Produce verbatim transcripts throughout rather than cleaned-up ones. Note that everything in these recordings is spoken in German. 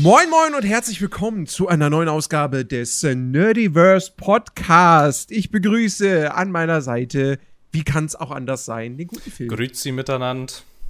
Moin Moin und herzlich willkommen zu einer neuen Ausgabe des Nerdiverse Podcast. Ich begrüße an meiner Seite, wie kann es auch anders sein, den guten Film. Grüezi miteinander.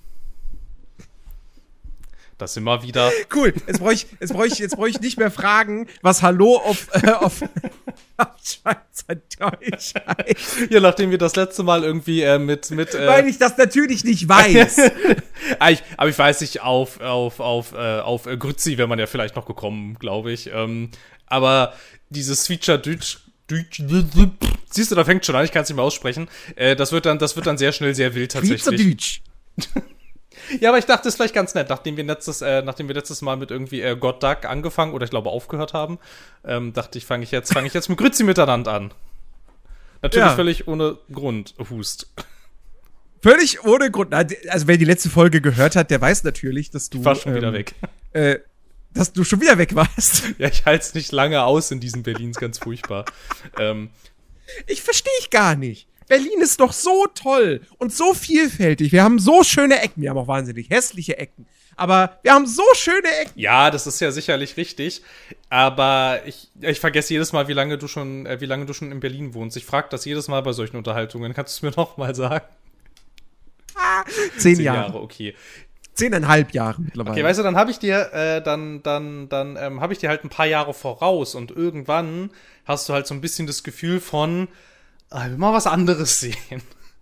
Das immer wieder. Cool, jetzt brauche ich, jetzt brauch ich, jetzt brauch ich nicht mehr fragen, was Hallo auf, äh, auf, auf Schweizerdeutsch heißt. Ja, nachdem wir das letzte Mal irgendwie äh, mit... mit äh Weil ich das natürlich nicht weiß. aber, ich, aber ich weiß nicht, auf, auf, auf, äh, auf äh, Grüezi wäre man ja vielleicht noch gekommen, glaube ich. Ähm, aber dieses Feature Deutsch... Deutsch, siehst du, da fängt schon an, ich kann es nicht mehr aussprechen. Äh, das, wird dann, das wird dann sehr schnell sehr wild tatsächlich. Ja, aber ich dachte, es ist vielleicht ganz nett, nachdem wir letztes, äh, nachdem wir letztes Mal mit irgendwie äh, God Duck angefangen oder ich glaube aufgehört haben, ähm, dachte ich, fange ich jetzt, fange ich jetzt mit Grüezi miteinander an. Natürlich ja. Völlig ohne Grund, Hust. Völlig ohne Grund. Also wer die letzte Folge gehört hat, der weiß natürlich, dass du ich war schon ähm, wieder weg. Äh, dass du schon wieder weg warst. Ja, ich halte es nicht lange aus in diesen Berlins, ganz furchtbar. ähm, ich verstehe ich gar nicht. Berlin ist doch so toll und so vielfältig. Wir haben so schöne Ecken. Wir haben auch wahnsinnig hässliche Ecken. Aber wir haben so schöne Ecken. Ja, das ist ja sicherlich richtig. Aber ich, ich vergesse jedes Mal, wie lange du schon, äh, wie lange du schon in Berlin wohnst. Ich frage das jedes Mal bei solchen Unterhaltungen. Kannst du es mir noch mal sagen? Ah, zehn, zehn Jahre. Jahre, okay. Zehneinhalb Jahre mittlerweile. Okay, weißt du, dann habe ich dir, äh, dann, dann, dann ähm, habe ich dir halt ein paar Jahre voraus. Und irgendwann hast du halt so ein bisschen das Gefühl von, ich will mal was anderes sehen.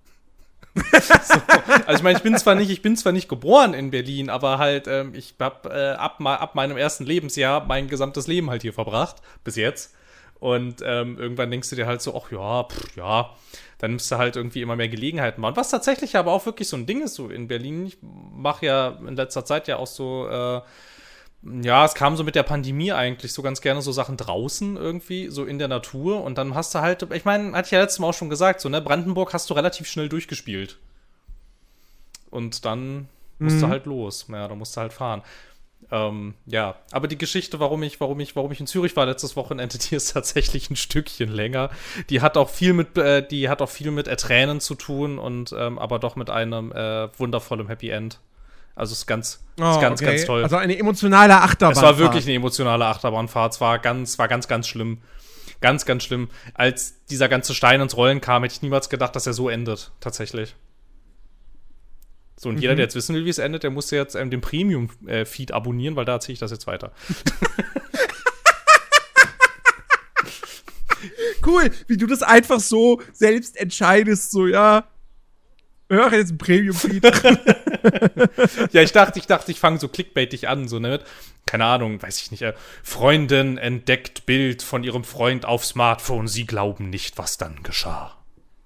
So. Also ich meine, ich bin zwar nicht, ich bin zwar nicht geboren in Berlin, aber halt, ähm, ich habe äh, ab, ab meinem ersten Lebensjahr mein gesamtes Leben halt hier verbracht, bis jetzt. Und ähm, irgendwann denkst du dir halt so, ach ja, pff, ja, dann nimmst du halt irgendwie immer mehr Gelegenheiten wahr. Und was tatsächlich aber auch wirklich so ein Ding ist, so in Berlin, ich mache ja in letzter Zeit ja auch so, äh, ja, es kam so mit der Pandemie eigentlich so ganz gerne so Sachen draußen irgendwie, so in der Natur. Und dann hast du halt, ich meine, hatte ich ja letztes Mal auch schon gesagt, so, ne, Brandenburg hast du relativ schnell durchgespielt. Und dann musst mhm. du halt los. Ja, dann musst du halt fahren. Ähm, ja, aber die Geschichte, warum ich, warum ich, warum ich in Zürich war letztes Wochenende, die ist tatsächlich ein Stückchen länger. Die hat auch viel mit, äh, die hat auch viel mit Ertränen zu tun und ähm, aber doch mit einem äh, wundervollen Happy End. Also es ist ganz, oh, ist ganz, okay. ganz toll. Also eine emotionale Achterbahnfahrt. Es war wirklich eine emotionale Achterbahnfahrt. Es war ganz, war ganz, ganz schlimm. Ganz, ganz schlimm. Als dieser ganze Stein ins Rollen kam, hätte ich niemals gedacht, dass er so endet. Tatsächlich. So, und mhm. jeder, der jetzt wissen will, wie es endet, der musste jetzt ähm, den Premium-Feed abonnieren, weil da erzähle ich das jetzt weiter. Cool, wie du das einfach so selbst entscheidest, so, ja, höre jetzt ein Premium-Feed. Ja, ich dachte, ich dachte, ich fange so clickbaitig an, so, ne? Keine Ahnung, weiß ich nicht. Äh, Freundin entdeckt Bild von ihrem Freund auf Smartphone. Sie glauben nicht, was dann geschah.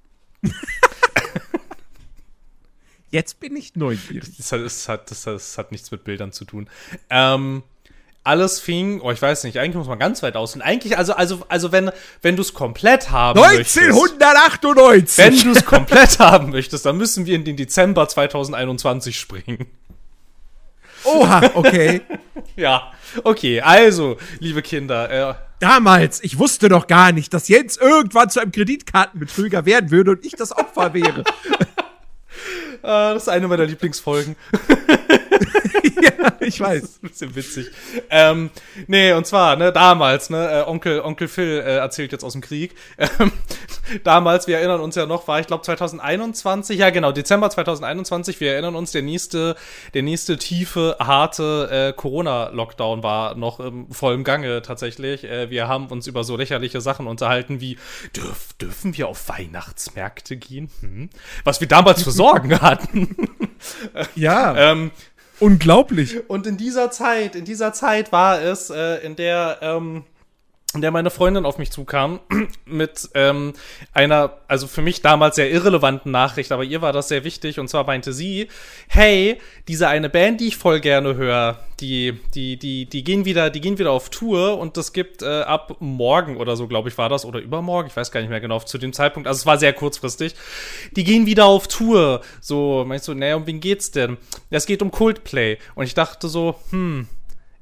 Jetzt bin ich neugierig. Das hat, das, hat, das, hat, das hat nichts mit Bildern zu tun. Ähm, alles fing, oh, ich weiß nicht, eigentlich muss man ganz weit aus. Und eigentlich, also, also, also wenn, wenn du es komplett haben neunzehnhundertachtundneunzig möchtest. Wenn du es komplett haben möchtest, dann müssen wir in den Dezember zweitausendeinundzwanzig springen. Oha, okay. Ja, okay, also, liebe Kinder. Äh, Damals, ich wusste doch gar nicht, dass Jens irgendwann zu einem Kreditkartenbetrüger werden würde und ich das Opfer wäre. Uh, das ist eine meiner Lieblingsfolgen. Ja, ich weiß. Das ist ein bisschen witzig. Ähm, nee, und zwar, ne, damals, ne, äh, Onkel, Onkel Phil äh, erzählt jetzt aus dem Krieg. Ähm, damals, wir erinnern uns ja noch, war ich glaube zweitausendeinundzwanzig, ja genau, Dezember zweitausendeinundzwanzig, wir erinnern uns, der nächste, der nächste tiefe, harte äh, Corona-Lockdown war noch ähm, voll im Gange tatsächlich. Äh, wir haben uns über so lächerliche Sachen unterhalten wie, dürf, dürfen wir auf Weihnachtsmärkte gehen? Hm? Was wir damals für Sorgen hatten. Ja. ähm, Unglaublich. Und in dieser Zeit, in dieser Zeit war es, äh, in der, ähm, in der meine Freundin auf mich zukam mit ähm, einer, also für mich damals sehr irrelevanten Nachricht, aber ihr war das sehr wichtig, und zwar meinte sie, hey, diese eine Band, die ich voll gerne höre, die, die, die, die gehen wieder, die gehen wieder auf Tour, und das gibt äh, ab morgen oder so, glaube ich, war das, oder übermorgen, ich weiß gar nicht mehr genau, zu dem Zeitpunkt, also es war sehr kurzfristig, die gehen wieder auf Tour, so, meinst du, naja, um wen geht's denn? Es geht um Coldplay, und ich dachte so, hm,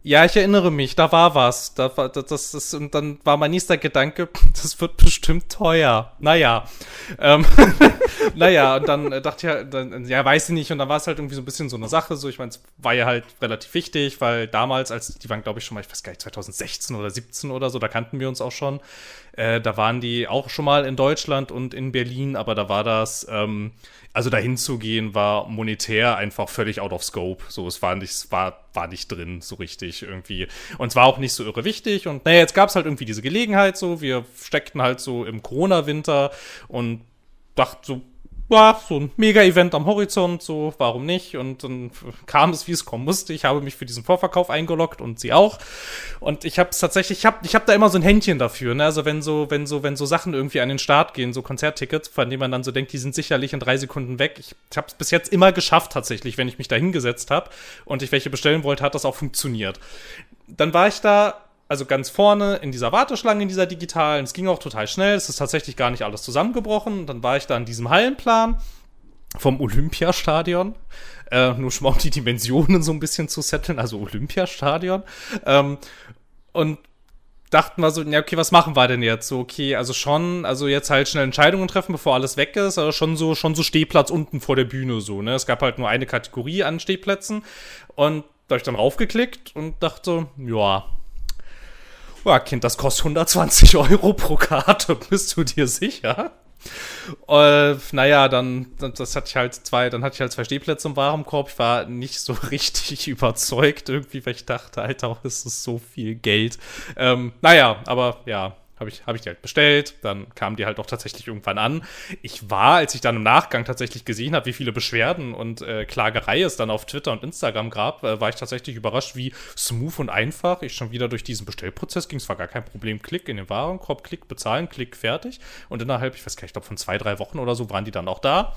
Ja, ich erinnere mich, da war was. Da war, das, das ist, und dann war mein nächster Gedanke, das wird bestimmt teuer. Naja. Ähm, naja, und dann äh, dachte ich halt, dann, ja, weiß ich nicht. Und dann war es halt irgendwie so ein bisschen so eine Sache. So, ich meine, es war ja halt relativ wichtig, weil damals, als die waren, glaube ich, schon mal, ich weiß gar nicht, zwanzig sechzehn oder siebzehn oder so, da kannten wir uns auch schon. Äh, da waren die auch schon mal in Deutschland und in Berlin, aber da war das, ähm, also dahin zu gehen, war monetär einfach völlig out of scope. So, es war nicht, es war, war nicht drin, so richtig irgendwie. Und es war auch nicht so irre wichtig. Und naja, jetzt gab es halt irgendwie diese Gelegenheit so. Wir steckten halt so im Corona-Winter und dachten so, war so ein Mega-Event am Horizont, so, warum nicht? Und dann kam es, wie es kommen musste. Ich habe mich für diesen Vorverkauf eingeloggt und sie auch. Und ich habe es tatsächlich, ich habe ich hab da immer so ein Händchen dafür, ne? Also wenn so, wenn so, wenn so Sachen irgendwie an den Start gehen, so Konzerttickets, von denen man dann so denkt, die sind sicherlich in drei Sekunden weg. Ich, ich habe es bis jetzt immer geschafft, tatsächlich, wenn ich mich da hingesetzt habe und ich welche bestellen wollte, hat das auch funktioniert. Dann war ich da, also ganz vorne in dieser Warteschlange, in dieser digitalen. Es ging auch total schnell. Es ist tatsächlich gar nicht alles zusammengebrochen. Dann war ich da in diesem Hallenplan vom Olympiastadion. Äh, nur schon mal um die Dimensionen so ein bisschen zu setteln. Also Olympiastadion. Ähm, und dachten wir so, ja, okay, was machen wir denn jetzt? So, okay, also schon, also jetzt halt schnell Entscheidungen treffen, bevor alles weg ist. Also schon so, schon so Stehplatz unten vor der Bühne so, ne? Es gab halt nur eine Kategorie an Stehplätzen. Und da habe ich dann raufgeklickt und dachte, ja, ja, Kind, das kostet hundertzwanzig Euro pro Karte, bist du dir sicher? Äh, naja, dann, das hatte ich halt zwei, dann hatte ich halt zwei Stehplätze im Warenkorb. Ich war nicht so richtig überzeugt irgendwie, weil ich dachte, Alter, ist das so viel Geld. Ähm, naja, aber ja, habe ich, hab ich die halt bestellt, dann kamen die halt auch tatsächlich irgendwann an. Ich war, als ich dann im Nachgang tatsächlich gesehen habe, wie viele Beschwerden und äh, Klagerei es dann auf Twitter und Instagram gab, äh, war ich tatsächlich überrascht, wie smooth und einfach ich schon wieder durch diesen Bestellprozess ging. Es war gar kein Problem. Klick in den Warenkorb, Klick bezahlen, Klick fertig. Und innerhalb, ich weiß gar nicht, ich glaube von zwei, drei Wochen oder so waren die dann auch da.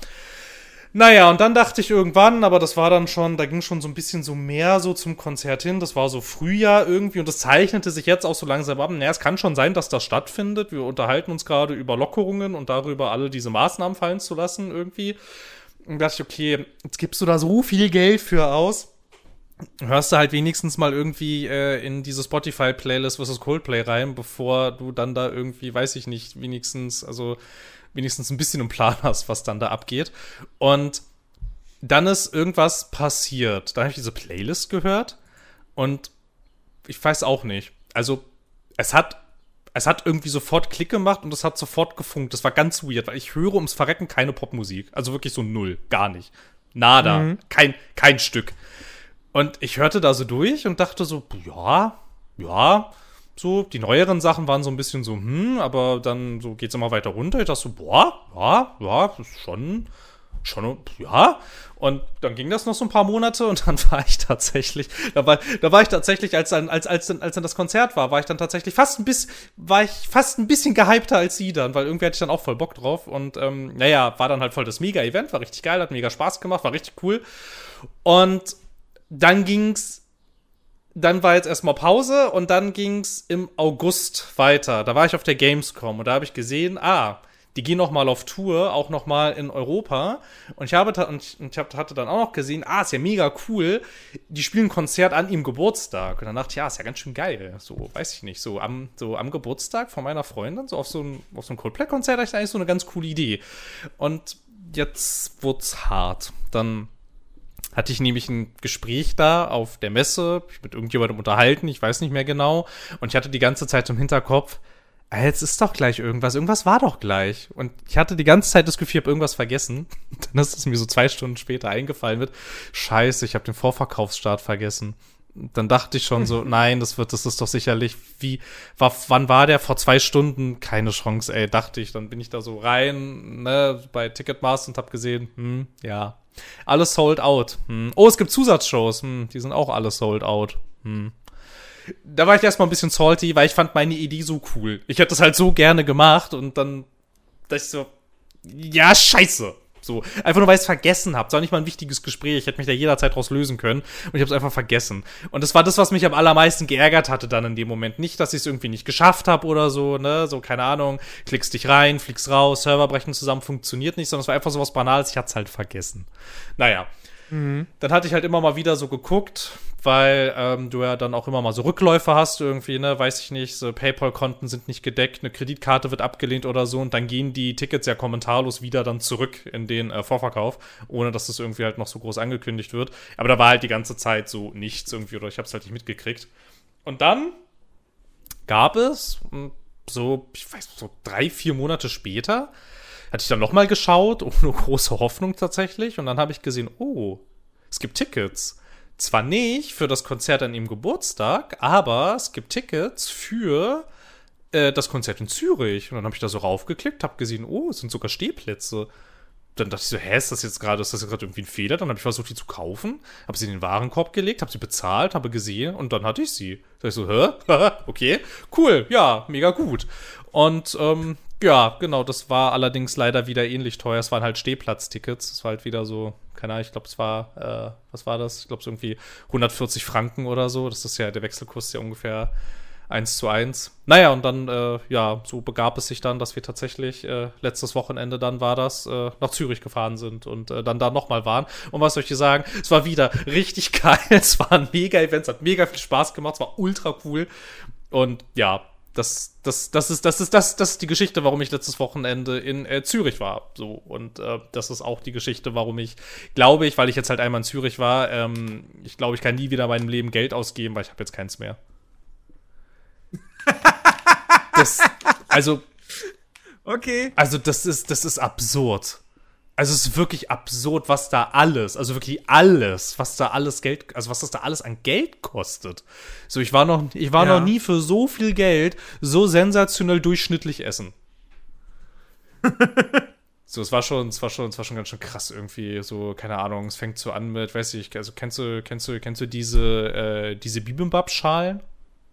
Naja, und dann dachte ich irgendwann, aber das war dann schon, da ging schon so ein bisschen so mehr so zum Konzert hin, das war so Frühjahr irgendwie und das zeichnete sich jetzt auch so langsam ab. Naja, es kann schon sein, dass das stattfindet. Wir unterhalten uns gerade über Lockerungen und darüber, alle diese Maßnahmen fallen zu lassen irgendwie. Und da dachte ich, okay, jetzt gibst du da so viel Geld für aus. Hörst du halt wenigstens mal irgendwie äh, in diese Spotify-Playlist versus Coldplay rein, bevor du dann da irgendwie, weiß ich nicht, wenigstens, also wenigstens ein bisschen im Plan hast, was dann da abgeht. Und dann ist irgendwas passiert. Dann habe ich diese Playlist gehört und ich weiß auch nicht. Also es hat, es hat irgendwie sofort Klick gemacht und es hat sofort gefunkt. Das war ganz weird, weil ich höre ums Verrecken keine Popmusik. Also wirklich so null, gar nicht. Nada, mhm. kein, kein Stück. Und ich hörte da so durch und dachte so, ja, ja, so, die neueren Sachen waren so ein bisschen so, hm, aber dann so geht's immer weiter runter. Ich dachte so, boah, ja, ja, das ist schon, schon, ja. Und dann ging das noch so ein paar Monate und dann war ich tatsächlich, da war, da war ich tatsächlich, als dann, als, als dann, als dann das Konzert war, war ich dann tatsächlich fast ein bisschen, war ich fast ein bisschen gehypter als sie dann, weil irgendwie hatte ich dann auch voll Bock drauf und, ähm, naja, war dann halt voll das Mega-Event, war richtig geil, hat mega Spaß gemacht, war richtig cool. Und dann ging's, dann war jetzt erstmal Pause und dann ging's im August weiter. Da war ich auf der Gamescom und da habe ich gesehen, ah, die gehen noch mal auf Tour, auch noch mal in Europa. Und ich habe und ich, und ich hab, hatte dann auch noch gesehen, ah, ist ja mega cool. Die spielen ein Konzert an ihrem Geburtstag. Und dann dachte ich, ja, ist ja ganz schön geil. So, weiß ich nicht, so am, so am Geburtstag von meiner Freundin, so auf so ein, auf so ein Coldplay-Konzert, hatte ich eigentlich so eine ganz coole Idee. Und jetzt wurd's hart. Dann hatte ich nämlich ein Gespräch da auf der Messe, mich mit irgendjemandem unterhalten, ich weiß nicht mehr genau. Und ich hatte die ganze Zeit im Hinterkopf, ah, jetzt ist doch gleich irgendwas, irgendwas war doch gleich. Und ich hatte die ganze Zeit das Gefühl, ich habe irgendwas vergessen. Dann ist es mir so zwei Stunden später eingefallen mit, scheiße, ich habe den Vorverkaufsstart vergessen. Dann dachte ich schon so, nein, das wird, das ist doch sicherlich, wie, war, wann war der? Vor zwei Stunden? Keine Chance, ey, dachte ich. Dann bin ich da so rein, ne, bei Ticketmaster und hab gesehen, hm, ja, alles sold out. Hm. Oh, es gibt Zusatzshows, hm, die sind auch alle sold out. Hm. Da war ich erstmal ein bisschen salty, weil ich fand meine Idee so cool. Ich hätte das halt so gerne gemacht und dann dachte ich so, ja, scheiße. So, einfach nur, weil ich es vergessen habe. Es war nicht mal ein wichtiges Gespräch. Ich hätte mich da jederzeit draus lösen können. Und ich habe es einfach vergessen. Und das war das, was mich am allermeisten geärgert hatte dann in dem Moment. Nicht, dass ich es irgendwie nicht geschafft habe oder so, ne? So, keine Ahnung, klickst dich rein, fliegst raus, Server brechen zusammen, funktioniert nicht. Sondern es war einfach so was Banales. Ich hatte es halt vergessen. Naja. Mhm. Dann hatte ich halt immer mal wieder so geguckt, weil ähm, du ja dann auch immer mal so Rückläufe hast irgendwie, ne, weiß ich nicht, so PayPal-Konten sind nicht gedeckt, eine Kreditkarte wird abgelehnt oder so und dann gehen die Tickets ja kommentarlos wieder dann zurück in den äh, Vorverkauf, ohne dass das irgendwie halt noch so groß angekündigt wird. Aber da war halt die ganze Zeit so nichts irgendwie oder ich hab's halt nicht mitgekriegt. Und dann gab es so, ich weiß, so drei, vier Monate später hatte ich dann nochmal geschaut, ohne große Hoffnung tatsächlich. Und dann habe ich gesehen, oh, es gibt Tickets. Zwar nicht für das Konzert an ihrem Geburtstag, aber es gibt Tickets für äh, das Konzert in Zürich. Und dann habe ich da so raufgeklickt, habe gesehen, oh, es sind sogar Stehplätze. Dann dachte ich so, hä, ist das jetzt gerade, ist das gerade irgendwie ein Fehler? Dann habe ich versucht, die zu kaufen, habe sie in den Warenkorb gelegt, habe sie bezahlt, habe gesehen und dann hatte ich sie. Da ich so, hä? Okay, cool, ja, mega gut. Und ähm, ja, genau, das war allerdings leider wieder ähnlich teuer. Es waren halt Stehplatztickets. Es war halt wieder so, keine Ahnung, ich glaube, es war, äh, was war das? Ich glaube, so irgendwie hundertvierzig Franken oder so. Das ist ja, der Wechselkurs ist ja ungefähr eins zu eins. Naja, und dann, äh, ja, so begab es sich dann, dass wir tatsächlich, äh, letztes Wochenende dann war das, äh, nach Zürich gefahren sind und äh, dann da nochmal waren. Und was soll ich dir sagen? Es war wieder richtig geil. Es war ein Mega-Event, es hat mega viel Spaß gemacht, es war ultra cool. Und ja, Das, das, das, ist, das, ist, das, das ist die Geschichte, warum ich letztes Wochenende in äh, Zürich war. So. Und äh, das ist auch die Geschichte, warum ich, glaube ich, weil ich jetzt halt einmal in Zürich war, ähm, ich glaube, ich kann nie wieder in meinem Leben Geld ausgeben, weil ich habe jetzt keins mehr. das, also, okay. Also, das ist, das ist absurd. Also, es ist wirklich absurd, was da alles, also wirklich alles, was da alles Geld, also was das da alles an Geld kostet. So, ich war noch, ich war Ja. noch nie für so viel Geld so sensationell durchschnittlich essen. So, es war schon, es war schon, es war schon ganz schön krass irgendwie, so, keine Ahnung, es fängt so an mit, weiß ich, also kennst du, kennst du, kennst du diese, äh, diese Bibimbap-Schalen?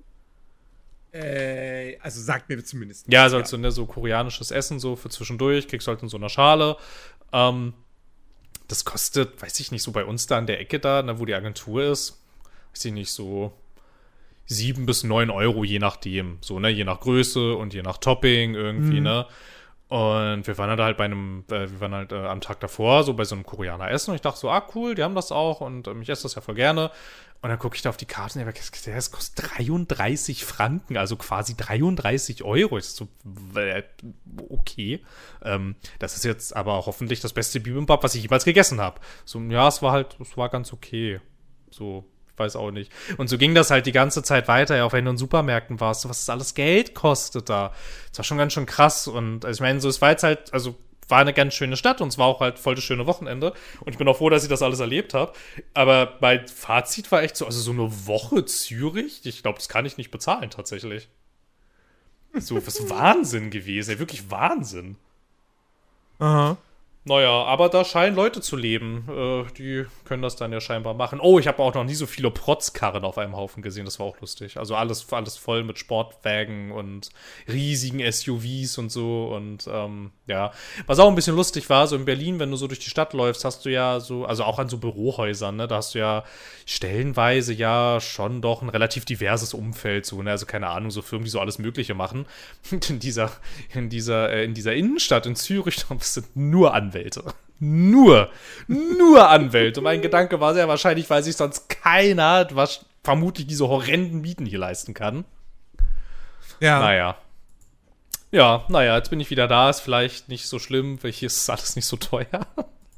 Äh, also sagt mir zumindest. Ja, also halt so, ne, so koreanisches Essen, so für zwischendurch, kriegst du halt in so einer Schale. Ähm, das kostet, weiß ich nicht, so bei uns da an der Ecke da, ne, wo die Agentur ist, weiß ich nicht, so sieben bis neun Euro, je nachdem. So, ne, je nach Größe und je nach Topping irgendwie, Mhm. ne. Und wir waren halt bei einem, äh, wir waren halt äh, am Tag davor so bei so einem Koreaner essen und ich dachte so, ah, cool, die haben das auch und ähm, ich esse das ja voll gerne. Und dann gucke ich da auf die Karte und ich denke, das kostet dreiunddreißig Franken, also quasi dreiunddreißig Euro. Ich so, äh, okay. Ähm, das ist jetzt aber hoffentlich das beste Bibimbap, was ich jemals gegessen habe. So, ja, es war halt, es war ganz okay. So, ich weiß auch nicht. Und so ging das halt die ganze Zeit weiter, ja, auch wenn du in Supermärkten warst, so, was das alles Geld kostet da. Das war schon ganz schön krass. Und also ich meine, so, es war jetzt halt, also war eine ganz schöne Stadt und es war auch halt voll das schöne Wochenende. Und ich bin auch froh, dass ich das alles erlebt habe. Aber mein Fazit war echt so, also so eine Woche Zürich, ich glaube, das kann ich nicht bezahlen tatsächlich. So, was Wahnsinn gewesen, ey, wirklich Wahnsinn. Aha. Naja, aber da scheinen Leute zu leben. Äh, die können das dann ja scheinbar machen. Oh, ich habe auch noch nie so viele Protzkarren auf einem Haufen gesehen. Das war auch lustig. Also alles, alles voll mit Sportwagen und riesigen S U Vs und so. Und ähm, ja, was auch ein bisschen lustig war, so in Berlin, wenn du so durch die Stadt läufst, hast du ja so, also auch an so Bürohäusern, ne, da hast du ja stellenweise ja schon doch ein relativ diverses Umfeld. So, ne? Also keine Ahnung, so Firmen, die so alles Mögliche machen. Und in dieser, in dieser, äh, in dieser Innenstadt in Zürich, das sind nur Anwälte. Nur, nur Anwälte. Und mein Gedanke war sehr wahrscheinlich, weil sich sonst keiner, was vermutlich diese horrenden Mieten hier leisten kann. Ja. Naja. Ja, naja, jetzt bin ich wieder da. Ist vielleicht nicht so schlimm, weil hier ist alles nicht so teuer.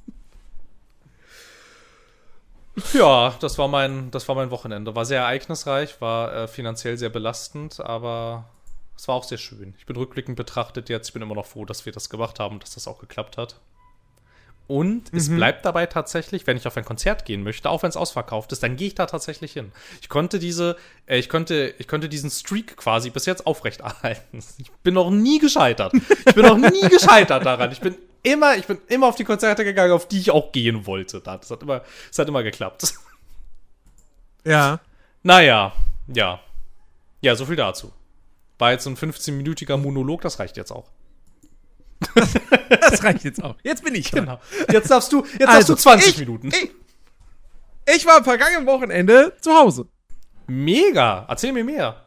Ja, das war mein, das war mein Wochenende. War sehr ereignisreich, war äh, finanziell sehr belastend, aber es war auch sehr schön. Ich bin rückblickend betrachtet jetzt. Ich bin immer noch froh, dass wir das gemacht haben, dass das auch geklappt hat. Und es Mhm. bleibt dabei tatsächlich, wenn ich auf ein Konzert gehen möchte, auch wenn es ausverkauft ist, dann gehe ich da tatsächlich hin. Ich konnte diese, äh, ich konnte, ich konnte diesen Streak quasi bis jetzt aufrechterhalten. Ich bin noch nie gescheitert. Ich bin noch nie gescheitert daran. Ich bin immer, ich bin immer auf die Konzerte gegangen, auf die ich auch gehen wollte. Das hat immer, das hat immer geklappt. Ja. Naja, ja. Ja, so viel dazu. War jetzt so ein fünfzehnminütiger Monolog, das reicht jetzt auch. Das reicht jetzt auch. Jetzt bin ich dran. Genau. Jetzt darfst du, jetzt Also, darfst du zwanzig ich- Minuten. Ich, ich war am vergangenen Wochenende zu Hause. Mega. Erzähl mir mehr.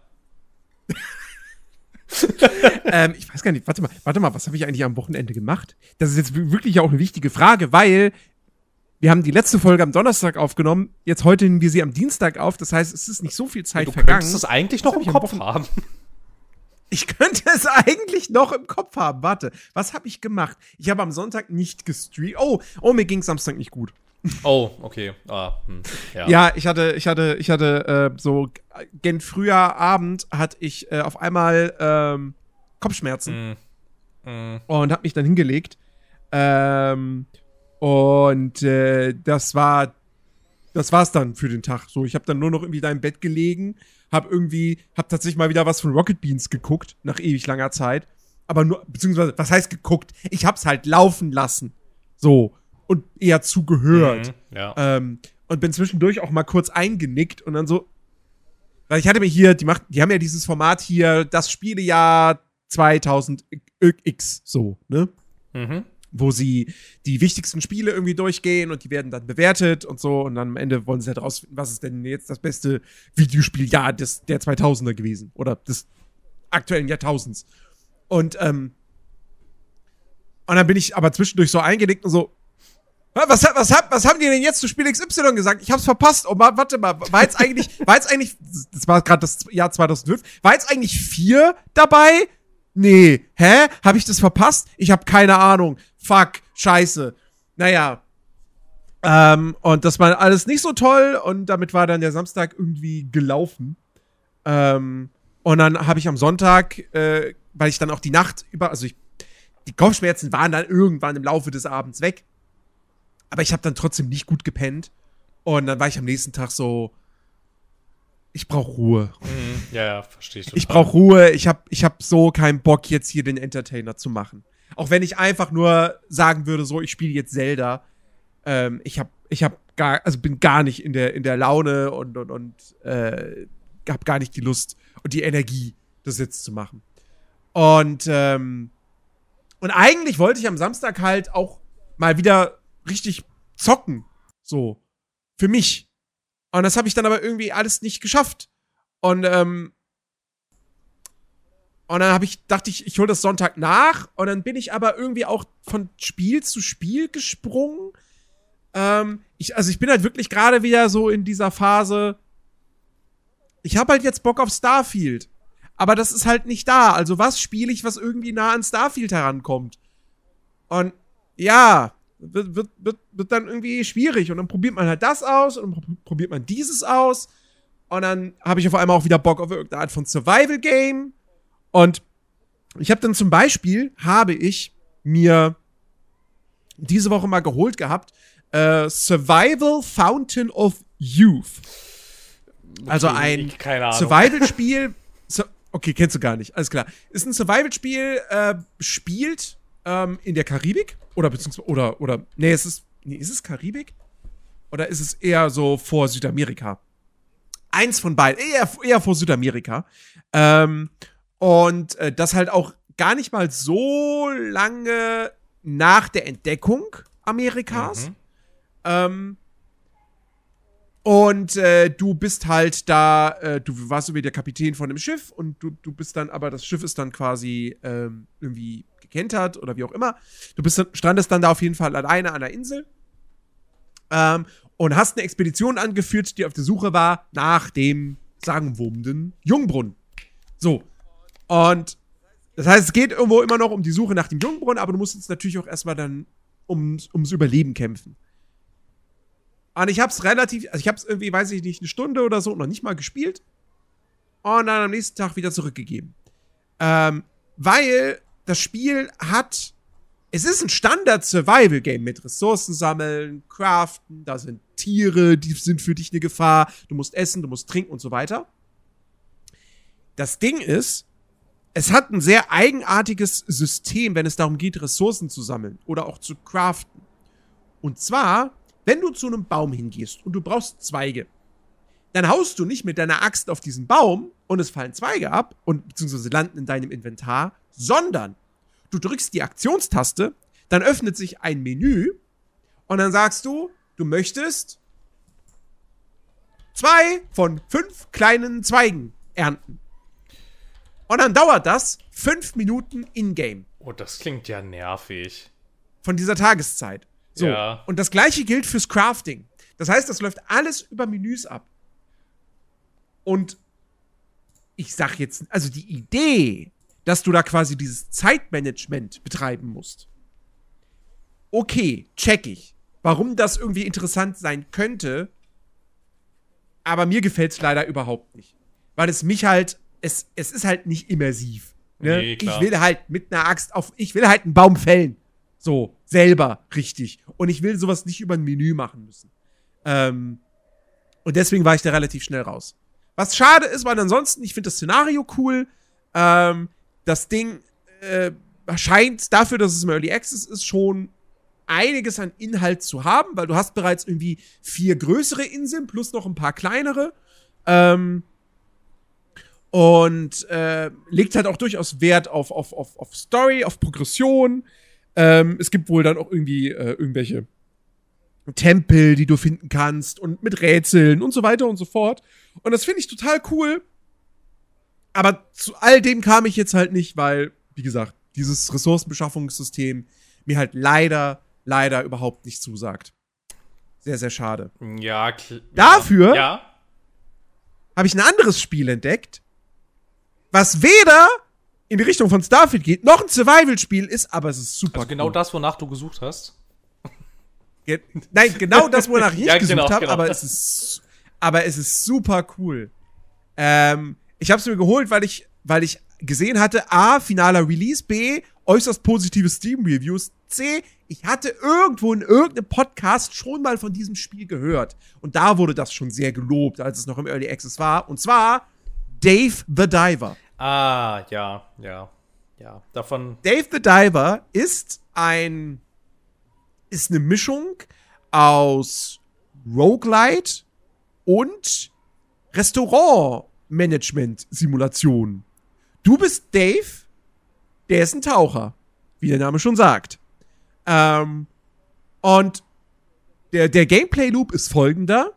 ähm, ich weiß gar nicht, warte mal, warte mal, was habe ich eigentlich am Wochenende gemacht? Das ist jetzt wirklich auch eine wichtige Frage, weil wir haben die letzte Folge am Donnerstag aufgenommen, jetzt heute nehmen wir sie am Dienstag auf, das heißt, es ist nicht so viel Zeit du vergangen. Du könntest es eigentlich noch im Kopf haben. Ich könnte es eigentlich noch im Kopf haben. Warte, was habe ich gemacht? Ich habe am Sonntag nicht gestreamt. Oh, oh, mir ging Samstag nicht gut. Oh, okay. Ah, hm. ja. ja, ich hatte, ich hatte, ich hatte äh, so gen früher Abend hatte ich äh, auf einmal ähm, Kopfschmerzen mm. Mm. und habe mich dann hingelegt. Ähm, und äh, das war, das war's dann für den Tag. So, ich habe dann nur noch irgendwie da im Bett gelegen. Hab irgendwie, hab tatsächlich mal wieder was von Rocket Beans geguckt, nach ewig langer Zeit. Aber nur, beziehungsweise, was heißt geguckt? Ich hab's halt laufen lassen. So. Und eher zugehört. Mhm, ja. Ähm, und bin zwischendurch auch mal kurz eingenickt und dann so. Weil ich hatte mir hier, die macht, die haben ja dieses Format hier, das Spielejahr zweitausend X, so, ne? Mhm. Wo sie die wichtigsten Spiele irgendwie durchgehen und die werden dann bewertet und so und dann am Ende wollen sie halt rausfinden, was ist denn jetzt das beste Videospieljahr des, der zweitausender gewesen oder des aktuellen Jahrtausends. Und, ähm, und dann bin ich aber zwischendurch so eingenickt und so, was, was, was, was haben die denn jetzt zu Spiel X Y gesagt? Ich hab's verpasst. Oh, warte mal, war jetzt eigentlich, war jetzt eigentlich, das war gerade das Jahr zweitausendfünf, war jetzt eigentlich vier dabei? Nee, hä? Hab ich das verpasst? Ich hab keine Ahnung. Fuck, scheiße. Naja. Ähm, und das war alles nicht so toll und damit war dann der Samstag irgendwie gelaufen. Ähm, und dann habe ich am Sonntag, äh, weil ich dann auch die Nacht über, also ich, die Kopfschmerzen waren dann irgendwann im Laufe des Abends weg. Aber ich habe dann trotzdem nicht gut gepennt. Und dann war ich am nächsten Tag so, ich brauche Ruhe. Mhm, ja, ja, verstehe ich total. Ich brauche Ruhe. Ich habe ich hab so keinen Bock, jetzt hier den Entertainer zu machen. Auch wenn ich einfach nur sagen würde, so, ich spiele jetzt Zelda. Ähm, ich hab, ich hab gar, also bin gar nicht in der, in der Laune und, und, und äh, hab gar nicht die Lust und die Energie, das jetzt zu machen. Und, ähm, und eigentlich wollte ich am Samstag halt auch mal wieder richtig zocken. So. Für mich. Und das habe ich dann aber irgendwie alles nicht geschafft. Und, ähm, und dann habe ich, dachte ich, ich hole das Sonntag nach. Und dann bin ich aber irgendwie auch von Spiel zu Spiel gesprungen. Ähm, ich, also ich bin halt wirklich gerade wieder so in dieser Phase. Ich habe halt jetzt Bock auf Starfield. Aber das ist halt nicht da. Also was spiele ich, was irgendwie nah an Starfield herankommt? Und ja, wird, wird, wird, wird dann irgendwie schwierig. Und dann probiert man halt das aus und dann probiert man dieses aus. Und dann habe ich auf einmal auch wieder Bock auf irgendeine Art von Survival-Game. Und ich habe dann zum Beispiel, habe ich mir diese Woche mal geholt gehabt, äh, Survival Fountain of Youth. Also ein Survival-Spiel. So, okay, kennst du gar nicht. Alles klar. Ist ein Survival-Spiel, äh, spielt ähm, in der Karibik. Oder beziehungsweise, oder, oder, nee, es ist, nee, ist es Karibik? Oder ist es eher so vor Südamerika? Eins von beiden, eher, eher vor Südamerika. Ähm, und äh, das halt auch gar nicht mal so lange nach der Entdeckung Amerikas. Mhm. Ähm, und äh, du bist halt da, äh, du warst irgendwie der Kapitän von dem Schiff und du, du bist dann, aber das Schiff ist dann quasi ähm, irgendwie gekentert oder wie auch immer. Du bist, strandest dann da auf jeden Fall alleine an der Insel ähm, und hast eine Expedition angeführt, die auf der Suche war nach dem sagenumwobenen Jungbrunnen. So. Und das heißt, es geht irgendwo immer noch um die Suche nach dem Jungbrunnen, aber du musst jetzt natürlich auch erstmal dann ums, ums Überleben kämpfen. Und ich hab's relativ, also ich hab's irgendwie, weiß ich nicht, eine Stunde oder so noch nicht mal gespielt. Und dann am nächsten Tag wieder zurückgegeben. Ähm, weil das Spiel hat, es ist ein Standard-Survival-Game mit Ressourcen sammeln, craften, da sind Tiere, die sind für dich eine Gefahr, du musst essen, du musst trinken und so weiter. Das Ding ist, es hat ein sehr eigenartiges System, wenn es darum geht, Ressourcen zu sammeln oder auch zu craften. Und zwar, wenn du zu einem Baum hingehst und du brauchst Zweige, dann haust du nicht mit deiner Axt auf diesen Baum und es fallen Zweige ab und beziehungsweise landen in deinem Inventar, sondern du drückst die Aktionstaste, dann öffnet sich ein Menü und dann sagst du, du möchtest zwei von fünf kleinen Zweigen ernten. Und dann dauert das fünf Minuten in-game. Oh, das klingt ja nervig. Von dieser Tageszeit. So. Ja. Und das gleiche gilt fürs Crafting. Das heißt, das läuft alles über Menüs ab. Und ich sag jetzt, also die Idee, dass du da quasi dieses Zeitmanagement betreiben musst. Okay, check ich. Warum das irgendwie interessant sein könnte, aber mir gefällt's leider überhaupt nicht. Weil es mich halt, es, es ist halt nicht immersiv. Ne? Nee, klar. Ich will halt mit einer Axt auf, ich will halt einen Baum fällen. So, selber, richtig. Und ich will sowas nicht über ein Menü machen müssen. Ähm, und deswegen war ich da relativ schnell raus. Was schade ist, weil ansonsten, ich finde das Szenario cool. Ähm, das Ding äh, scheint dafür, dass es im Early Access ist, schon einiges an Inhalt zu haben, weil du hast bereits irgendwie vier größere Inseln plus noch ein paar kleinere. Ähm, und äh, legt halt auch durchaus Wert auf, auf, auf, auf Story, auf Progression. Ähm, es gibt wohl dann auch irgendwie äh, irgendwelche Tempel, die du finden kannst und mit Rätseln und so weiter und so fort. Und das finde ich total cool. Aber zu all dem kam ich jetzt halt nicht, weil, wie gesagt, dieses Ressourcenbeschaffungssystem mir halt leider, leider überhaupt nicht zusagt. Sehr, sehr schade. Ja, kl- Dafür ja. habe ich ein anderes Spiel entdeckt, was weder in die Richtung von Starfield geht, noch ein Survival-Spiel ist, aber es ist super Also genau cool. das, wonach du gesucht hast. Ge- Nein, genau das, wonach ich Ja, gesucht genau, habe, genau. aber es ist, aber es ist super cool. Ähm, ich habe es mir geholt, weil ich, weil ich gesehen hatte, A, finaler Release, B, äußerst positive Steam-Reviews, C, ich hatte irgendwo in irgendeinem Podcast schon mal von diesem Spiel gehört. Und da wurde das schon sehr gelobt, als es noch im Early Access war. Und zwar Dave the Diver. Ah, ja, ja, ja. Davon. Dave the Diver ist ein ist eine Mischung aus Roguelite und Restaurant-Management-Simulation. Du bist Dave, der ist ein Taucher, wie der Name schon sagt. Ähm, und der, der Gameplay-Loop ist folgender.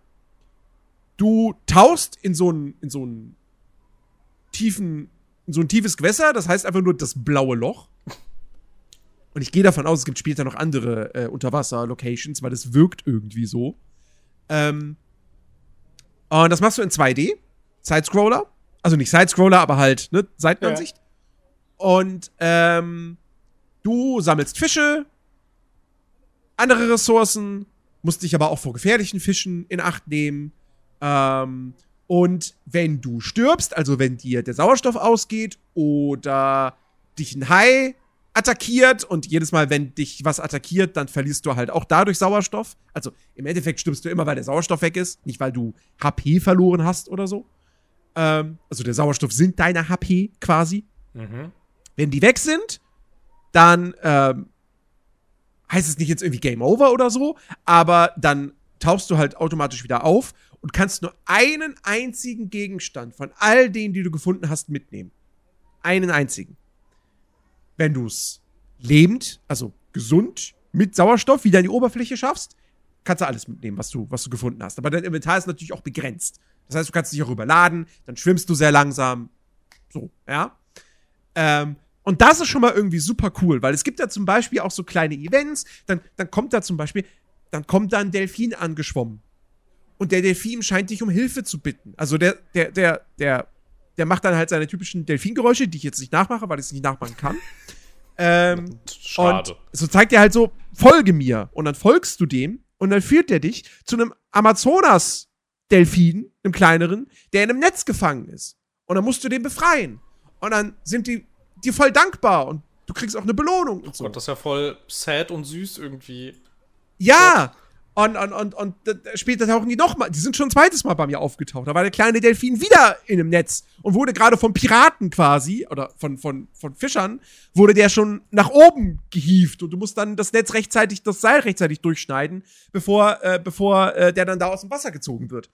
Du tauchst in so ein, in so ein tiefen, in so ein tiefes Gewässer, das heißt einfach nur das blaue Loch. Und ich gehe davon aus, es gibt später noch andere äh, Unterwasser-Locations, weil das wirkt irgendwie so. Ähm, und das machst du in zwei D. Sidescroller. Also nicht Sidescroller, aber halt, ne, Seitenansicht. Ja. Und ähm, du sammelst Fische, andere Ressourcen, musst dich aber auch vor gefährlichen Fischen in Acht nehmen. Ähm, und wenn du stirbst, also wenn dir der Sauerstoff ausgeht oder dich ein Hai attackiert und jedes Mal, wenn dich was attackiert, dann verlierst du halt auch dadurch Sauerstoff. Also im Endeffekt stirbst du immer, weil der Sauerstoff weg ist, nicht weil du H P verloren hast oder so. Ähm, also der Sauerstoff sind deine H P quasi. Mhm. Wenn die weg sind, dann ähm, heißt es nicht jetzt irgendwie Game Over oder so, aber dann tauchst du halt automatisch wieder auf und kannst nur einen einzigen Gegenstand von all denen, die du gefunden hast, mitnehmen. Einen einzigen. Wenn du es lebend, also gesund, mit Sauerstoff wieder an die Oberfläche schaffst, kannst du alles mitnehmen, was du, was du gefunden hast. Aber dein Inventar ist natürlich auch begrenzt. Das heißt, du kannst dich auch überladen, dann schwimmst du sehr langsam. So, ja. Ähm, und das ist schon mal irgendwie super cool, weil es gibt da zum Beispiel auch so kleine Events, dann, dann kommt da zum Beispiel, dann kommt da ein Delfin angeschwommen. Und der Delfin scheint dich um Hilfe zu bitten. Also der, der, der, der, der macht dann halt seine typischen Delfingeräusche, die ich jetzt nicht nachmache, weil ich es nicht nachmachen kann. ähm, Schade. Und so zeigt er halt so, folge mir. Und dann folgst du dem und dann führt er dich zu einem Amazonas-Delfin, einem kleineren, der in einem Netz gefangen ist. Und dann musst du den befreien. Und dann sind die dir voll dankbar und du kriegst auch eine Belohnung und so. Oh Gott, das ist ja voll sad und süß irgendwie. Ja! Und, und, und, und später tauchen die noch mal, die sind schon ein zweites Mal bei mir aufgetaucht. Da war der kleine Delfin wieder in einem Netz und wurde gerade von Piraten quasi, oder von, von, von Fischern, wurde der schon nach oben gehievt und du musst dann das Netz rechtzeitig, das Seil rechtzeitig durchschneiden, bevor, äh, bevor äh, der dann da aus dem Wasser gezogen wird.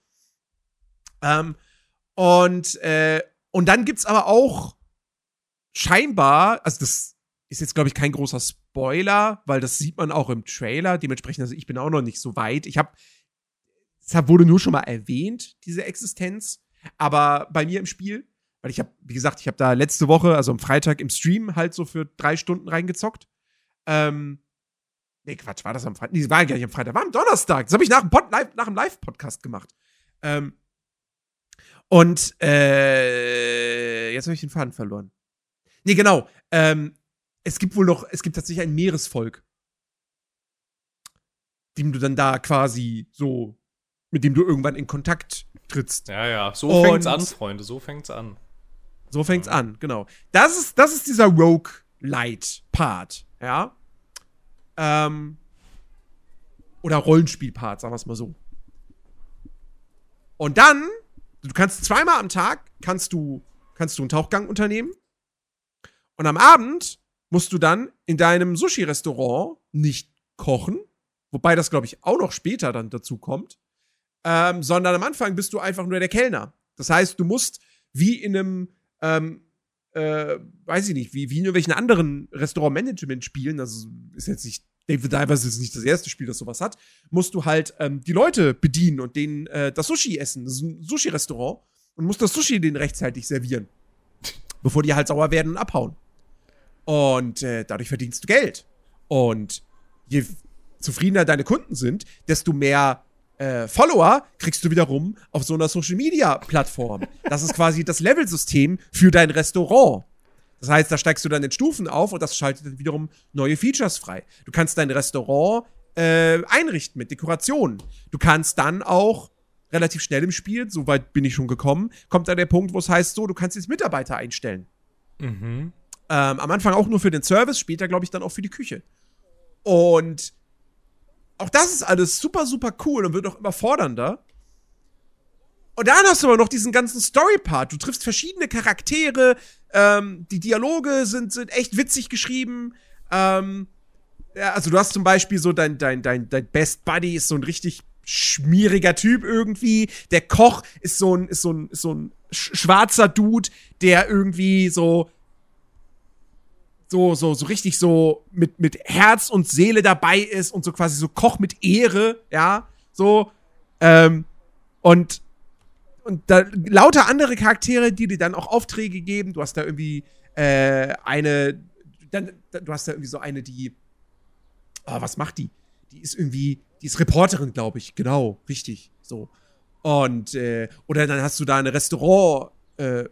Ähm, und, äh, und dann gibt's aber auch scheinbar, also das ist jetzt, glaube ich, kein großer Spoiler, weil das sieht man auch im Trailer. Dementsprechend, also ich bin auch noch nicht so weit. Ich habe, es wurde nur schon mal erwähnt, diese Existenz. Aber bei mir im Spiel, weil ich habe, wie gesagt, ich habe da letzte Woche, also am Freitag im Stream halt so für drei Stunden reingezockt. Ähm, Nee, Quatsch, war das am Freitag? Nee, war gar nicht am Freitag, war am Donnerstag. Das habe ich nach dem, Pod, live, nach dem Live-Podcast gemacht. Ähm, und, äh, jetzt habe ich den Faden verloren. Nee, genau. Ähm, es gibt wohl noch, es gibt tatsächlich ein Meeresvolk, dem du dann da quasi so, mit dem du irgendwann in Kontakt trittst. Ja, ja, so Und fängt's an, Freunde, so fängt's an. So fängt's ja. an, genau. Das ist, das ist dieser Rogue-Light-Part, ja. Ähm, oder Rollenspiel-Part, sagen wir es mal so. Und dann, du kannst zweimal am Tag, kannst du, kannst du einen Tauchgang unternehmen. Und am Abend musst du dann in deinem Sushi-Restaurant nicht kochen, wobei das, glaube ich, auch noch später dann dazu kommt, ähm, sondern am Anfang bist du einfach nur der Kellner. Das heißt, du musst wie in einem, ähm, äh, weiß ich nicht, wie, wie in irgendwelchen anderen Restaurant-Management-Spielen, also ist jetzt nicht, David Divers ist nicht das erste Spiel, das sowas hat, musst du halt ähm, die Leute bedienen und denen äh, das Sushi essen. Das ist ein Sushi-Restaurant und musst das Sushi denen rechtzeitig servieren, bevor die halt sauer werden und abhauen. Und äh, dadurch verdienst du Geld. Und je zufriedener deine Kunden sind, desto mehr äh, Follower kriegst du wiederum auf so einer Social-Media-Plattform. Das ist quasi das Level-System für dein Restaurant. Das heißt, da steigst du dann in Stufen auf und das schaltet dann wiederum neue Features frei. Du kannst dein Restaurant äh, einrichten mit Dekorationen. Du kannst dann auch relativ schnell im Spiel, so weit bin ich schon gekommen, kommt dann der Punkt, wo es heißt, so, du kannst jetzt Mitarbeiter einstellen. Mhm. Ähm, am Anfang auch nur für den Service, später, glaube ich, dann auch für die Küche. Und auch das ist alles super, super cool und wird auch immer fordernder. Und dann hast du aber noch diesen ganzen Story-Part. Du triffst verschiedene Charaktere, ähm, die Dialoge sind, sind echt witzig geschrieben. Ähm, ja, also du hast zum Beispiel so dein, dein, dein, dein Best Buddy ist so ein richtig schmieriger Typ irgendwie. Der Koch ist so ein, ist so ein, ist so ein sch- schwarzer Dude, der irgendwie so so, so, so richtig so mit, mit Herz und Seele dabei ist und so quasi so Koch mit Ehre, ja, so, ähm, und, und da lauter andere Charaktere, die dir dann auch Aufträge geben. Du hast da irgendwie, äh, eine, dann, du hast da irgendwie so eine, die, oh, was macht die? Die ist irgendwie, die ist Reporterin, glaube ich, genau, richtig, so. Und, äh, oder dann hast du da eine Restaurant, äh,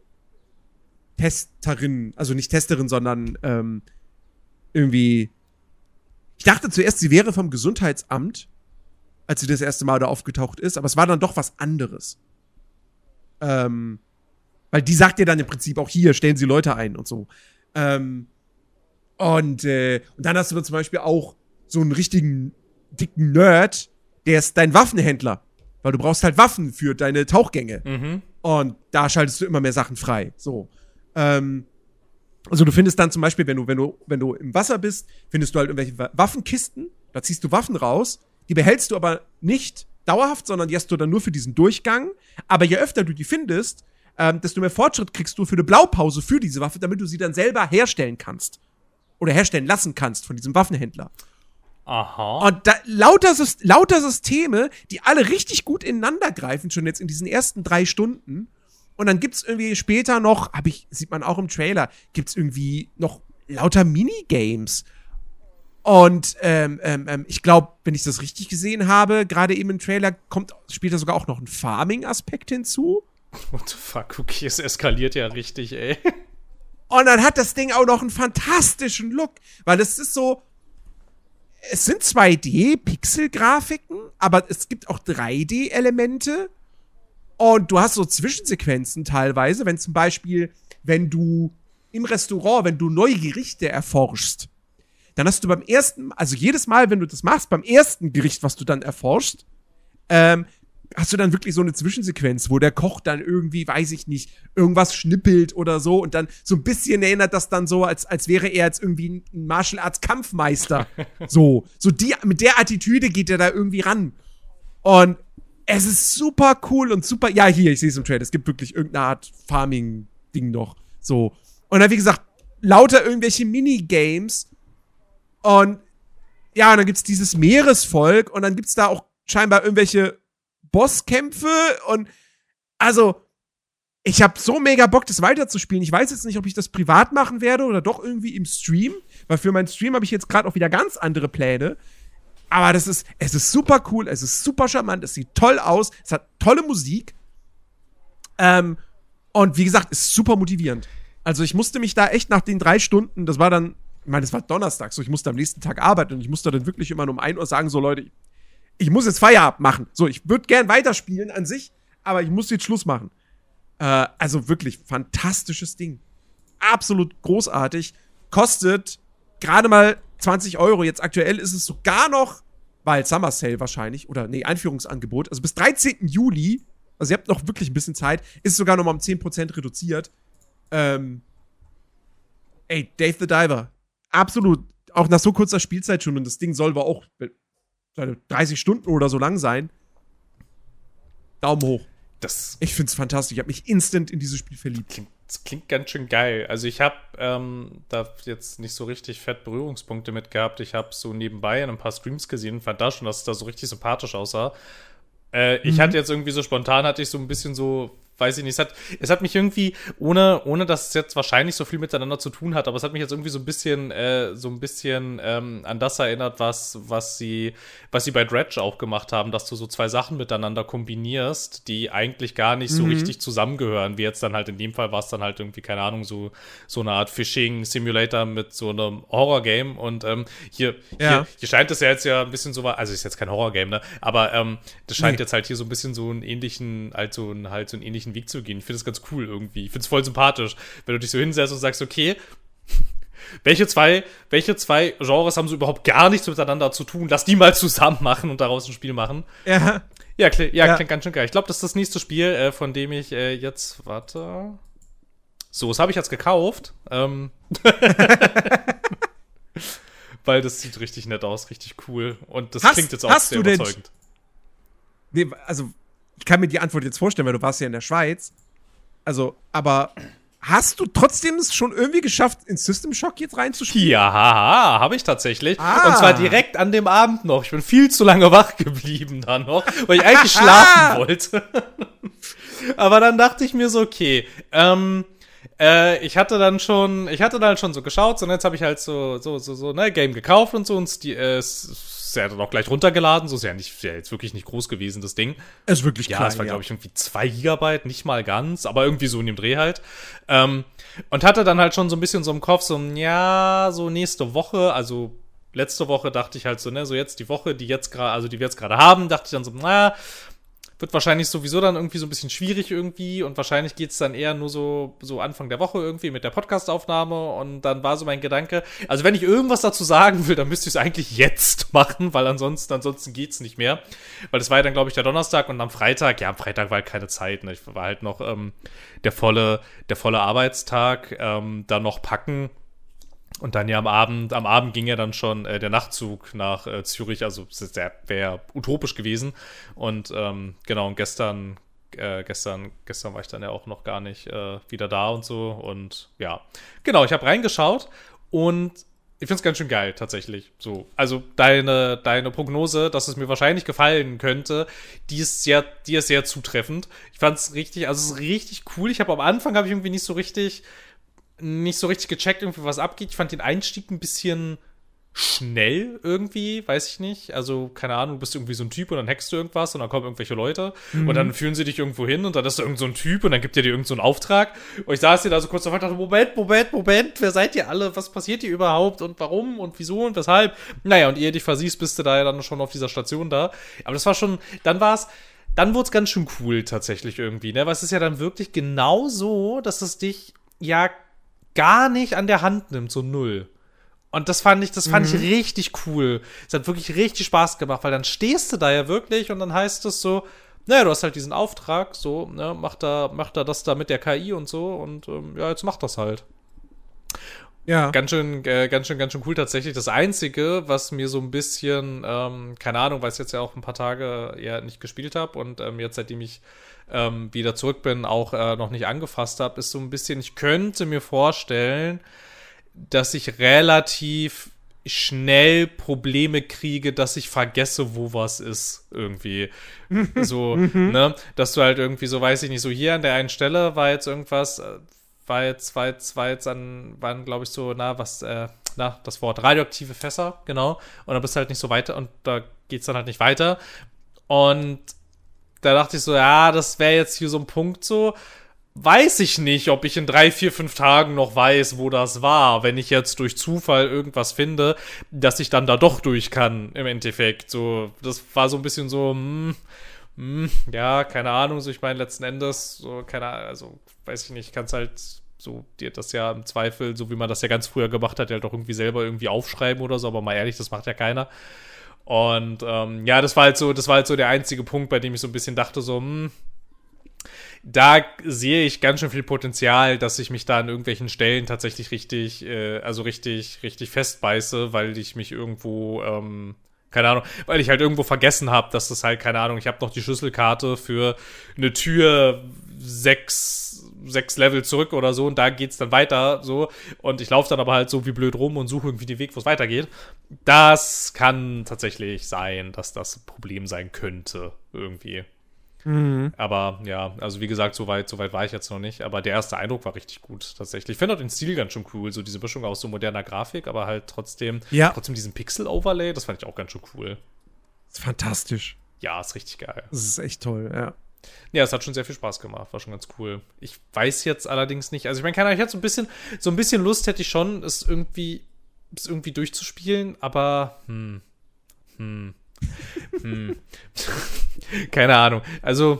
Testerin, also nicht Testerin, sondern ähm, irgendwie. Ich dachte zuerst, sie wäre vom Gesundheitsamt, als sie das erste Mal da aufgetaucht ist, aber es war dann doch was anderes. Ähm, weil die sagt dir dann im Prinzip auch hier, stellen Sie Leute ein und so. Ähm, und, äh, und dann hast du dann zum Beispiel auch so einen richtigen dicken Nerd, der ist dein Waffenhändler. Weil du brauchst halt Waffen für deine Tauchgänge. Mhm. Und da schaltest du immer mehr Sachen frei. So. Ähm, also du findest dann zum Beispiel, wenn du, wenn du, wenn du im Wasser bist, findest du halt irgendwelche Waffenkisten, da ziehst du Waffen raus, die behältst du aber nicht dauerhaft, sondern die hast du dann nur für diesen Durchgang. Aber je öfter du die findest, ähm, desto mehr Fortschritt kriegst du für eine Blaupause für diese Waffe, damit du sie dann selber herstellen kannst. Oder herstellen lassen kannst von diesem Waffenhändler. Aha. Und da lauter, lauter Systeme, die alle richtig gut ineinander greifen, schon jetzt in diesen ersten drei Stunden. Und dann gibt's irgendwie später noch, hab ich, sieht man auch im Trailer, gibt's irgendwie noch lauter Minigames. Und ähm, ähm, ich glaube, wenn ich das richtig gesehen habe, gerade eben im Trailer kommt später sogar auch noch ein Farming-Aspekt hinzu. What the fuck, okay, es eskaliert ja richtig, ey. Und dann hat das Ding auch noch einen fantastischen Look, weil es ist so, es sind zwei D-Pixel-Grafiken, aber es gibt auch drei D-Elemente. Und du hast so Zwischensequenzen teilweise, wenn zum Beispiel, wenn du im Restaurant, wenn du neue Gerichte erforschst, dann hast du beim ersten, also jedes Mal, wenn du das machst, beim ersten Gericht, was du dann erforschst, ähm, hast du dann wirklich so eine Zwischensequenz, wo der Koch dann irgendwie, weiß ich nicht, irgendwas schnippelt oder so und dann so ein bisschen erinnert das dann so, als, als wäre er jetzt irgendwie ein Martial Arts Kampfmeister. so, so die, mit der Attitüde geht er da irgendwie ran. Und es ist super cool und super, ja, hier, ich sehe es im Trailer, es gibt wirklich irgendeine Art Farming-Ding noch, so. Und dann, wie gesagt, lauter irgendwelche Minigames und ja, und dann gibt's dieses Meeresvolk und dann gibt's da auch scheinbar irgendwelche Bosskämpfe und also ich habe so mega Bock, das weiterzuspielen. Ich weiß jetzt nicht, ob ich das privat machen werde oder doch irgendwie im Stream, weil für meinen Stream habe ich jetzt gerade auch wieder ganz andere Pläne. Aber das ist, es ist super cool, es ist super charmant, es sieht toll aus, es hat tolle Musik. Ähm, und wie gesagt, ist super motivierend. Also ich musste mich da echt nach den drei Stunden, das war dann, ich meine, das war Donnerstag, so ich musste am nächsten Tag arbeiten und ich musste dann wirklich immer nur um ein Uhr sagen, so Leute, ich muss jetzt Feierabend machen. So, ich würde gern weiterspielen an sich, aber ich muss jetzt Schluss machen. Äh, also wirklich fantastisches Ding. Absolut großartig. Kostet gerade mal zwanzig Euro. Jetzt aktuell ist es sogar noch, weil Summer Sale wahrscheinlich, oder nee, Einführungsangebot. Also bis dreizehnten Juli, also ihr habt noch wirklich ein bisschen Zeit, ist sogar noch mal um zehn Prozent reduziert. Ähm, ey, Dave the Diver. Absolut. Auch nach so kurzer Spielzeit schon. Und das Ding soll wohl auch dreißig Stunden oder so lang sein. Daumen hoch. Das ich find's fantastisch. Ich habe mich instant in dieses Spiel verliebt. Klingt, das klingt ganz schön geil. Also ich habe ähm, da jetzt nicht so richtig fett Berührungspunkte mit gehabt. Ich habe so nebenbei in ein paar Streams gesehen und fand da schon, dass es da so richtig sympathisch aussah. Äh, ich mhm. hatte jetzt irgendwie so spontan, hatte ich so ein bisschen so, weiß ich nicht, es hat, es hat mich irgendwie, ohne, ohne dass es jetzt wahrscheinlich so viel miteinander zu tun hat, aber es hat mich jetzt irgendwie so ein bisschen, äh, so ein bisschen ähm, an das erinnert, was, was sie, was sie bei Dredge auch gemacht haben, dass du so zwei Sachen miteinander kombinierst, die eigentlich gar nicht so mhm. richtig zusammengehören, wie jetzt dann halt in dem Fall war es dann halt irgendwie, keine Ahnung, so, so eine Art Fishing-Simulator mit so einem Horror-Game und ähm, hier, ja. hier, hier scheint es ja jetzt ja ein bisschen so, also ist jetzt kein Horror-Game, ne, aber ähm, das scheint nee. jetzt halt hier so ein bisschen so einen ähnlichen, halt so, ein, halt so einen ähnlichen Weg zu gehen. Ich finde das ganz cool irgendwie. Ich finde es voll sympathisch, wenn du dich so hinsetzt und sagst, okay, welche zwei, welche zwei Genres haben so überhaupt gar nichts miteinander zu tun? Lass die mal zusammen machen und daraus ein Spiel machen. Ja. Ja, kling, ja, ja. klingt ganz schön geil. Ich glaube, das ist das nächste Spiel, äh, von dem ich äh, jetzt, warte. So, das habe ich jetzt gekauft. Ähm. Weil das sieht richtig nett aus, richtig cool. Und das hast, klingt jetzt auch sehr überzeugend. Nee, also ich kann mir die Antwort jetzt vorstellen, weil du warst ja in der Schweiz. Also, aber hast du trotzdem es schon irgendwie geschafft, in System Shock jetzt reinzuspielen? Ja, habe ich tatsächlich. Ah. Und zwar direkt an dem Abend noch. Ich bin viel zu lange wach geblieben dann noch, weil ich eigentlich schlafen wollte. Aber dann dachte ich mir so, okay, ähm, äh, ich hatte dann schon, ich hatte dann schon so geschaut, und jetzt habe ich halt so, so, so, so, ne, Game gekauft und so, und die, äh, ist ja dann auch gleich runtergeladen, so ist ja nicht, ist ja jetzt wirklich nicht groß gewesen, das Ding. Es ist wirklich klein, ja, es war, ja. glaube ich, irgendwie zwei Gigabyte, nicht mal ganz, aber irgendwie so in dem Dreh halt. Ähm, und hatte dann halt schon so ein bisschen so im Kopf, so, ja, so nächste Woche, also letzte Woche dachte ich halt so, ne, so jetzt die Woche, die jetzt gerade, also die wir jetzt gerade haben, dachte ich dann so, naja, wird wahrscheinlich sowieso dann irgendwie so ein bisschen schwierig irgendwie und wahrscheinlich geht's dann eher nur so, so Anfang der Woche irgendwie mit der Podcastaufnahme und dann war so mein Gedanke, also wenn ich irgendwas dazu sagen will, dann müsste ich es eigentlich jetzt machen, weil ansonsten, ansonsten geht's nicht mehr, weil das war ja dann, glaube ich, der Donnerstag und am Freitag, ja, am Freitag war halt keine Zeit, ne? Ich war halt noch ähm, der volle, der volle Arbeitstag, ähm, dann noch packen. Und dann ja am Abend, am Abend ging ja dann schon äh, der Nachtzug nach äh, Zürich, also der wäre utopisch gewesen. Und ähm, genau, und gestern, äh, gestern, gestern war ich dann ja auch noch gar nicht äh, wieder da und so. Und ja, genau, ich habe reingeschaut und ich finde es ganz schön geil, tatsächlich. So, also deine, deine Prognose, dass es mir wahrscheinlich gefallen könnte, die ist sehr, die ist sehr zutreffend. Ich fand es richtig, also es ist richtig cool. Ich habe am Anfang habe ich irgendwie nicht so richtig nicht so richtig gecheckt, irgendwie was abgeht. Ich fand den Einstieg ein bisschen schnell irgendwie, weiß ich nicht. Also, keine Ahnung, du bist irgendwie so ein Typ und dann hackst du irgendwas und dann kommen irgendwelche Leute mhm. und dann führen sie dich irgendwo hin und dann ist da irgend so ein Typ und dann gibt er dir irgend so einen Auftrag. Und ich saß hier da so kurz davor und dachte, Moment, Moment, Moment, wer seid ihr alle? Was passiert hier überhaupt und warum und wieso und weshalb? Naja, und ehe dich versiehst, bist du da ja dann schon auf dieser Station da. Aber das war schon, dann war es, dann wurde es ganz schön cool tatsächlich irgendwie, ne? Weil es ist ja dann wirklich genau so, dass es dich ja gar nicht an der Hand nimmt, so null. Und das fand ich, das fand mhm. ich richtig cool. Es hat wirklich richtig Spaß gemacht, weil dann stehst du da ja wirklich und dann heißt es so, naja, du hast halt diesen Auftrag, so, ne, mach da, mach da das da mit der K I und so und ähm, ja, jetzt mach das halt. Ja. Ganz schön, äh, ganz schön, ganz schön cool tatsächlich. Das Einzige, was mir so ein bisschen, ähm, keine Ahnung, weil ich jetzt ja auch ein paar Tage ja nicht gespielt habe und ähm, jetzt, seitdem ich ähm, wieder zurück bin, auch äh, noch nicht angefasst habe, ist so ein bisschen, ich könnte mir vorstellen, dass ich relativ schnell Probleme kriege, dass ich vergesse, wo was ist, irgendwie. So, ne? Dass du halt irgendwie so, weiß ich nicht, so hier an der einen Stelle war jetzt irgendwas, war jetzt, war jetzt, war jetzt an, waren, glaube ich, so, na, was, äh, na, das Wort, radioaktive Fässer, genau. Und dann bist du halt nicht so weiter und da geht's dann halt nicht weiter. Und da dachte ich so, ja, das wäre jetzt hier so ein Punkt so, weiß ich nicht, ob ich in drei, vier, fünf Tagen noch weiß, wo das war, wenn ich jetzt durch Zufall irgendwas finde, dass ich dann da doch durch kann, im Endeffekt. So, das war so ein bisschen so, hm, hm, ja, keine Ahnung, so ich meine, letzten Endes, so, keine Ahnung, also, weiß ich nicht, kannst halt so, dir das ja im Zweifel, so wie man das ja ganz früher gemacht hat, ja halt auch irgendwie selber irgendwie aufschreiben oder so, aber mal ehrlich, das macht ja keiner. Und, ähm, ja, das war halt so, das war halt so der einzige Punkt, bei dem ich so ein bisschen dachte, so, hm, da sehe ich ganz schön viel Potenzial, dass ich mich da an irgendwelchen Stellen tatsächlich richtig, äh, also richtig, richtig festbeiße, weil ich mich irgendwo, ähm, keine Ahnung, weil ich halt irgendwo vergessen habe, dass das halt, keine Ahnung, ich habe noch die Schlüsselkarte für eine Tür sechs, sechs Level zurück oder so und da geht's dann weiter, so, und ich laufe dann aber halt so wie blöd rum und suche irgendwie den Weg, wo es weitergeht. Das kann tatsächlich sein, dass das ein Problem sein könnte, irgendwie. Mhm. Aber ja, also wie gesagt, so weit, so weit war ich jetzt noch nicht. Aber der erste Eindruck war richtig gut, tatsächlich. Ich finde auch den Stil ganz schön cool. So diese Mischung aus so moderner Grafik, aber halt trotzdem, ja. trotzdem diesen Pixel-Overlay, das fand ich auch ganz schön cool. Das ist fantastisch. Ja, ist richtig geil. Das ist echt toll, ja. Ja, es hat schon sehr viel Spaß gemacht, war schon ganz cool. Ich weiß jetzt allerdings nicht, also ich meine, keine Ahnung, ich hatte so ein bisschen, so ein bisschen Lust hätte ich schon, es irgendwie, es irgendwie durchzuspielen, aber hm, hm. hm. Keine Ahnung. Also,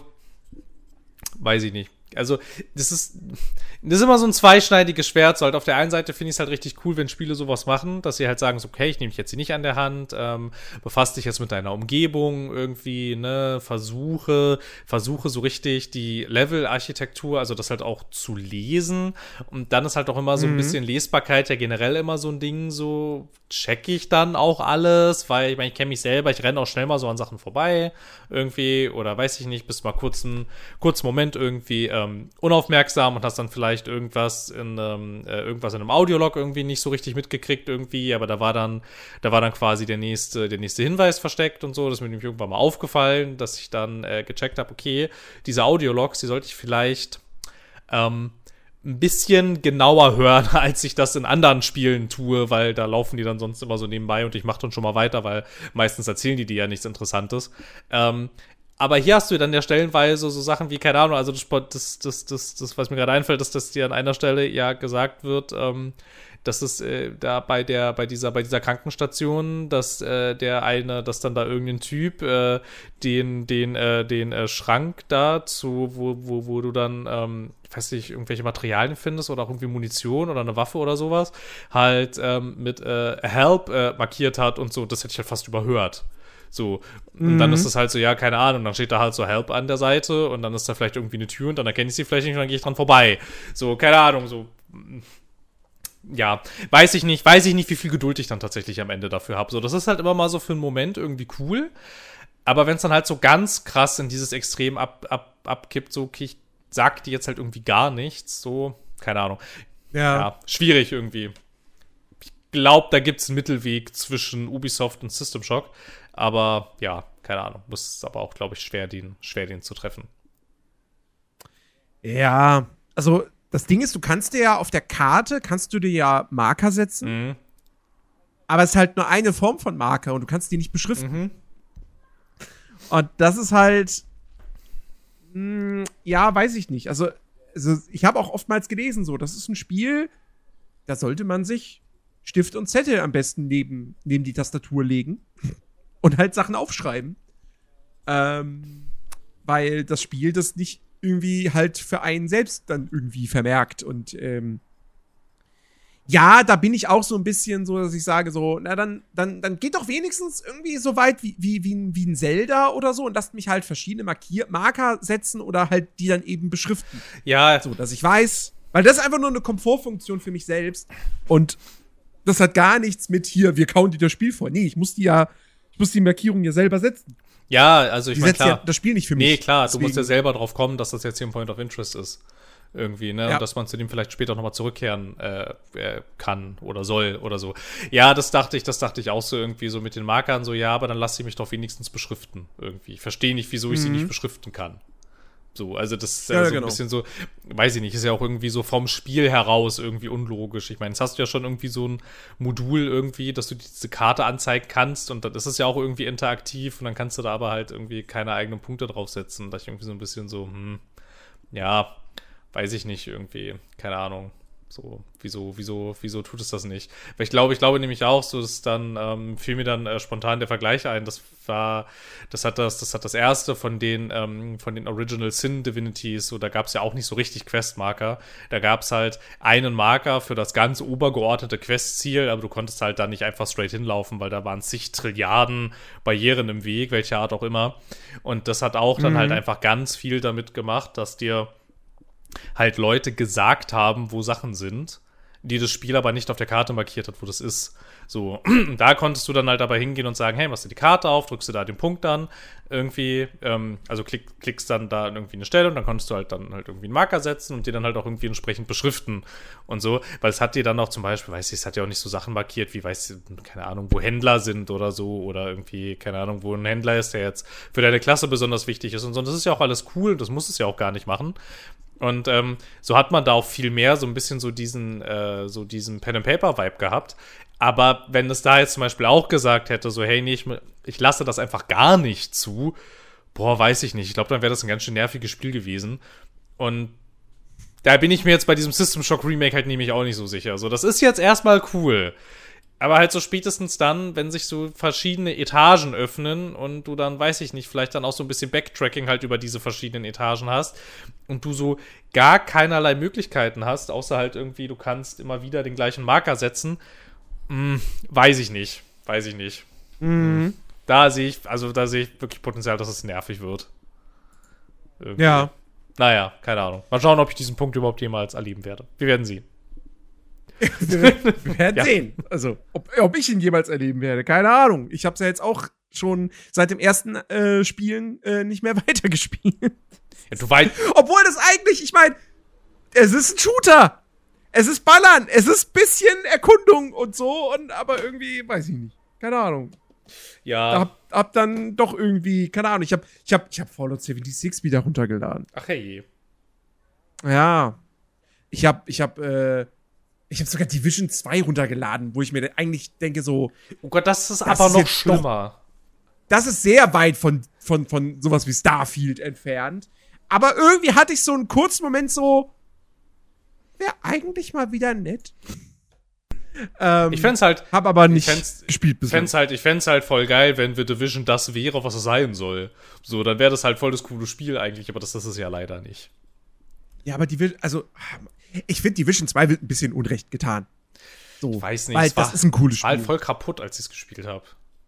weiß ich nicht. Also, das ist, das ist immer so ein zweischneidiges Schwert. So halt auf der einen Seite finde ich es halt richtig cool, wenn Spiele sowas machen, dass sie halt sagen, so, okay, ich nehme dich jetzt hier nicht an der Hand, ähm, befasst dich jetzt mit deiner Umgebung irgendwie, ne, versuche, versuche so richtig die Level-Architektur, also das halt auch zu lesen. Und dann ist halt auch immer so ein mhm. bisschen Lesbarkeit ja generell immer so ein Ding, so check ich dann auch alles, weil ich meine, ich kenne mich selber, ich renne auch schnell mal so an Sachen vorbei irgendwie oder weiß ich nicht, bist mal kurz einen kurzen Moment irgendwie ähm, unaufmerksam und hast dann vielleicht irgendwas in ähm, äh, irgendwas in einem Audiolog irgendwie nicht so richtig mitgekriegt irgendwie, aber da war dann da war dann quasi der nächste der nächste Hinweis versteckt und so, das ist mir nämlich irgendwann mal aufgefallen, dass ich dann äh, gecheckt habe, okay, diese Audiologs, die sollte ich vielleicht ähm, ein bisschen genauer hören, als ich das in anderen Spielen tue, weil da laufen die dann sonst immer so nebenbei und ich mache dann schon mal weiter, weil meistens erzählen die dir ja nichts Interessantes. Ähm, aber hier hast du dann ja stellenweise so Sachen wie, keine Ahnung, also das, das, das, das, das was mir gerade einfällt, ist, dass dir an einer Stelle ja gesagt wird, ähm, dass es äh, da bei der, bei dieser, bei dieser Krankenstation, dass äh, der eine, dass dann da irgendein Typ äh, den, den, äh, den äh, Schrank da zu, wo, wo, wo du dann, ähm, ich weiß nicht, irgendwelche Materialien findest oder auch irgendwie Munition oder eine Waffe oder sowas, halt ähm, mit äh, Help äh, markiert hat und so, das hätte ich halt fast überhört. So, und mhm. dann ist es halt so, ja, keine Ahnung, dann steht da halt so Help an der Seite und dann ist da vielleicht irgendwie eine Tür und dann erkenne ich sie vielleicht nicht und dann gehe ich dran vorbei. So, keine Ahnung, so, ja, weiß ich nicht, weiß ich nicht, wie viel Geduld ich dann tatsächlich am Ende dafür habe. So, das ist halt immer mal so für einen Moment irgendwie cool, aber wenn es dann halt so ganz krass in dieses Extrem ab, ab, abkippt, so, okay, ich sag dir jetzt halt irgendwie gar nichts, so, keine Ahnung. Ja. Ja, schwierig irgendwie. Ich glaube, da gibt es einen Mittelweg zwischen Ubisoft und System Shock. Aber ja, keine Ahnung. Muss aber auch, glaube ich, schwer den, schwer den zu treffen. Ja, also das Ding ist, du kannst dir ja auf der Karte, kannst du dir ja Marker setzen. Mhm. Aber es ist halt nur eine Form von Marker und du kannst die nicht beschriften. Mhm. Und das ist halt, mh, ja, weiß ich nicht. Also, also ich habe auch oftmals gelesen, so, das ist ein Spiel, da sollte man sich Stift und Zettel am besten neben, neben die Tastatur legen. Und halt Sachen aufschreiben. Ähm, weil das Spiel das nicht irgendwie halt für einen selbst dann irgendwie vermerkt. Und ähm, ja, da bin ich auch so ein bisschen so, dass ich sage so, na dann, dann, dann geht doch wenigstens irgendwie so weit wie, wie, wie, ein, wie ein Zelda oder so und lasst mich halt verschiedene Markier- Marker setzen oder halt die dann eben beschriften. Ja. So, dass ich weiß, weil das ist einfach nur eine Komfortfunktion für mich selbst. Und das hat gar nichts mit hier, wir kauen dir das Spiel vor. Nee, ich muss die ja Ich muss die Markierung ja selber setzen. Ja, also ich meine, klar. Ja das Spiel nicht für mich. Nee, klar, Deswegen. Du musst ja selber drauf kommen, dass das jetzt hier ein Point of Interest ist. Irgendwie, ne? Ja. Und dass man zu dem vielleicht später nochmal zurückkehren äh, kann oder soll oder so. Ja, das dachte ich, das dachte ich auch so irgendwie so mit den Markern, so, ja, aber dann lass sie mich doch wenigstens beschriften irgendwie. Ich verstehe nicht, wieso ich mhm. sie nicht beschriften kann. So, also das ist ja, ja so genau. ein bisschen so, weiß ich nicht, ist ja auch irgendwie so vom Spiel heraus irgendwie unlogisch. Ich meine, jetzt hast du ja schon irgendwie so ein Modul irgendwie, dass du diese Karte anzeigen kannst und dann ist es ja auch irgendwie interaktiv und dann kannst du da aber halt irgendwie keine eigenen Punkte draufsetzen. Da ich irgendwie so ein bisschen so, hm, ja, weiß ich nicht, irgendwie, keine Ahnung. So, wieso, wieso, wieso tut es das nicht? Weil ich glaube, ich glaube nämlich auch, so dass dann ähm, fiel mir dann äh, spontan der Vergleich ein. Das war, das hat das, das hat das erste von den, ähm, von den Original Sin Divinities. So, da gab es ja auch nicht so richtig Questmarker. Da gab es halt einen Marker für das ganz obergeordnete Questziel, aber du konntest halt da nicht einfach straight hinlaufen, weil da waren zig Trilliarden Barrieren im Weg, welche Art auch immer. Und das hat auch dann Mhm. halt einfach ganz viel damit gemacht, dass dir halt Leute gesagt haben, wo Sachen sind, die das Spiel aber nicht auf der Karte markiert hat, wo das ist. So, da konntest du dann halt aber hingehen und sagen, hey, machst du die Karte auf, drückst du da den Punkt dann irgendwie, ähm, also klick, klickst dann da irgendwie eine Stelle und dann konntest du halt dann halt irgendwie einen Marker setzen und die dann halt auch irgendwie entsprechend beschriften und so, weil es hat dir dann auch zum Beispiel, weiß ich, es hat ja auch nicht so Sachen markiert, wie, weiß ich, keine Ahnung, wo Händler sind oder so oder irgendwie, keine Ahnung, wo ein Händler ist, der jetzt für deine Klasse besonders wichtig ist und so. Und das ist ja auch alles cool, das muss es ja auch gar nicht machen. Und ähm, so hat man da auch viel mehr so ein bisschen so diesen, äh, so diesen Pen-and-Paper-Vibe gehabt. Aber wenn es da jetzt zum Beispiel auch gesagt hätte, so, hey, nee, ich, ich lasse das einfach gar nicht zu, boah, weiß ich nicht. Ich glaube, dann wäre das ein ganz schön nerviges Spiel gewesen. Und da bin ich mir jetzt bei diesem System Shock Remake halt nämlich auch nicht so sicher. So, das ist jetzt erstmal cool. Aber halt so spätestens dann, wenn sich so verschiedene Etagen öffnen und du dann, weiß ich nicht, vielleicht dann auch so ein bisschen Backtracking halt über diese verschiedenen Etagen hast und du so gar keinerlei Möglichkeiten hast, außer halt irgendwie, du kannst immer wieder den gleichen Marker setzen, hm, weiß ich nicht. Weiß ich nicht. Mhm. Da sehe ich, also da sehe ich wirklich Potenzial, dass es nervig wird. Irgendwie. Ja. Naja, keine Ahnung. Mal schauen, ob ich diesen Punkt überhaupt jemals erleben werde. Wir werden sehen. Wir werden Ja. sehen. Also, ob, ob ich ihn jemals erleben werde, keine Ahnung. Ich habe es ja jetzt auch schon seit dem ersten äh, Spielen äh, nicht mehr weitergespielt. Ja, du weißt. Obwohl das eigentlich, ich meine, es ist ein Shooter. Es ist Ballern. Es ist bisschen Erkundung und so. Und aber irgendwie, weiß ich nicht. Keine Ahnung. Ja. Hab, hab dann doch irgendwie, keine Ahnung. Ich hab, ich hab, ich hab Fallout sechsundsiebzig wieder runtergeladen. Ach hey. Ja. Ich hab, ich hab, äh, ich hab sogar Division zwei runtergeladen, wo ich mir eigentlich denke so, Oh Gott, das ist Das aber ist noch jetzt schlimmer. das ist sehr weit von, von, von sowas wie Starfield entfernt. Aber irgendwie hatte ich so einen kurzen Moment so, wäre eigentlich mal wieder nett. ähm, Ich fänd's halt, hab aber nicht ich fänd's- gespielt ich bisher. fänd's halt, ich fänd's halt voll geil, wenn The Division das wäre, was es sein soll. So, dann wäre das halt voll das coole Spiel eigentlich, aber das ist es ja leider nicht. Ja, aber die will, also, ich finde, Division zwei wird ein bisschen Unrecht getan. So, Ich weiß nicht, weil es das war- ist ein cooles War halt Spiel. voll kaputt, als ich's gespielt habe.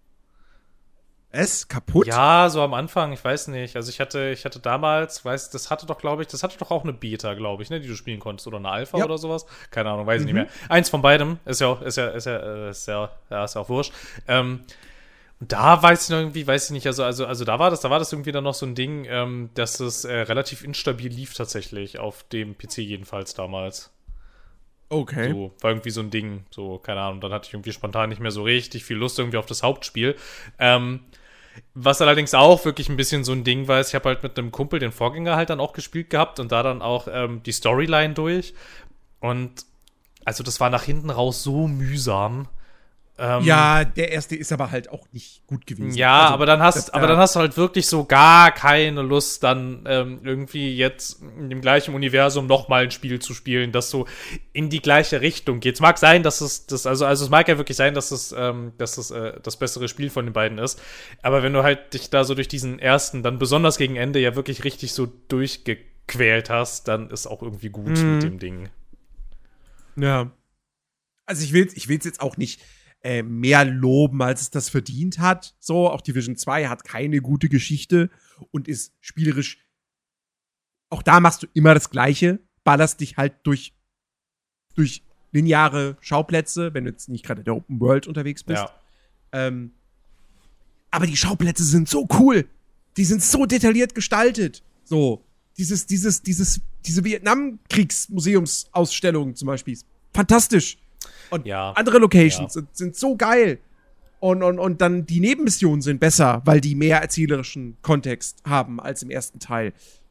Es kaputt? Ja, so am Anfang, ich weiß nicht. Also ich hatte, ich hatte damals, weiß, das hatte doch, glaube ich, das hatte doch auch eine Beta, glaube ich, ne, die du spielen konntest oder eine Alpha Ja. oder sowas. Keine Ahnung, weiß ich Mhm. nicht mehr. Eins von beidem, ist ja auch, ist ja, ist ja, äh, ist ja, ja, ist ja auch wurscht. Ähm, und da weiß ich noch irgendwie, weiß ich nicht, also, also, also da war das, da war das irgendwie dann noch so ein Ding, ähm, dass es äh, relativ instabil lief tatsächlich, auf dem P C jedenfalls damals. Okay. So, war irgendwie so ein Ding, so, keine Ahnung, dann hatte ich irgendwie spontan nicht mehr so richtig viel Lust irgendwie auf das Hauptspiel. Ähm, was allerdings auch wirklich ein bisschen so ein Ding war, ist, ich habe halt mit einem Kumpel den Vorgänger halt dann auch gespielt gehabt und da dann auch ähm, die Storyline durch. Und also das war nach hinten raus so mühsam. Ähm, Ja, der erste ist aber halt auch nicht gut gewesen. Ja, Also, aber dann hast, das- aber ja. dann hast du halt wirklich so gar keine Lust, dann ähm, irgendwie jetzt in dem gleichen Universum nochmal ein Spiel zu spielen, das so in die gleiche Richtung geht. Es mag sein, dass es das, also, also es mag ja wirklich sein, dass es, ähm, dass es äh, das bessere Spiel von den beiden ist. Aber wenn du halt dich da so durch diesen ersten, dann besonders gegen Ende ja wirklich richtig so durchgequält hast, dann ist auch irgendwie gut Mhm. mit dem Ding. Ja. Also ich will ich will's jetzt auch nicht äh, mehr loben, als es das verdient hat. So, auch Division zwei hat keine gute Geschichte und ist spielerisch. Auch da machst du immer das Gleiche, ballerst dich halt durch, durch lineare Schauplätze, wenn du jetzt nicht gerade in der Open World unterwegs bist. Ja. Ähm, aber die Schauplätze sind so cool. Die sind so detailliert gestaltet. So, dieses, dieses, dieses, diese Vietnamkriegsmuseumsausstellung zum Beispiel ist fantastisch. Und Ja. andere Locations Ja. sind, sind so geil. Und, und, und dann die Nebenmissionen sind besser, weil die mehr erzählerischen Kontext haben als im ersten Teil.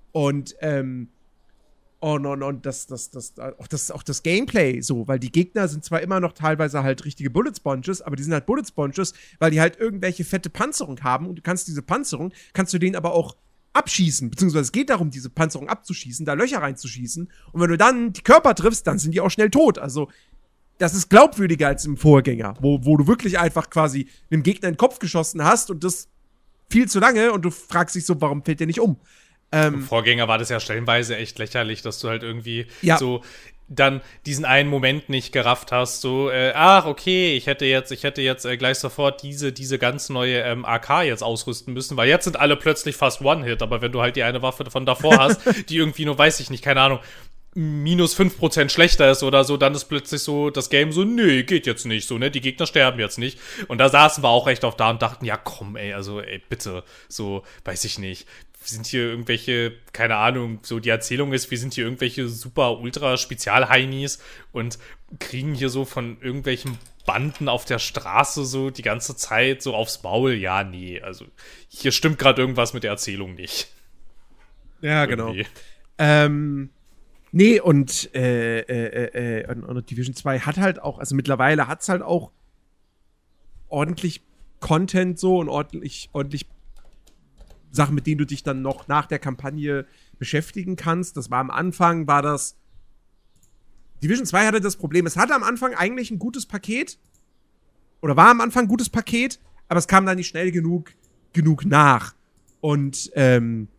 Und, ähm, und, und, und das, das, das, auch das, auch das Gameplay so, weil die Gegner sind zwar immer noch teilweise halt richtige Bullet Sponges, aber die sind halt Bullet Sponges, weil die halt irgendwelche fette Panzerung haben und du kannst diese Panzerung, kannst du denen aber auch abschießen, beziehungsweise es geht darum, diese Panzerung abzuschießen, da Löcher reinzuschießen und wenn du dann die Körper triffst, dann sind die auch schnell tot, also das ist glaubwürdiger als im Vorgänger, wo, wo du wirklich einfach quasi dem Gegner in den Kopf geschossen hast und das viel zu lange und du fragst dich so, warum fällt der nicht um? Ähm, Im Vorgänger war das ja stellenweise echt lächerlich, dass du halt irgendwie ja. so dann diesen einen Moment nicht gerafft hast, so, äh, ach, okay, ich hätte jetzt, ich hätte jetzt äh, gleich sofort diese, diese ganz neue ähm, A K jetzt ausrüsten müssen, weil jetzt sind alle plötzlich fast One-Hit, aber wenn du halt die eine Waffe von davor hast, die irgendwie nur, weiß ich nicht, keine Ahnung, minus fünf Prozent schlechter ist oder so, dann ist plötzlich so das Game so, nee, geht jetzt nicht, so, ne, die Gegner sterben jetzt nicht. Und da saßen wir auch echt auf da und dachten, ja komm, ey, also, ey, bitte, so, weiß ich nicht, wir sind hier irgendwelche, keine Ahnung, so die Erzählung ist, wir sind hier irgendwelche super ultra Spezial-Heinis und kriegen hier so von irgendwelchen Banden auf der Straße so die ganze Zeit so aufs Maul. Ja, nee, also hier stimmt gerade irgendwas mit der Erzählung nicht. Ja, genau. Ähm, nee, und, äh, äh, äh, und, und Division zwei hat halt auch, also mittlerweile hat es halt auch ordentlich Content so und ordentlich, ordentlich Sachen, mit denen du dich dann noch nach der Kampagne beschäftigen kannst. Das war am Anfang, war das Division zwei hatte das Problem, es hatte am Anfang eigentlich ein gutes Paket oder war am Anfang ein gutes Paket, aber es kam dann nicht schnell genug, genug nach. Und, ähm,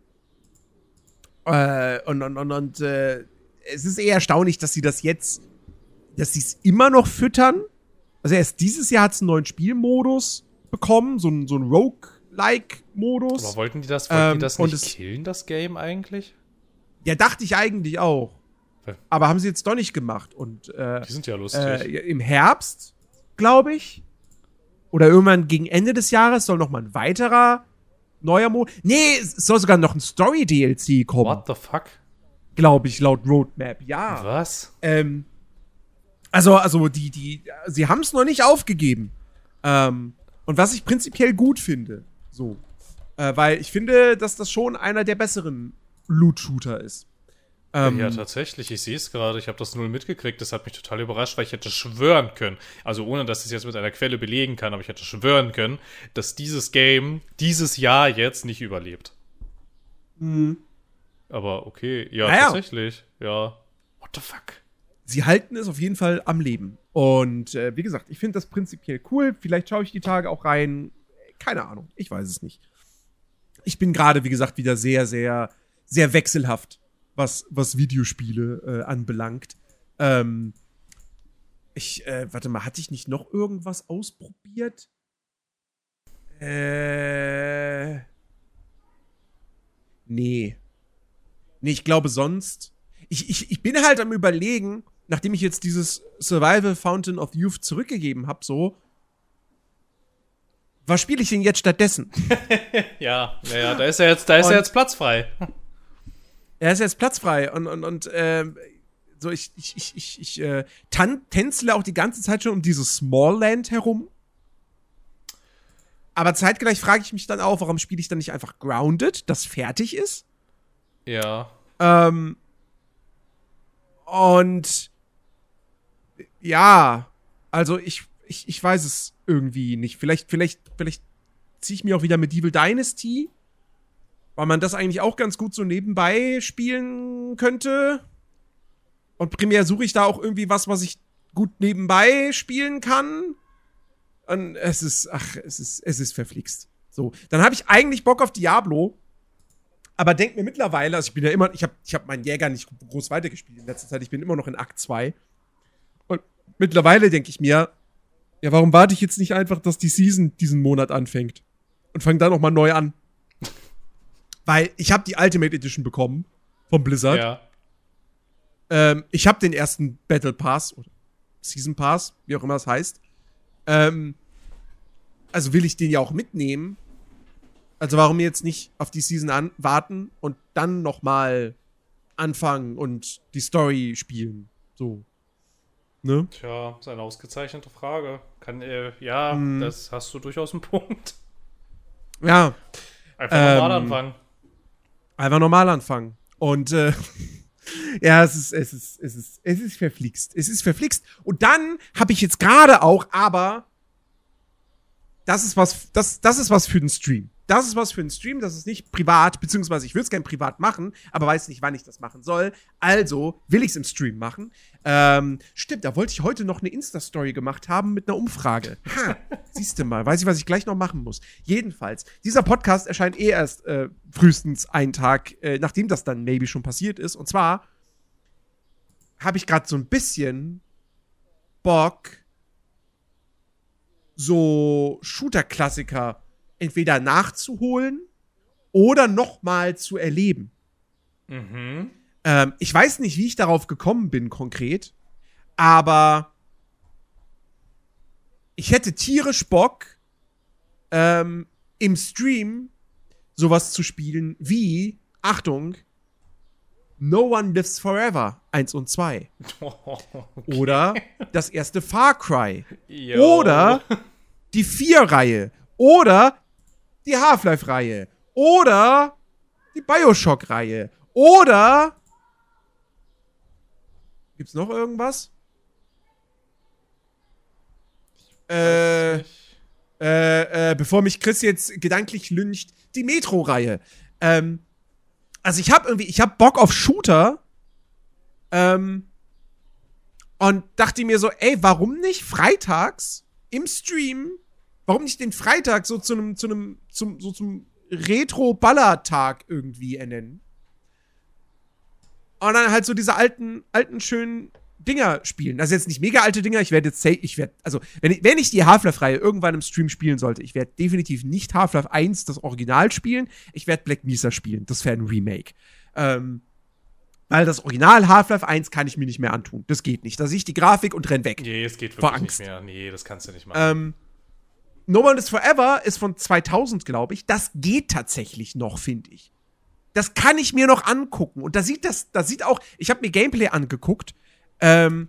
äh, und, und, und, und äh, es ist eher erstaunlich, dass sie das jetzt, dass sie es immer noch füttern. Also erst dieses Jahr hat es einen neuen Spielmodus bekommen, so ein, so ein Rogue-like-Modus. Aber wollten die das, wollten ähm, die das und nicht es, killen, das Game eigentlich? Ja, dachte ich eigentlich auch. Ja. Aber haben sie jetzt doch nicht gemacht. Und äh, Die sind ja lustig. äh, im Herbst, glaube ich, oder irgendwann gegen Ende des Jahres soll noch mal ein weiterer neuer Modus. Nee, es soll sogar noch ein Story-D L C kommen. What the fuck? Glaube ich, laut Roadmap, ja. Was? Ähm, also, also die, die, sie haben es noch nicht aufgegeben. Ähm, und was ich prinzipiell gut finde, so. Äh, weil ich finde, dass das schon einer der besseren Loot-Shooter ist. Ähm, ja, tatsächlich, ich sehe es gerade, ich habe das null mitgekriegt, das hat mich total überrascht, weil ich hätte schwören können, also ohne, dass ich es jetzt mit einer Quelle belegen kann, aber ich hätte schwören können, dass dieses Game dieses Jahr jetzt nicht überlebt. Mhm. Aber okay, ja, naja. tatsächlich, ja. What the fuck? Sie halten es auf jeden Fall am Leben. Und äh, wie gesagt, ich finde das prinzipiell cool. Vielleicht schaue ich die Tage auch rein. Keine Ahnung, ich weiß es nicht. Ich bin gerade, wie gesagt, wieder sehr, sehr, sehr wechselhaft, was, was Videospiele äh, anbelangt. Ähm, ich, äh, warte mal, hatte ich nicht noch irgendwas ausprobiert? Äh. Nee. Nee, ich glaube sonst. Ich, ich, ich bin halt am Überlegen, nachdem ich jetzt dieses Survival Fountain of Youth zurückgegeben habe, so, was spiele ich denn jetzt stattdessen? ja, ja, ja, da ist ja jetzt, da ist und, ja jetzt Platz frei. Er ist jetzt platzfrei und, und, und ähm, so ich, ich, ich, ich, ich äh, tan- tänzle auch die ganze Zeit schon um dieses Small Land herum. Aber zeitgleich frage ich mich dann auch, warum spiele ich dann nicht einfach Grounded, das fertig ist? Ja. Ähm, und ja, also ich, ich, ich weiß es irgendwie nicht. Vielleicht, vielleicht, vielleicht ziehe ich mir auch wieder Medieval Dynasty, weil man das eigentlich auch ganz gut so nebenbei spielen könnte. Und primär suche ich da auch irgendwie was, was ich gut nebenbei spielen kann. Und es ist, ach, es ist, es ist verflixt. So, dann habe ich eigentlich Bock auf Diablo. Aber denk mir mittlerweile, also ich bin ja immer, ich habe ich hab meinen Jäger nicht groß weitergespielt in letzter Zeit, ich bin immer noch in Akt zwei. Und mittlerweile denke ich mir, ja, warum warte ich jetzt nicht einfach, dass die Season diesen Monat anfängt? Und fange dann noch mal neu an. Weil ich habe die Ultimate Edition bekommen von Blizzard. Ja. Ähm, ich habe den ersten Battle Pass oder Season Pass, wie auch immer es heißt. Ähm, also will ich den ja auch mitnehmen. Also warum jetzt nicht auf die Season an warten und dann noch mal anfangen und die Story spielen? So. Ne? Tja, ist eine ausgezeichnete Frage. Kann, äh, ja, mm. das hast du durchaus einen Punkt. Ja. Einfach ähm, normal anfangen. Einfach normal anfangen. Und äh, ja, es ist, es ist, es ist, es ist verflixt. Es ist verflixt. Und dann habe ich jetzt gerade auch, aber das ist was, das, das ist was für den Stream. Das ist was für den Stream, das ist nicht privat, beziehungsweise ich würde es gerne privat machen, aber weiß nicht, wann ich das machen soll. Also will ich es im Stream machen. Ähm, stimmt, da wollte ich heute noch eine Insta-Story gemacht haben mit einer Umfrage. Ha, siehst du mal, weiß ich, was ich gleich noch machen muss. Jedenfalls, dieser Podcast erscheint eh erst äh, frühestens einen Tag, äh, nachdem das dann maybe schon passiert ist. Und zwar habe ich gerade so ein bisschen Bock, so Shooter-Klassiker entweder nachzuholen oder noch mal zu erleben. Mhm. Ähm, ich weiß nicht, wie ich darauf gekommen bin konkret, aber ich hätte tierisch Bock, ähm, im Stream sowas zu spielen wie, Achtung, No One Lives Forever eins und zwei. Okay. Oder das erste Far Cry. Yo. Oder die vier-Reihe. Oder die Half-Life-Reihe. Oder die Bioshock-Reihe. Oder gibt's noch irgendwas? Äh, äh, äh, bevor mich Chris jetzt gedanklich lyncht, die Metro-Reihe. Ähm, also ich hab irgendwie, ich hab Bock auf Shooter. Ähm, und dachte mir so, ey, warum nicht freitags im Stream, warum nicht den Freitag so zu einem, zu einem, zum, so zum Retro-Baller-Tag irgendwie ernennen? Und dann halt so diese alten, alten, schönen Dinger spielen. Also jetzt nicht mega alte Dinger, ich werde jetzt, ich werde, also, wenn ich, wenn ich die Half-Life-Reihe irgendwann im Stream spielen sollte, ich werde definitiv nicht Half-Life eins, das Original, spielen, ich werde Black Mesa spielen, das wäre ein Remake. Ähm, weil das Original Half-Life eins kann ich mir nicht mehr antun. Das geht nicht. Da sehe ich die Grafik und renn weg. Nee, es geht Vor wirklich Angst. nicht mehr. Nee, das kannst du nicht machen. Ähm, No One Lives Forever ist von zweitausend, glaube ich. Das geht tatsächlich noch, finde ich. Das kann ich mir noch angucken. Und da sieht das, da sieht auch, ich habe mir Gameplay angeguckt. Ähm,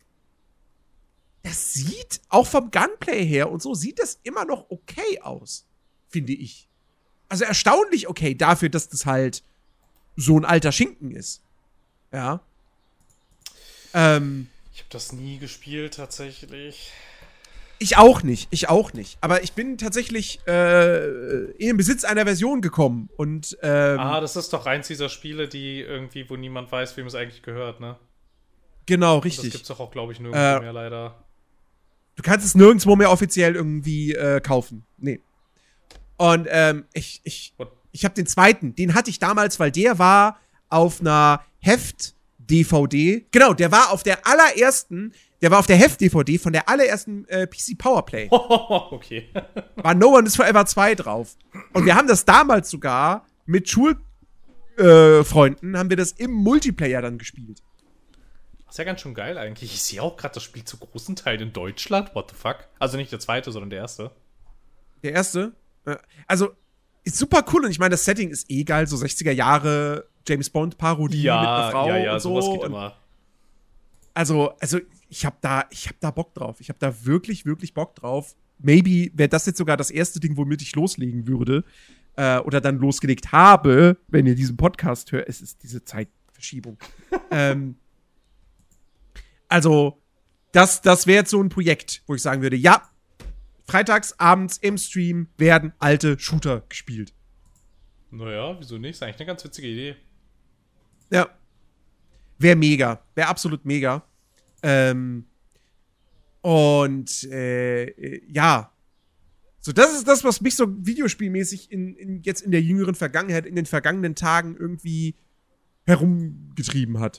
das sieht auch vom Gunplay her und so sieht das immer noch okay aus, finde ich. Also erstaunlich okay dafür, dass das halt so ein alter Schinken ist. Ja. Ähm, ich habe das nie gespielt, tatsächlich. Ich auch nicht, ich auch nicht. Aber ich bin tatsächlich äh, in den Besitz einer Version gekommen und ähm, Ah, das ist doch eins dieser Spiele, die irgendwie, wo niemand weiß, wem es eigentlich gehört, ne? genau, Und richtig. das gibt's doch auch, glaube ich, nirgendwo Äh, mehr, leider. Du kannst es nirgendwo mehr offiziell irgendwie äh, kaufen. Nee. Und ähm, ich, ich, What? ich habe den zweiten, den hatte ich damals, weil der war auf einer Heft-D V D. Genau, der war auf der allerersten, der war auf der Heft-D V D von der allerersten äh, P C Powerplay. Okay. War No One is Forever zwei drauf. Und wir haben das damals sogar mit Schulfreunden, äh, haben wir das im Multiplayer dann gespielt. Das ist ja ganz schön geil eigentlich. Ich sehe auch gerade das Spiel zu großen Teilen in Deutschland. What the fuck? Also nicht der zweite, sondern der erste. Der erste? Äh, also, ist super cool. Und ich meine, das Setting ist eh geil. So sechziger Jahre James Bond-Parodie mit einer Frau ja, ja, und so. sowas geht und immer. Also, also ich hab da, ich hab da Bock drauf. Ich hab da wirklich, wirklich Bock drauf. Maybe wäre das jetzt sogar das erste Ding, womit ich loslegen würde. Äh, oder dann losgelegt habe, wenn ihr diesen Podcast hört. Es ist diese Zeitverschiebung. ähm, also, das, das wäre jetzt so ein Projekt, wo ich sagen würde, ja, freitags abends im Stream werden alte Shooter gespielt. Naja, wieso nicht? Ist eigentlich eine ganz witzige Idee. Ja. Wäre mega. Wäre absolut mega. Ähm, und äh, ja. So, das ist das, was mich so videospielmäßig in, in, jetzt in der jüngeren Vergangenheit, in den vergangenen Tagen irgendwie herumgetrieben hat.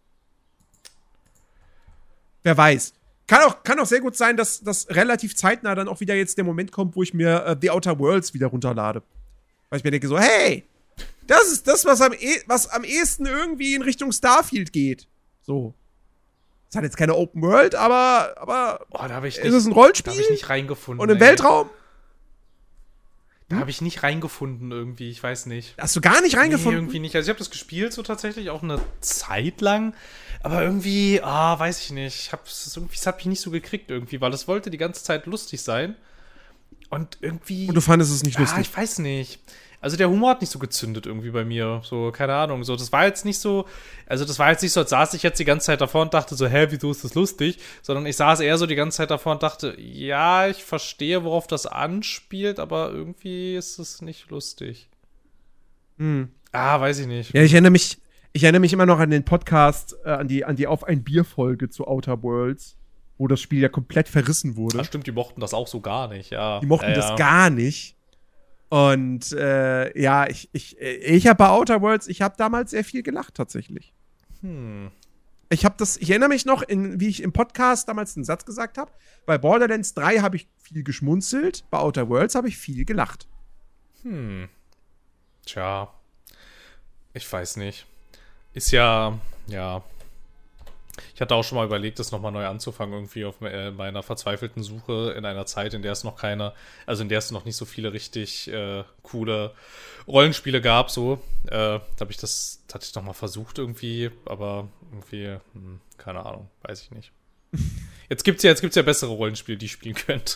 Wer weiß. Kann auch, kann auch sehr gut sein, dass, dass relativ zeitnah dann auch wieder jetzt der Moment kommt, wo ich mir äh, The Outer Worlds wieder runterlade. Weil ich mir denke so, hey, das ist das, was am, eh, was am ehesten irgendwie in Richtung Starfield geht. So. Es hat jetzt keine Open World, aber, aber Oh, da habe ich ist nicht, es ein Rollenspiel? Da habe ich nicht reingefunden. Und im ey. Weltraum? Da habe ich nicht reingefunden irgendwie, ich weiß nicht. Hast du gar nicht Nee, reingefunden? irgendwie nicht. Also ich habe das gespielt so tatsächlich auch eine Zeit lang, aber irgendwie, ah, weiß ich nicht. Ich hab's irgendwie, das habe ich nicht so gekriegt irgendwie, weil es wollte die ganze Zeit lustig sein. Und irgendwie. Und du fandest es nicht ja, lustig? Ich weiß nicht. Also der Humor hat nicht so gezündet irgendwie bei mir. So, keine Ahnung. So, das war jetzt nicht so, also das war jetzt nicht so, als saß ich jetzt die ganze Zeit davor und dachte so, hä, wieso ist das lustig? Sondern ich saß eher so die ganze Zeit davor und dachte, ja, ich verstehe, worauf das anspielt, aber irgendwie ist es nicht lustig. Hm. Ah, weiß ich nicht. Ja, ich erinnere mich, ich erinnere mich immer noch an den Podcast, äh, an die, an die Auf ein Bier-Folge zu Outer Worlds, wo das Spiel ja komplett verrissen wurde. Ja, stimmt, die mochten das auch so gar nicht, ja. Die mochten ja, das ja. gar nicht. Und äh, ja, ich, ich, ich habe bei Outer Worlds, ich habe damals sehr viel gelacht tatsächlich. Hm. Ich habe das, ich erinnere mich noch, in, wie ich im Podcast damals einen Satz gesagt habe. Bei Borderlands drei habe ich viel geschmunzelt, bei Outer Worlds habe ich viel gelacht. Hm. Tja. Ich weiß nicht. Ist ja, ja. Ich hatte auch schon mal überlegt, das nochmal neu anzufangen, irgendwie auf meiner verzweifelten Suche in einer Zeit, in der es noch keine, also in der es noch nicht so viele richtig äh, coole Rollenspiele gab, so. Äh, da habe ich das, hatte ich nochmal versucht irgendwie, aber irgendwie, hm, keine Ahnung, weiß ich nicht. Jetzt gibt's ja, jetzt gibt's ja bessere Rollenspiele, die ich spielen könnte.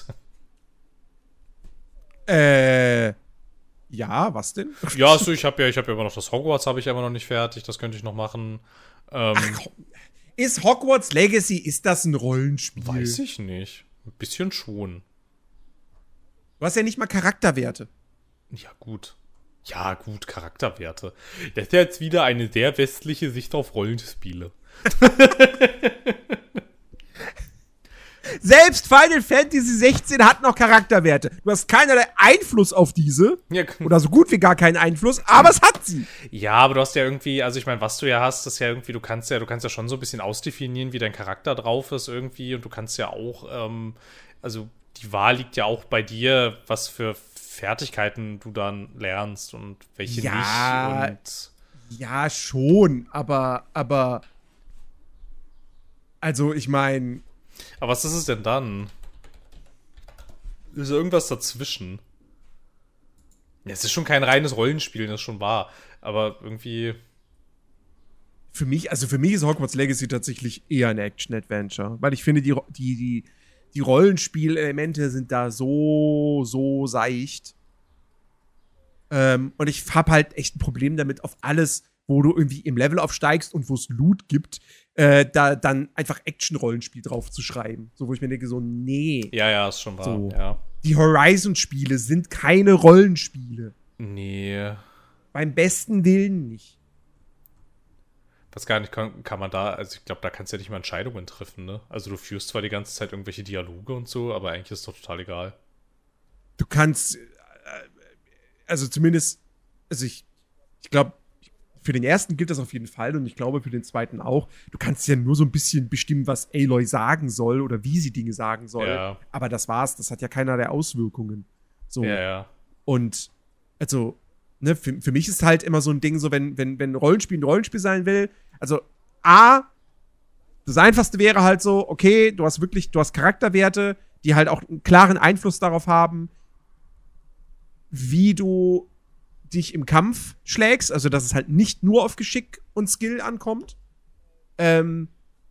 Äh, ja, was denn? Ja, also ich habe ja, ich habe ja immer noch das Hogwarts, habe ich immer noch nicht fertig, das könnte ich noch machen. Ähm, Ach, ist Hogwarts Legacy, ist das ein Rollenspiel? Weiß ich nicht. Ein bisschen schon. Du hast ja nicht mal Charakterwerte. Ja, gut. Ja, gut, Charakterwerte. Das ist jetzt wieder eine sehr westliche Sicht auf Rollenspiele. Selbst Final Fantasy sechzehn hat noch Charakterwerte. Du hast keinerlei Einfluss auf diese. Ja. Oder so gut wie gar keinen Einfluss, aber es hat sie. Ja, aber du hast ja irgendwie, also ich meine, was du ja hast, ist ja irgendwie, du kannst ja, du kannst ja schon so ein bisschen ausdefinieren, wie dein Charakter drauf ist irgendwie. Und du kannst ja auch, ähm, also die Wahl liegt ja auch bei dir, was für Fertigkeiten du dann lernst und welche Ja, nicht. Und ja, schon, aber, aber, also ich meine, aber was ist es denn dann? Ist irgendwas dazwischen? Ja, es ist schon kein reines Rollenspiel, das ist schon wahr. Aber irgendwie. für mich, also für mich ist Hogwarts Legacy tatsächlich eher ein Action-Adventure, weil ich finde, die, die, die, die Rollenspielelemente sind da so, so seicht. Ähm, und ich habe halt echt ein Problem damit, auf alles, wo du irgendwie im Level aufsteigst und wo es Loot gibt, äh, da dann einfach Action-Rollenspiel drauf zu schreiben. So, wo ich mir denke, so, nee. Ja, ja, ist schon wahr, So. ja. Die Horizon-Spiele sind keine Rollenspiele. Nee. Beim besten Willen nicht. Was gar nicht, kann, kann man da, also ich glaube, da kannst du ja nicht mal Entscheidungen treffen, ne? Also du führst zwar die ganze Zeit irgendwelche Dialoge und so, aber eigentlich ist es doch total egal. Du kannst, äh, also zumindest, also ich, ich glaube, für den ersten gilt das auf jeden Fall und ich glaube für den zweiten auch. Du kannst ja nur so ein bisschen bestimmen, was Aloy sagen soll oder wie sie Dinge sagen soll. Ja. Aber das war's, das hat ja keinerlei Auswirkungen. So. Ja, ja. Und, also, ne, für, für mich ist halt immer so ein Ding, so, wenn, wenn, wenn Rollenspiel ein Rollenspiel sein will, also, A, das Einfachste wäre halt so, okay, du hast wirklich, du hast Charakterwerte, die halt auch einen klaren Einfluss darauf haben, wie du dich im Kampf schlägst, also dass es halt nicht nur auf Geschick und Skill ankommt. Ähm,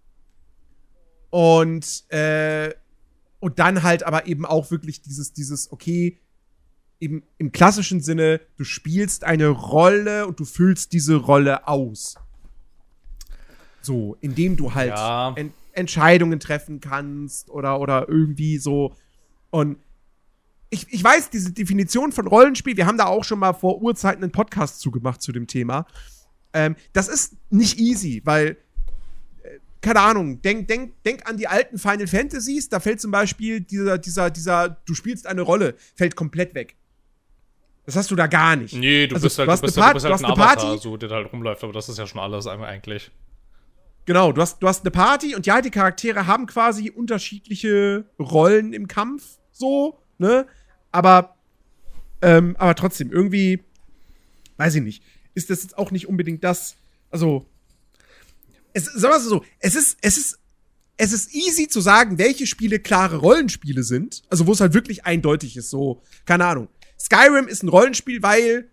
und, äh, und dann halt aber eben auch wirklich dieses, dieses, okay, im, im klassischen Sinne, du spielst eine Rolle und du füllst diese Rolle aus. So, indem du halt Ja. en Entscheidungen treffen kannst oder, oder irgendwie so. Und Ich, ich weiß, diese Definition von Rollenspiel, wir haben da auch schon mal vor Urzeiten einen Podcast zugemacht zu dem Thema. Ähm, das ist nicht easy, weil, äh, keine Ahnung, denk, denk, denk an die alten Final Fantasies, da fällt zum Beispiel dieser, dieser, dieser, du spielst eine Rolle, fällt komplett weg. Das hast du da gar nicht. Nee, du Also, bist halt, du du hast bist eine halt, Part- du bist du halt hast ein eine Avatar, Party. so, der da halt rumläuft, aber das ist ja schon alles einmal eigentlich. Genau, du hast, du hast eine Party und ja, die Charaktere haben quasi unterschiedliche Rollen im Kampf, so, ne? Aber, ähm, aber trotzdem, irgendwie, weiß ich nicht, ist das jetzt auch nicht unbedingt das, also, es, sagen wir es so, es ist, es ist, es ist easy zu sagen, welche Spiele klare Rollenspiele sind, also wo es halt wirklich eindeutig ist, so, keine Ahnung. Skyrim ist ein Rollenspiel, weil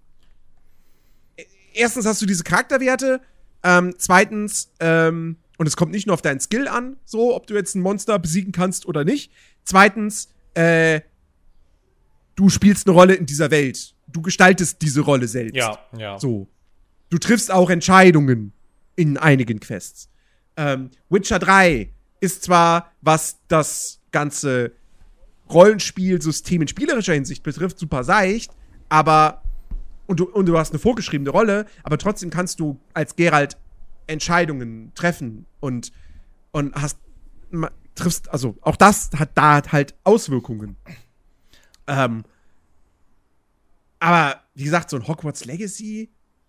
erstens hast du diese Charakterwerte, ähm, zweitens, ähm, und es kommt nicht nur auf deinen Skill an, so, ob du jetzt ein Monster besiegen kannst oder nicht. Zweitens, äh, du spielst eine Rolle in dieser Welt. Du gestaltest diese Rolle selbst. Ja, ja. So. Du triffst auch Entscheidungen in einigen Quests. Ähm, Witcher drei ist zwar, was das ganze Rollenspielsystem in spielerischer Hinsicht betrifft, super seicht, aber und du, und du hast eine vorgeschriebene Rolle, aber trotzdem kannst du als Geralt Entscheidungen treffen und, und hast triffst, also auch das hat da halt Auswirkungen. Ähm, aber wie gesagt, so ein Hogwarts Legacy.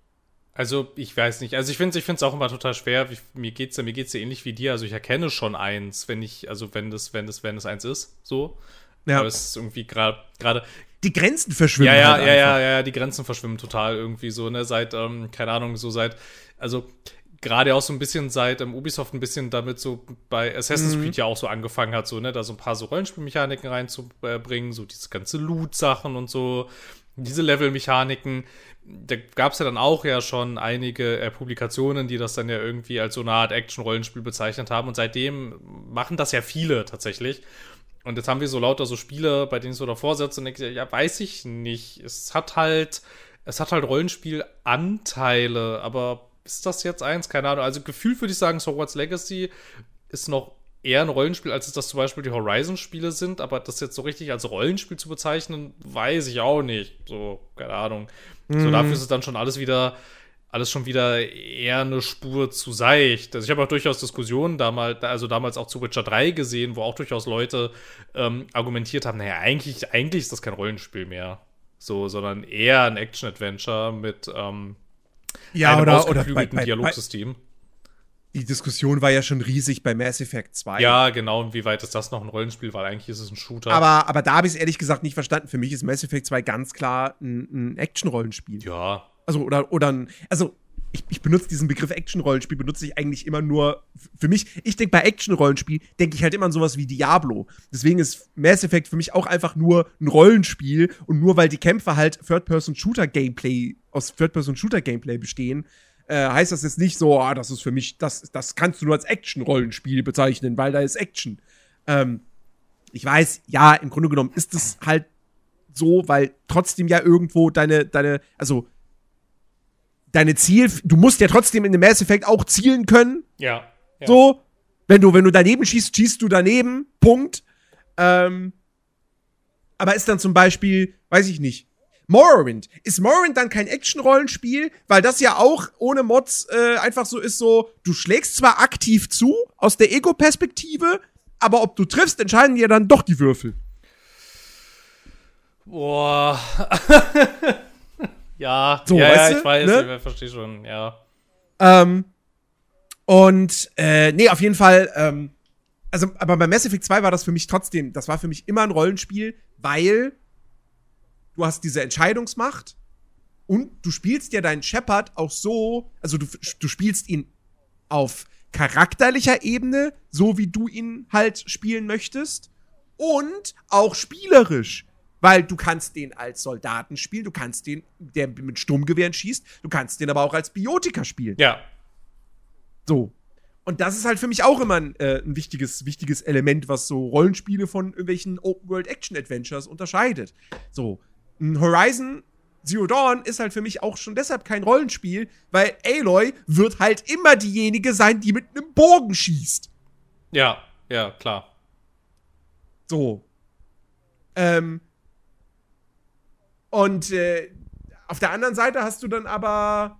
Also, ich weiß nicht. Also, ich finde es ich find's auch immer total schwer. Ich, mir geht's ja, mir geht's ja ähnlich wie dir. Also, ich erkenne schon eins, wenn ich, also, wenn das, wenn das, wenn das eins ist, so. Ja. Aber es ist irgendwie gerade, gerade. Die Grenzen verschwimmen. Ja, ja, halt ja, ja, ja, die Grenzen verschwimmen total irgendwie so, ne, seit, ähm, keine Ahnung, so seit, also, gerade auch so ein bisschen seit ähm, Ubisoft ein bisschen damit so bei Assassin's Mhm. Creed ja auch so angefangen hat, so, ne, da so ein paar so Rollenspielmechaniken reinzubringen, so diese ganze Loot-Sachen und so, diese Level-Mechaniken. Da gab es ja dann auch ja schon einige äh, Publikationen, die das dann ja irgendwie als so eine Art Action-Rollenspiel bezeichnet haben. Und seitdem machen das ja viele tatsächlich. Und jetzt haben wir so lauter so Spiele, bei denen ich so davor sitze und denke, ja, weiß ich nicht. Es hat halt, es hat halt Rollenspielanteile, aber ist das jetzt eins? Keine Ahnung. Also gefühlt würde ich sagen, Hogwarts Legacy ist noch eher ein Rollenspiel, als es das zum Beispiel die Horizon-Spiele sind, aber das jetzt so richtig als Rollenspiel zu bezeichnen, weiß ich auch nicht. So, keine Ahnung. Mhm. So, dafür ist es dann schon alles wieder, alles schon wieder eher eine Spur zu seicht. Also ich habe auch durchaus Diskussionen damals, also damals auch zu Witcher drei gesehen, wo auch durchaus Leute ähm, argumentiert haben, naja, eigentlich, eigentlich ist das kein Rollenspiel mehr. So, sondern eher ein Action-Adventure mit ähm, ja, einem oder, ausgeklügelten oder bei, bei, Dialogsystem. Die Diskussion war ja schon riesig bei Mass Effect zwei. Ja, genau. Und wie weit ist das noch ein Rollenspiel? Weil eigentlich ist es ein Shooter. Aber, aber da habe ich es ehrlich gesagt nicht verstanden. Für mich ist Mass Effect zwei ganz klar ein, ein Action-Rollenspiel. Ja. Also, oder, oder ein, also, ich, ich benutze diesen Begriff Action-Rollenspiel, benutze ich eigentlich immer nur, für mich, ich denke bei Action-Rollenspiel, denke ich halt immer an sowas wie Diablo. Deswegen ist Mass Effect für mich auch einfach nur ein Rollenspiel und nur weil die Kämpfe halt Third-Person-Shooter-Gameplay, aus Third-Person-Shooter-Gameplay bestehen, Äh, heißt das jetzt nicht so, ah, das ist für mich, das, das kannst du nur als Action-Rollenspiel bezeichnen, weil da ist Action. Ähm, ich weiß, ja, im Grunde genommen ist es halt so, weil trotzdem ja irgendwo deine, deine, also deine Ziel, du musst ja trotzdem in dem Mass Effect auch zielen können. Ja. ja. So, wenn du, wenn du daneben schießt, schießt du daneben, Punkt. Ähm, aber ist dann zum Beispiel, weiß ich nicht, Morrowind. Ist Morrowind dann kein Action-Rollenspiel? Weil das ja auch ohne Mods äh, einfach so ist, so, du schlägst zwar aktiv zu, aus der Ego-Perspektive, aber ob du triffst, entscheiden ja dann doch die Würfel. Boah. ja, so, ja, weißt ja, du, ich weiß, ne? ich verstehe schon, ja. Ähm, und, äh, nee, auf jeden Fall, ähm, also, aber bei Mass Effect zwei war das für mich trotzdem, das war für mich immer ein Rollenspiel, weil du hast diese Entscheidungsmacht und du spielst ja deinen Shepard auch so, also du, du spielst ihn auf charakterlicher Ebene, so wie du ihn halt spielen möchtest und auch spielerisch, weil du kannst den als Soldaten spielen, du kannst den, der mit Sturmgewehren schießt, du kannst den aber auch als Biotiker spielen. Ja. So. Und das ist halt für mich auch immer ein, äh, ein wichtiges, wichtiges Element, was so Rollenspiele von irgendwelchen Open-World-Action-Adventures unterscheidet. So. Ein Horizon Zero Dawn ist halt für mich auch schon deshalb kein Rollenspiel, weil Aloy wird halt immer diejenige sein, die mit einem Bogen schießt. Ja, ja, klar. So. Ähm. Und äh, auf der anderen Seite hast du dann aber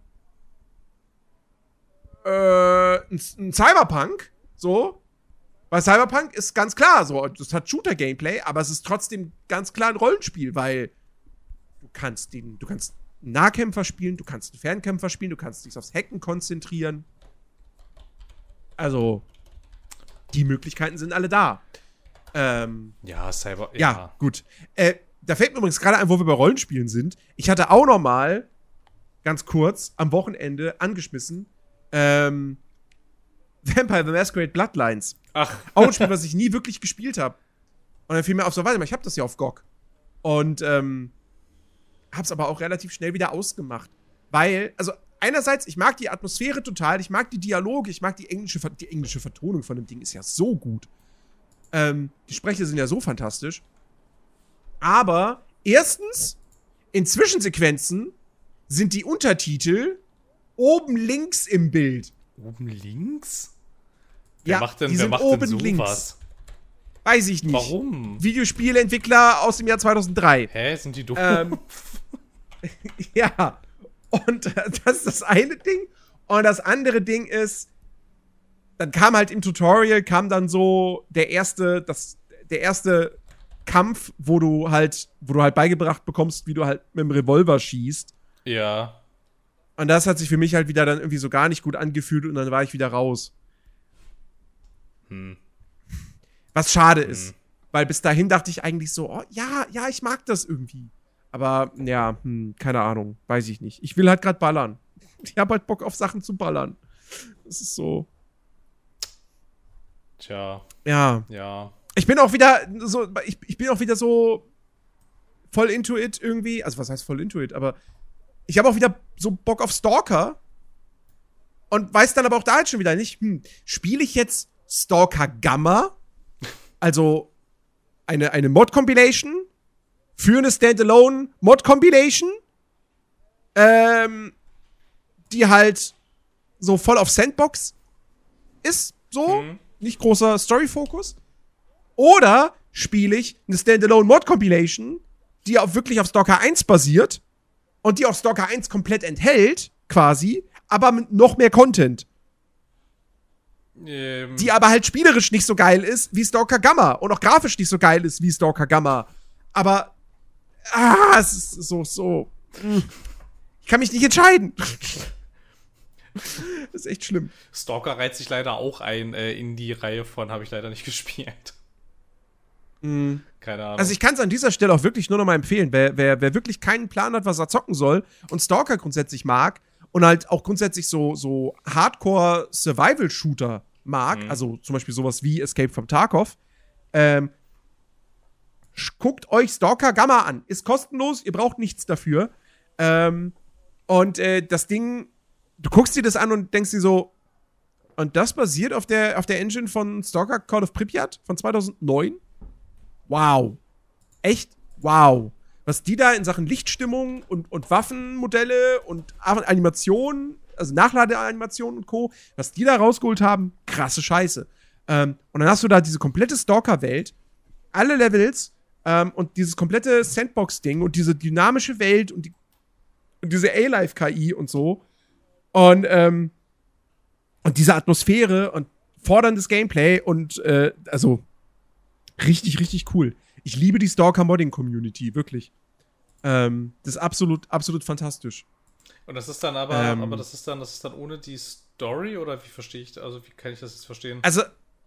äh, ein, ein Cyberpunk, so. Weil Cyberpunk ist ganz klar so, das hat Shooter-Gameplay, aber es ist trotzdem ganz klar ein Rollenspiel, weil du kannst den, du kannst einen Nahkämpfer spielen, du kannst einen Fernkämpfer spielen, du kannst dich aufs Hacken konzentrieren. Also, die Möglichkeiten sind alle da. Ähm, ja, Cyber, ja. Ja, gut. Äh, da fällt mir übrigens gerade ein, wo wir bei Rollenspielen sind. Ich hatte auch noch mal, ganz kurz, am Wochenende angeschmissen, ähm, Vampire the Masquerade Bloodlines. Ach. Auch ein Spiel, was ich nie wirklich gespielt habe. Und dann fiel mir auf, so, warte mal, ich hab das ja auf G O G. Und, ähm, hab's aber auch relativ schnell wieder ausgemacht. Weil, also einerseits, ich mag die Atmosphäre total, ich mag die Dialoge, ich mag die englische, die englische Vertonung von dem Ding, ist ja so gut. Ähm, die Sprecher sind ja so fantastisch. Aber erstens, in Zwischensequenzen sind die Untertitel oben links im Bild. Oben links? Wer Ja, macht denn, die wer sind macht oben denn links. sowas? Weiß ich nicht. Warum? Videospieleentwickler aus dem Jahr zweitausenddrei. Hä, sind die doof? Ähm, ja. Und äh, das ist das eine Ding. Und das andere Ding ist, dann kam halt im Tutorial, kam dann so der erste, das, der erste Kampf, wo du halt, wo du halt beigebracht bekommst, wie du halt mit dem Revolver schießt. Ja. Und das hat sich für mich halt wieder dann irgendwie so gar nicht gut angefühlt und dann war ich wieder raus. Hm. Was schade hm. ist. Weil bis dahin dachte ich eigentlich so, oh, ja, ja, ich mag das irgendwie. Aber, ja, hm, keine Ahnung, weiß ich nicht. Ich will halt gerade ballern. Ich habe halt Bock auf Sachen zu ballern. Das ist so. Tja. Ja. Ja. Ich bin auch wieder so, ich, ich bin auch wieder so voll into it irgendwie. Also, was heißt voll into it? Aber ich habe auch wieder so Bock auf Stalker. Und weiß dann aber auch da halt schon wieder nicht, hm, spiele ich jetzt Stalker Gamma? Also eine, eine Mod-Compilation für eine Standalone-Mod-Compilation, ähm, die halt so voll auf Sandbox ist, so, Mhm. nicht großer Story-Fokus. Oder spiele ich eine Standalone-Mod-Compilation, die auch wirklich auf Stalker eins basiert und die auch Stalker eins komplett enthält, quasi, aber mit noch mehr Content. Ähm, Die aber halt spielerisch nicht so geil ist wie Stalker Gamma und auch grafisch nicht so geil ist wie Stalker Gamma. Aber, ah, es ist so, so. Ich kann mich nicht entscheiden. Das ist echt schlimm. Stalker reiht sich leider auch ein äh, in die Reihe von, habe ich leider nicht gespielt. Mhm. Keine Ahnung. Also ich kann es an dieser Stelle auch wirklich nur noch mal empfehlen, wer, wer, wer wirklich keinen Plan hat, was er zocken soll und Stalker grundsätzlich mag und halt auch grundsätzlich so, so Hardcore-Survival-Shooter mag, Mhm. also zum Beispiel sowas wie Escape from Tarkov, ähm, guckt euch Stalker Gamma an. Ist kostenlos, ihr braucht nichts dafür. Ähm, und äh, das Ding, du guckst dir das an und denkst dir so, und das basiert auf der, auf der Engine von Stalker Call of Pripyat von zweitausendneun? Wow. Echt? Wow. Was die da in Sachen Lichtstimmung und, und Waffenmodelle und Animationen, also Nachladeanimationen und Co., was die da rausgeholt haben, krasse Scheiße. Ähm, und dann hast du da diese komplette Stalker-Welt, alle Levels ähm, und dieses komplette Sandbox-Ding und diese dynamische Welt und, die, und diese A-Life-K I und so. Und, ähm, und diese Atmosphäre und forderndes Gameplay und, äh, also, richtig, richtig cool. Ich liebe die Stalker-Modding-Community, wirklich. Ähm, das ist absolut, absolut fantastisch. Und das ist dann aber, Ähm, aber das ist dann, das ist dann ohne die Story oder wie verstehe ich, also wie kann ich das jetzt verstehen? Also,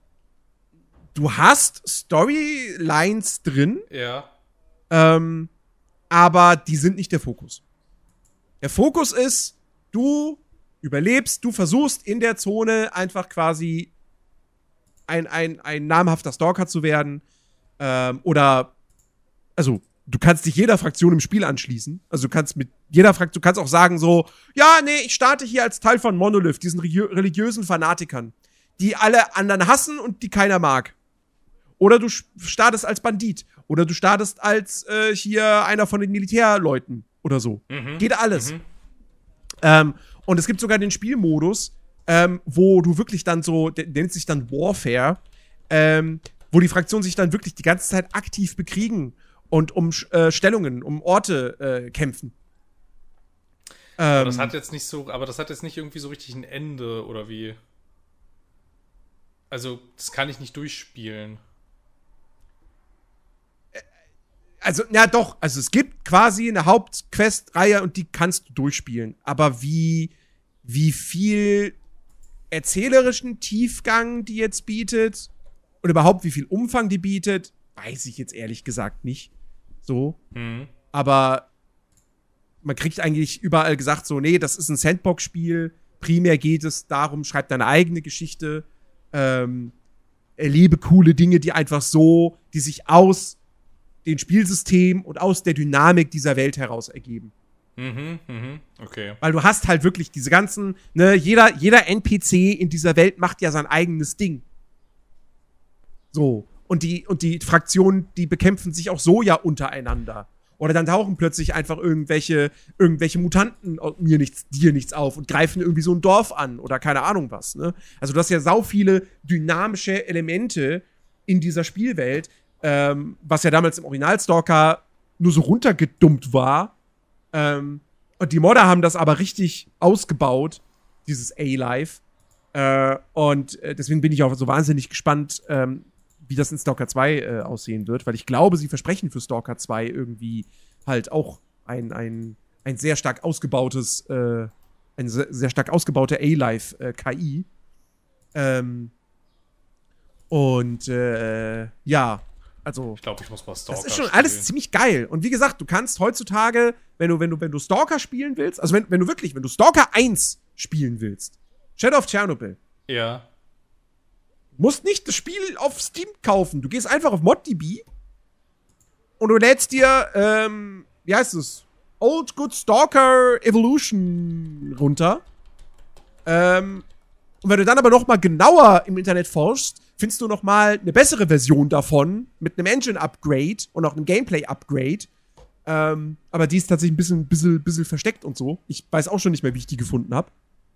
du hast Storylines drin, Ja. ähm, aber die sind nicht der Fokus. Der Fokus ist, du überlebst, du versuchst in der Zone einfach quasi ein, ein, ein namhafter Stalker zu werden. Ähm, oder, also, du kannst dich jeder Fraktion im Spiel anschließen. Also, du kannst mit jeder Fraktion, du kannst auch sagen so, ja, nee, ich starte hier als Teil von Monolith, diesen religiö- religiösen Fanatikern, die alle anderen hassen und die keiner mag. Oder du startest als Bandit. Oder du startest als äh, hier einer von den Militärleuten oder so. Mhm. Geht alles. Mhm. Ähm, und es gibt sogar den Spielmodus, ähm, wo du wirklich dann so, der, der nennt sich dann Warfare, ähm, wo die Fraktionen sich dann wirklich die ganze Zeit aktiv bekriegen und um äh, Stellungen, um Orte äh, kämpfen. Aber Ähm, das hat jetzt nicht so, aber das hat jetzt nicht irgendwie so richtig ein Ende oder wie? Also, das kann ich nicht durchspielen. Also, ja doch, also es gibt quasi eine Hauptquest-Reihe und die kannst du durchspielen. Aber wie, wie viel erzählerischen Tiefgang die jetzt bietet und überhaupt wie viel Umfang die bietet, weiß ich jetzt ehrlich gesagt nicht. So. Hm. Aber man kriegt eigentlich überall gesagt so, nee, das ist ein Sandbox-Spiel. Primär geht es darum, schreib deine eigene Geschichte. Ähm, erlebe coole Dinge, die einfach so, die sich aus dem Spielsystem und aus der Dynamik dieser Welt heraus ergeben. Mhm, mhm, okay. Weil du hast halt wirklich diese ganzen, ne, jeder, jeder N P C in dieser Welt macht ja sein eigenes Ding. So. Und die, und die Fraktionen, die bekämpfen sich auch so ja untereinander. Oder dann tauchen plötzlich einfach irgendwelche, irgendwelche Mutanten mir nichts, dir nichts auf und greifen irgendwie so ein Dorf an oder keine Ahnung was, ne? Also du hast ja sau viele dynamische Elemente in dieser Spielwelt, ähm, was ja damals im Original Stalker nur so runtergedummt war. Ähm, und die Modder haben das aber richtig ausgebaut, dieses A-Life. Äh, und äh, deswegen bin ich auch so wahnsinnig gespannt, ähm, wie das in Stalker zwei äh, aussehen wird, weil ich glaube, sie versprechen für Stalker zwei irgendwie halt auch ein, ein, ein sehr stark ausgebautes, äh, eine sehr, sehr stark ausgebaute A-Life-K I. Ähm, und äh, ja, also Ich glaube, ich muss mal Stalker das ist schon spielen. alles ziemlich geil. Und wie gesagt, du kannst heutzutage, wenn du, wenn du, wenn du Stalker spielen willst, also wenn, wenn du wirklich, wenn du Stalker eins spielen willst, Shadow of Chernobyl, Ja. musst nicht das Spiel auf Steam kaufen. Du gehst einfach auf ModDB und du lädst dir, ähm, wie heißt es? Old Good Stalker Evolution runter. Ähm, und wenn du dann aber noch mal genauer im Internet forschst, findest du noch mal eine bessere Version davon mit einem Engine-Upgrade und auch einem Gameplay-Upgrade. Ähm, aber die ist tatsächlich ein bisschen, bisschen, bisschen versteckt und so. Ich weiß auch schon nicht mehr, wie ich die gefunden habe.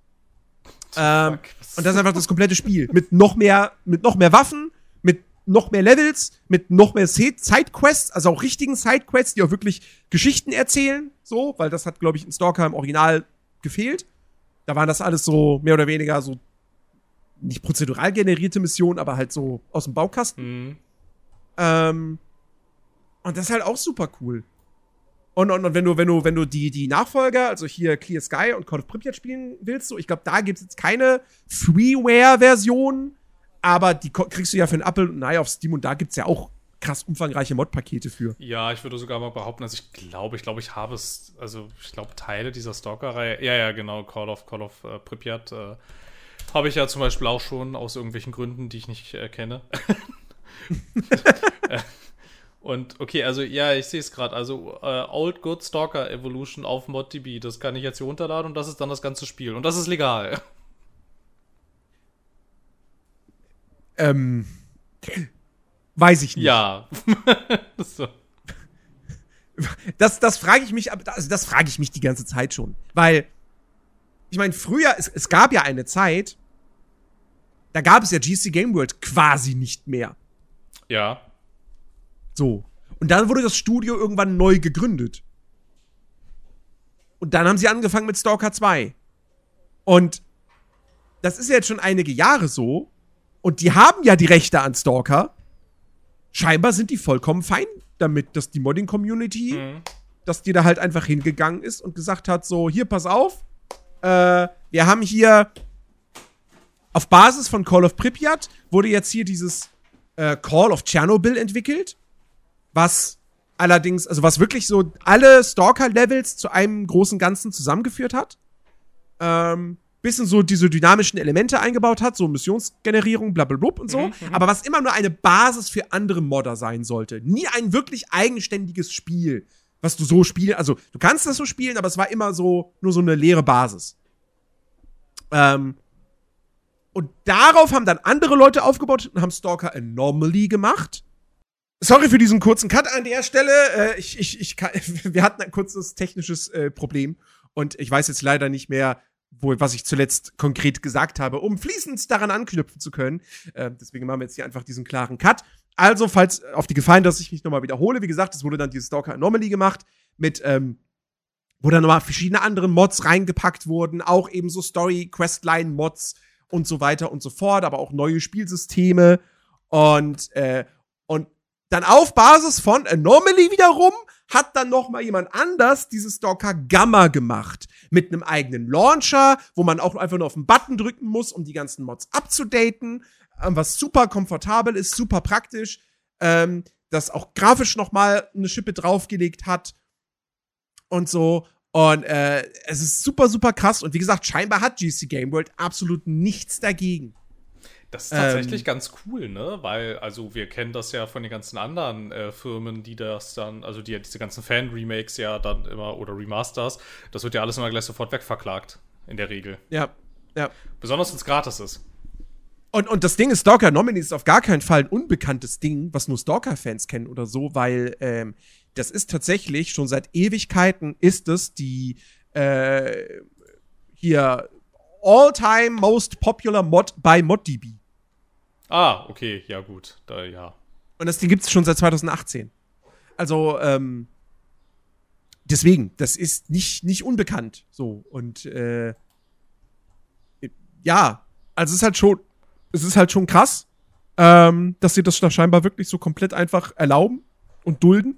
Ähm, und das ist einfach das komplette Spiel. Mit noch mehr, mit noch mehr Waffen, mit noch mehr Levels, mit noch mehr Sidequests, also auch richtigen Sidequests, die auch wirklich Geschichten erzählen, so, weil das hat, glaube ich, in Stalker im Original gefehlt. Da waren das alles so mehr oder weniger so nicht prozedural generierte Missionen, aber halt so aus dem Baukasten. Mhm. Ähm, und das ist halt auch super cool. Und, und, und wenn du, wenn du, wenn du die, die Nachfolger, also hier Clear Sky und Call of Pripyat spielen willst, so, ich glaube, da gibt es jetzt keine Freeware-Version, aber die kriegst du ja für einen Apfel und ein Ei auf Steam und da gibt's ja auch krass umfangreiche Mod-Pakete für. Ja, ich würde sogar mal behaupten, also ich glaube, ich glaube, ich habe es, also ich glaube, Teile dieser Stalker-Reihe, ja, ja, genau, Call of, Call of äh, Pripyat, äh, habe ich ja zum Beispiel auch schon aus irgendwelchen Gründen, die ich nicht äh, kenne. Und okay, also ja, ich sehe es gerade. Also äh, Old Good Stalker Evolution auf ModDB, das kann ich jetzt hier runterladen und das ist dann das ganze Spiel. Und das ist legal. Ähm, weiß ich nicht. Ja. so. Das, das frage ich mich, also das frage ich mich die ganze Zeit schon. Weil, ich meine, früher, es, es gab ja eine Zeit, da gab es ja G C Game World quasi nicht mehr. Ja. So. Und dann wurde das Studio irgendwann neu gegründet. Und dann haben sie angefangen mit Stalker zwei. Und das ist ja jetzt schon einige Jahre so. Und die haben ja die Rechte an Stalker. Scheinbar sind die vollkommen fein damit, dass die Modding-Community, mhm. dass die da halt einfach hingegangen ist und gesagt hat, so, hier, pass auf, äh, wir haben hier auf Basis von Call of Pripyat wurde jetzt hier dieses äh, Call of Chernobyl entwickelt. Was allerdings, also was wirklich so alle Stalker-Levels zu einem großen Ganzen zusammengeführt hat. Ähm, bisschen so diese dynamischen Elemente eingebaut hat, so Missionsgenerierung, blablabla und so. Mhm, aber was immer nur eine Basis für andere Modder sein sollte. Nie ein wirklich eigenständiges Spiel, was du so spielen, also du kannst das so spielen, aber es war immer so, nur so eine leere Basis. Ähm, und darauf haben dann andere Leute aufgebaut und haben Stalker Anomaly gemacht. Sorry für diesen kurzen Cut an der Stelle. Äh, ich, ich, ich kann, wir hatten ein kurzes technisches äh, Problem und ich weiß jetzt leider nicht mehr, wo, was ich zuletzt konkret gesagt habe, um fließend daran anknüpfen zu können. Äh, deswegen machen wir jetzt hier einfach diesen klaren Cut. Also, falls auf die Gefallen, dass ich mich nochmal wiederhole, wie gesagt, es wurde dann dieses Stalker Anomaly gemacht, mit, ähm, wo dann nochmal verschiedene andere Mods reingepackt wurden, auch eben so Story-Questline-Mods und so weiter und so fort, aber auch neue Spielsysteme und, äh, und dann auf Basis von Anomaly wiederum hat dann noch mal jemand anders dieses Stalker Gamma gemacht. Mit einem eigenen Launcher, wo man auch einfach nur auf den Button drücken muss, um die ganzen Mods abzudaten. Ähm, was super komfortabel ist, super praktisch. Ähm, das auch grafisch noch mal eine Schippe draufgelegt hat. Und so. Und äh, es ist super, super krass. Und wie gesagt, scheinbar hat G C Game World absolut nichts dagegen. Das ist tatsächlich ähm, ganz cool, ne? Weil, also wir kennen das ja von den ganzen anderen äh, Firmen, die das dann, also die diese ganzen Fan-Remakes ja dann immer, oder Remasters, das wird ja alles immer gleich sofort wegverklagt, in der Regel. Ja, ja. Besonders wenn es gratis ist. Und, und das Ding ist, Stalker Anomaly ist auf gar keinen Fall ein unbekanntes Ding, was nur Stalker-Fans kennen oder so, weil ähm, das ist tatsächlich schon seit Ewigkeiten ist es die äh, hier all-time most popular Mod bei ModDB. Ah, okay, ja gut, da ja. Und das Ding gibt es schon seit zweitausendachtzehn. Also, ähm, deswegen, das ist nicht, nicht unbekannt. So, und äh, ja, also es ist halt schon, es ist halt schon krass, ähm, dass sie das da scheinbar wirklich so komplett einfach erlauben und dulden.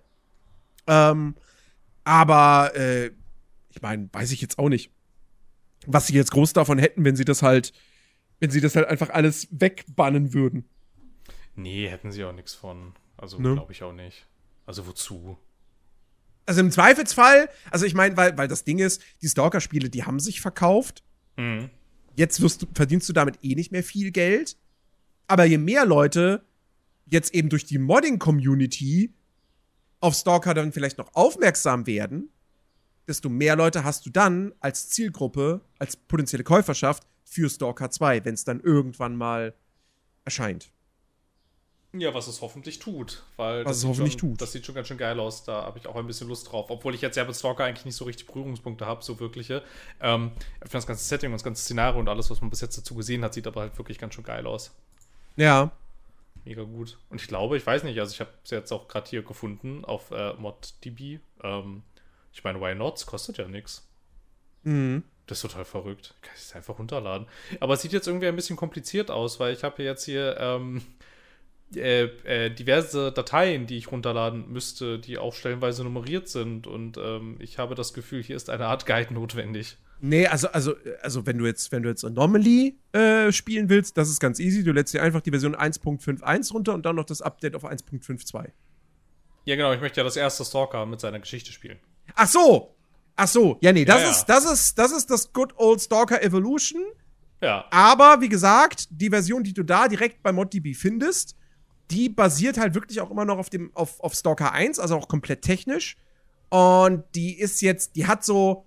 Ähm, aber äh, ich meine, weiß ich jetzt auch nicht, was sie jetzt groß davon hätten, wenn sie das halt, wenn sie das halt einfach alles wegbannen würden. Nee, hätten sie auch nichts von. Also Ne? glaube ich auch nicht. Also wozu? Also im Zweifelsfall, also ich meine, weil, weil das Ding ist, die Stalker-Spiele, die haben sich verkauft. Mhm. Jetzt wirst du, verdienst du damit eh nicht mehr viel Geld. Aber je mehr Leute jetzt eben durch die Modding-Community auf Stalker dann vielleicht noch aufmerksam werden, desto mehr Leute hast du dann als Zielgruppe, als potenzielle Käuferschaft für Stalker zwei, wenn es dann irgendwann mal erscheint. Ja, was es hoffentlich tut. Weil Was das es sieht hoffentlich schon, tut. Das sieht schon ganz schön geil aus. Da habe ich auch ein bisschen Lust drauf. Obwohl ich jetzt ja mit Stalker eigentlich nicht so richtig Berührungspunkte habe, so wirkliche. Ähm, für das ganze Setting und das ganze Szenario und alles, was man bis jetzt dazu gesehen hat, sieht aber halt wirklich ganz schön geil aus. Ja. Mega gut. Und ich glaube, ich weiß nicht, also ich habe es jetzt auch gerade hier gefunden auf äh, ModDB. Ähm, ich meine, why not? Es kostet ja nichts. Mhm. Das ist total verrückt. Ich kann es einfach runterladen. Aber es sieht jetzt irgendwie ein bisschen kompliziert aus, weil ich habe hier jetzt hier ähm, äh, äh, diverse Dateien, die ich runterladen müsste, die auch stellenweise nummeriert sind. Und ähm, ich habe das Gefühl, hier ist eine Art Guide notwendig. Nee, also, also, also wenn du jetzt, wenn du jetzt Anomaly äh, spielen willst, das ist ganz easy. Du lädst dir einfach die Version eins Punkt fünf Punkt eins runter und dann noch das Update auf eins Punkt fünf Punkt zwei. Ja, genau, ich möchte ja das erste Stalker mit seiner Geschichte spielen. Ach so! Ach so, ja, nee, das Ja, ja. ist, das ist, das ist das Good Old Stalker Evolution. Ja. Aber wie gesagt, die Version, die du da direkt bei ModDB findest, die basiert halt wirklich auch immer noch auf dem, auf, auf Stalker eins, also auch komplett technisch. Und die ist jetzt, die hat so,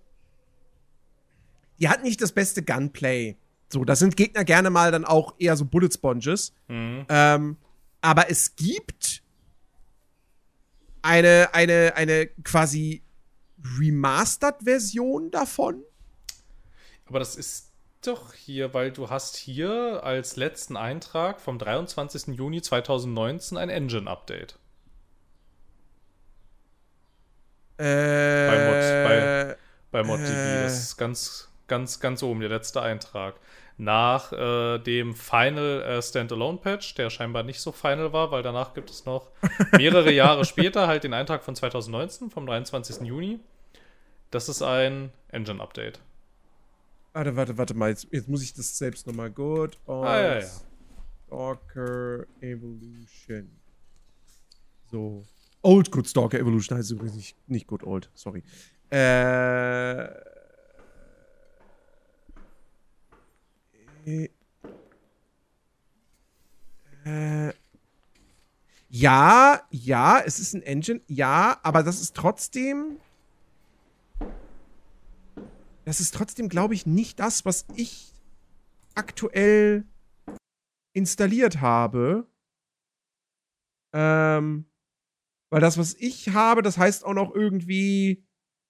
die hat nicht das beste Gunplay. So, das sind Gegner gerne mal dann auch eher so Bullet Sponges. Mhm. Ähm, aber es gibt eine, eine, eine quasi Remastered-Version davon. Aber das ist doch hier, weil du hast hier als letzten Eintrag vom dreiundzwanzigsten Juni zweitausendneunzehn ein Engine-Update. Äh, Bei Mod, bei, bei ModDB. äh, Das ist ganz, ganz, ganz oben, der letzte Eintrag. Nach äh, dem Final äh, Standalone-Patch, der scheinbar nicht so final war, weil danach gibt es noch mehrere Jahre später halt den Eintrag von zweitausendneunzehn, vom dreiundzwanzigsten Juni. Das ist ein Engine-Update. Warte, warte, warte mal. Jetzt, jetzt muss ich das selbst nochmal gut. Ah, ja, ja. Stalker Evolution. So. Old Good Stalker Evolution heißt übrigens nicht, nicht Good Old. Sorry. Äh. Äh. äh ja, ja, es ist ein Engine. Ja, aber das ist trotzdem. Das ist trotzdem, glaube ich, nicht das, was ich aktuell installiert habe. Ähm, weil das, was ich habe, das heißt auch noch irgendwie.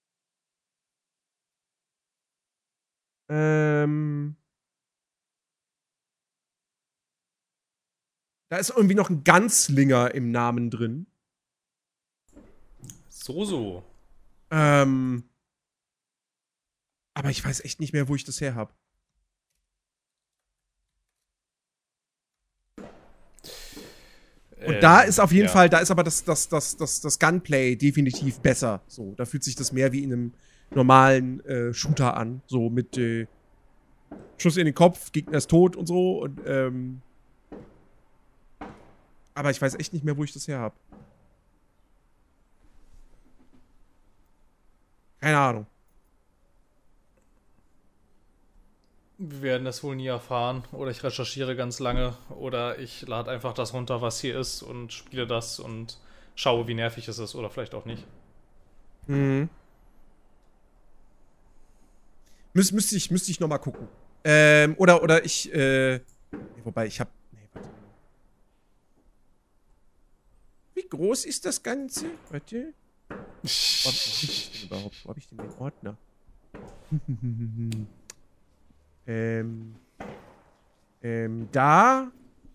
Ähm, da ist irgendwie noch ein Ganzlinger im Namen drin. So, so. Ähm, aber ich weiß echt nicht mehr, wo ich das her habe. Und Ähm, da ist auf jeden ja. Fall, da ist aber das, das, das, das, das Gunplay definitiv besser. So, da fühlt sich das mehr wie in einem normalen äh, Shooter an. So mit äh, Schuss in den Kopf, Gegner ist tot und so. Und, ähm, aber ich weiß echt nicht mehr, wo ich das her habe. Keine Ahnung. Wir werden es wohl nie erfahren. Oder ich recherchiere ganz lange. Oder ich lade einfach das runter, was hier ist und spiele das und schaue, wie nervig es ist. Oder vielleicht auch nicht. Mhm. Müs müsste ich, müsste ich noch mal gucken. Ähm, oder, oder ich, äh, nee, wobei ich hab, nee, warte. Wie groß ist das Ganze? Warte. Wo hab ich denn überhaupt? Wo hab ich denn den Ordner? ähm. Ähm, da.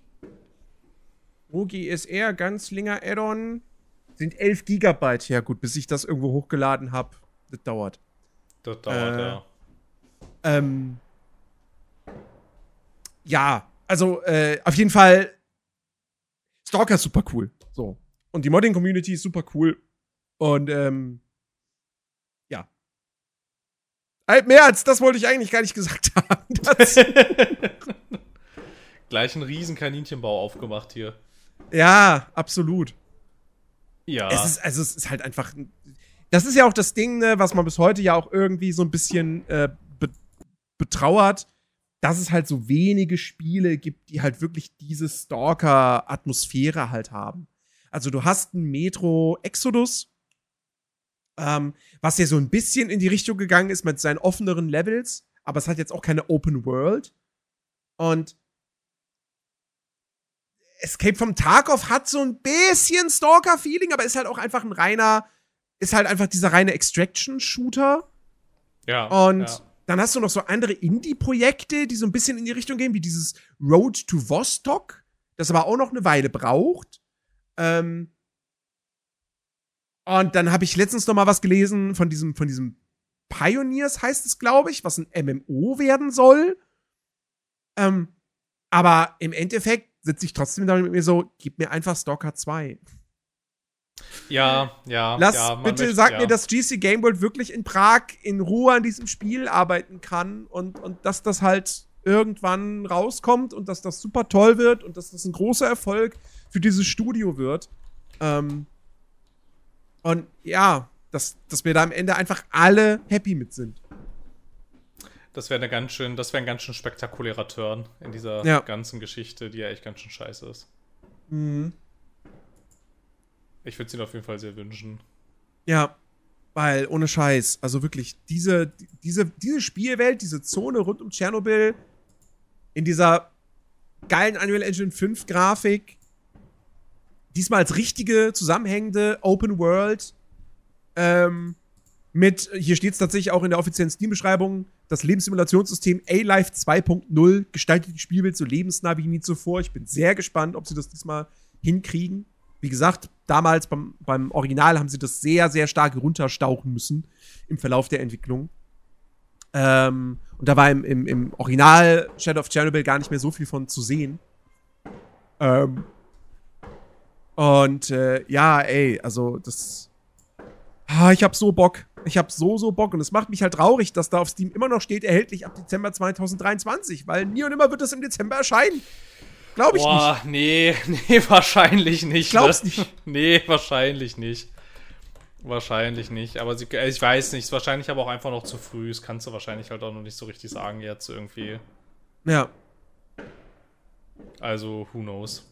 O G S R, Ganzlinger Add-on. Sind elf Gigabyte. Ja, gut, bis ich das irgendwo hochgeladen habe. Das dauert. Das dauert, äh, ja. Ähm. Ja, also, äh, auf jeden Fall. Stalker ist super cool. So. Und die Modding-Community ist super cool. Und, ähm. Ja. Mehr als das wollte ich eigentlich gar nicht gesagt haben. Gleich einen riesen Kaninchenbau aufgemacht hier. Ja, absolut. Ja. Es ist, also, es ist halt einfach. Das ist ja auch das Ding, ne, was man bis heute ja auch irgendwie so ein bisschen äh, be betrauert, dass es halt so wenige Spiele gibt, die halt wirklich diese Stalker-Atmosphäre halt haben. Also, du hast ein Metro Exodus, ähm, was ja so ein bisschen in die Richtung gegangen ist mit seinen offeneren Levels, aber es hat jetzt auch keine Open World. Und Escape from Tarkov hat so ein bisschen Stalker-Feeling, aber ist halt auch einfach ein reiner, ist halt einfach dieser reine Extraction-Shooter. Ja. Und ja. dann hast du noch so andere Indie-Projekte, die so ein bisschen in die Richtung gehen, wie dieses Road to Vostok, das aber auch noch eine Weile braucht. Ähm und dann habe ich letztens noch mal was gelesen von diesem, von diesem Pioneers, heißt es, glaube ich, was ein M M O werden soll. Ähm, aber im Endeffekt sitze ich trotzdem da mit mir so, gib mir einfach Stalker zwei. Ja, ja. Lass ja, man bitte, möchte, sag ja. mir, dass G C Game World wirklich in Prag in Ruhe an diesem Spiel arbeiten kann und, und dass das halt irgendwann rauskommt und dass das super toll wird und dass das ein großer Erfolg für dieses Studio wird. Ähm und ja, dass, dass wir da am Ende einfach alle happy mit sind. Das wäre eine ganz schön, das wäre ein ganz schön spektakulärer Turn in dieser ja. ganzen Geschichte, die ja echt ganz schön scheiße ist. Mhm. Ich würde es ihnen auf jeden Fall sehr wünschen. Ja, weil ohne Scheiß, also wirklich, diese, diese, diese Spielwelt, diese Zone rund um Tschernobyl in dieser geilen Unreal Engine fünf Grafik, diesmal als richtige, zusammenhängende Open World, ähm, mit, hier steht es tatsächlich auch in der offiziellen Steam-Beschreibung, das Lebenssimulationssystem A-Life zwei Punkt null gestaltet die Spielwelt so lebensnah wie nie zuvor. Ich bin sehr gespannt, ob sie das diesmal hinkriegen. Wie gesagt, damals beim, beim Original haben sie das sehr, sehr stark runterstauchen müssen im Verlauf der Entwicklung. Ähm, und da war im, im, im Original Shadow of Chernobyl gar nicht mehr so viel von zu sehen. Ähm, und äh, ja, ey, also das ah, ich hab so Bock. Ich hab so, so Bock. Und es macht mich halt traurig, dass da auf Steam immer noch steht, erhältlich ab Dezember zwanzig dreiundzwanzig. Weil nie und nimmer wird das im Dezember erscheinen. Glaube ich Boah, nicht. nee, nee, wahrscheinlich nicht. Ich glaub's ne? nicht. Nee, wahrscheinlich nicht. Wahrscheinlich nicht. Aber sie, ich weiß nicht. Ist wahrscheinlich aber auch einfach noch zu früh. Das kannst du wahrscheinlich halt auch noch nicht so richtig sagen jetzt irgendwie. Ja. Also, who knows?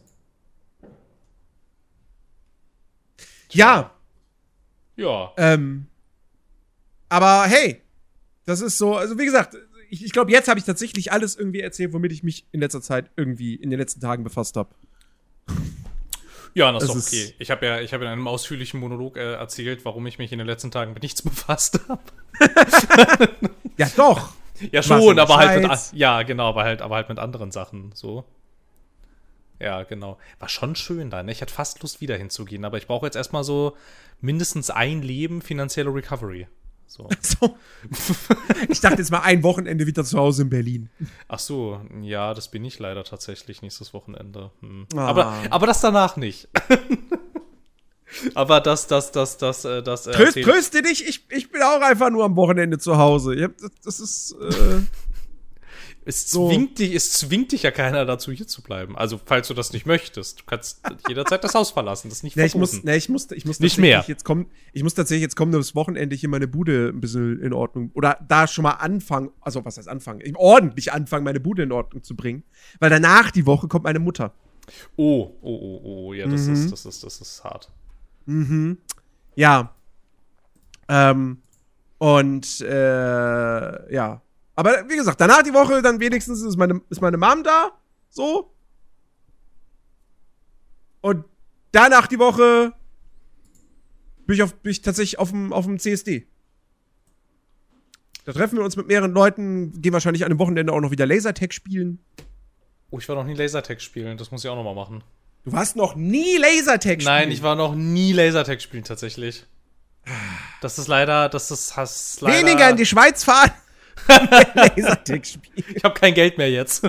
Ja. Ja. Ähm. Aber hey, das ist so, also wie gesagt, ich, ich glaube, jetzt habe ich tatsächlich alles irgendwie erzählt, womit ich mich in letzter Zeit irgendwie in den letzten Tagen befasst habe. Ja, das, das ist doch okay. Ich habe ja, ich habe in einem ausführlichen Monolog äh, erzählt, warum ich mich in den letzten Tagen mit nichts befasst habe. Ja, doch. Ja, schon, aber halt mit, ja, genau, aber halt, aber halt mit anderen Sachen, so. Ja, genau. War schon schön da, ne? Ich hatte fast Lust, wieder hinzugehen, aber ich brauche jetzt erstmal so mindestens ein Leben finanzielle Recovery. So. so. Ich dachte jetzt mal ein Wochenende wieder zu Hause in Berlin. Ach so, ja, das bin ich leider tatsächlich nächstes Wochenende. Hm. Ah. Aber, aber das danach nicht. Aber das, das, das, das, das, das äh, Tröst, tröste dich, ich, ich bin auch einfach nur am Wochenende zu Hause. Ich hab, das, das ist, äh, es, so. zwingt dich, es zwingt dich ja keiner dazu, hier zu bleiben. Also, falls du das nicht möchtest. Du kannst jederzeit das Haus verlassen. Das ist nicht nee, verboten. ich muss, nee, ich muss, ich muss nicht mehr. Jetzt kommen, ich muss tatsächlich jetzt kommendes Wochenende hier meine Bude ein bisschen in Ordnung. Oder da schon mal anfangen, also was heißt anfangen? Ordentlich anfangen, meine Bude in Ordnung zu bringen. Weil danach die Woche kommt meine Mutter. Oh, oh, oh, oh, ja, das Mhm. ist, das ist, das ist hart. Mhm. Ja. Ähm, und, äh, ja. Aber wie gesagt, danach die Woche, dann wenigstens ist meine, ist meine Mom da. So. Und danach die Woche bin ich, auf, bin ich tatsächlich auf dem, auf dem C S D. Da treffen wir uns mit mehreren Leuten, gehen wahrscheinlich an dem Wochenende auch noch wieder Lasertag spielen. Oh, ich war noch nie Lasertag spielen, das muss ich auch noch mal machen. Du warst noch nie Lasertag spielen? Nein, ich war noch nie Lasertag spielen, tatsächlich. Das ist leider, das ist has, leider... Weniger in die Schweiz fahren. Lasertag spielen. Ich habe kein Geld mehr jetzt.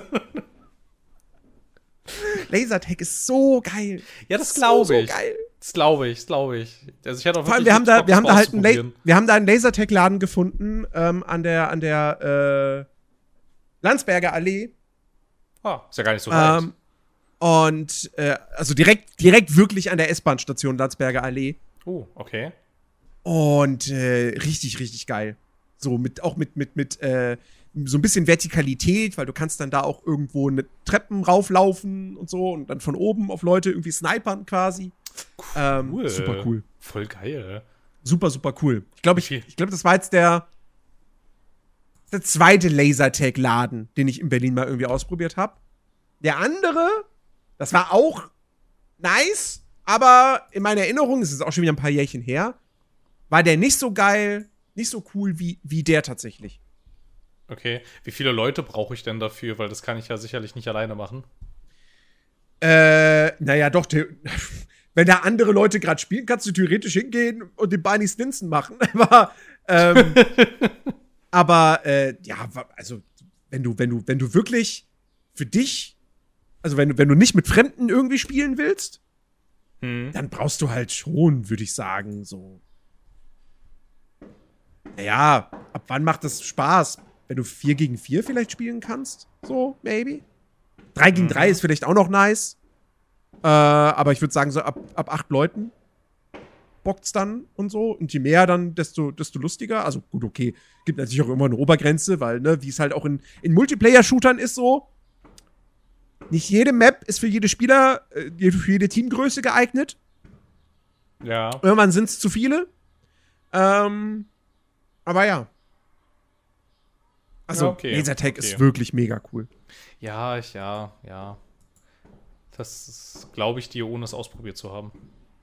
Lasertag ist so geil. Ja, das glaube so, ich. So geil. Das glaube ich, das glaube ich. Also ich hatte auch Vor allem, wirklich wir haben da, Bock, wir haben das da halt einen, La auszuprobieren. wir haben da einen Lasertag-Laden gefunden ähm, an der, an der äh, Landsberger Allee. Ah, ist ja gar nicht so weit. Ähm, und äh, also direkt, direkt wirklich an der S-Bahn-Station Landsberger Allee. Oh, okay. Und äh, richtig, richtig geil. So mit, auch mit, mit, mit äh, so ein bisschen Vertikalität, weil du kannst dann da auch irgendwo eine Treppen rauflaufen und so und dann von oben auf Leute irgendwie snipern quasi. Cool. Ähm, super cool. Voll geil. Super, super cool. Ich glaube, ich, Okay. ich glaub, das war jetzt der, der zweite Lasertag-Laden, den ich in Berlin mal irgendwie ausprobiert habe. Der andere, das war auch nice, aber in meiner Erinnerung, es ist auch schon wieder ein paar Jährchen her, war der nicht so geil, nicht so cool wie, wie der tatsächlich. Okay. Wie viele Leute brauche ich denn dafür? Weil das kann ich ja sicherlich nicht alleine machen. Äh, naja, doch, the- wenn da andere Leute gerade spielen, kannst du theoretisch hingehen und den Barney Stinson machen. Aber, ähm, aber, äh, ja, wa- also, wenn du, wenn du, wenn du wirklich für dich, also wenn du, wenn du nicht mit Fremden irgendwie spielen willst, Hm. dann brauchst du halt schon, würde ich sagen, so. Naja, ab wann macht das Spaß? Wenn du vier gegen vier vielleicht spielen kannst? So, maybe. drei gegen drei ist vielleicht auch noch nice. Äh, aber ich würde sagen, so ab, ab acht Leuten bockt's dann und so. Und je mehr dann, desto, desto lustiger. Also gut, okay. Gibt natürlich auch immer eine Obergrenze, weil, ne, wie es halt auch in, in Multiplayer-Shootern ist so. Nicht jede Map ist für jede Spieler, äh, für jede Teamgröße geeignet. Ja. Irgendwann sind es zu viele. Ähm, aber ja. Also, Ja, okay, Lasertag okay. ist wirklich mega cool. Ja, ich, ja, ja. Das glaube ich dir, ohne es ausprobiert zu haben.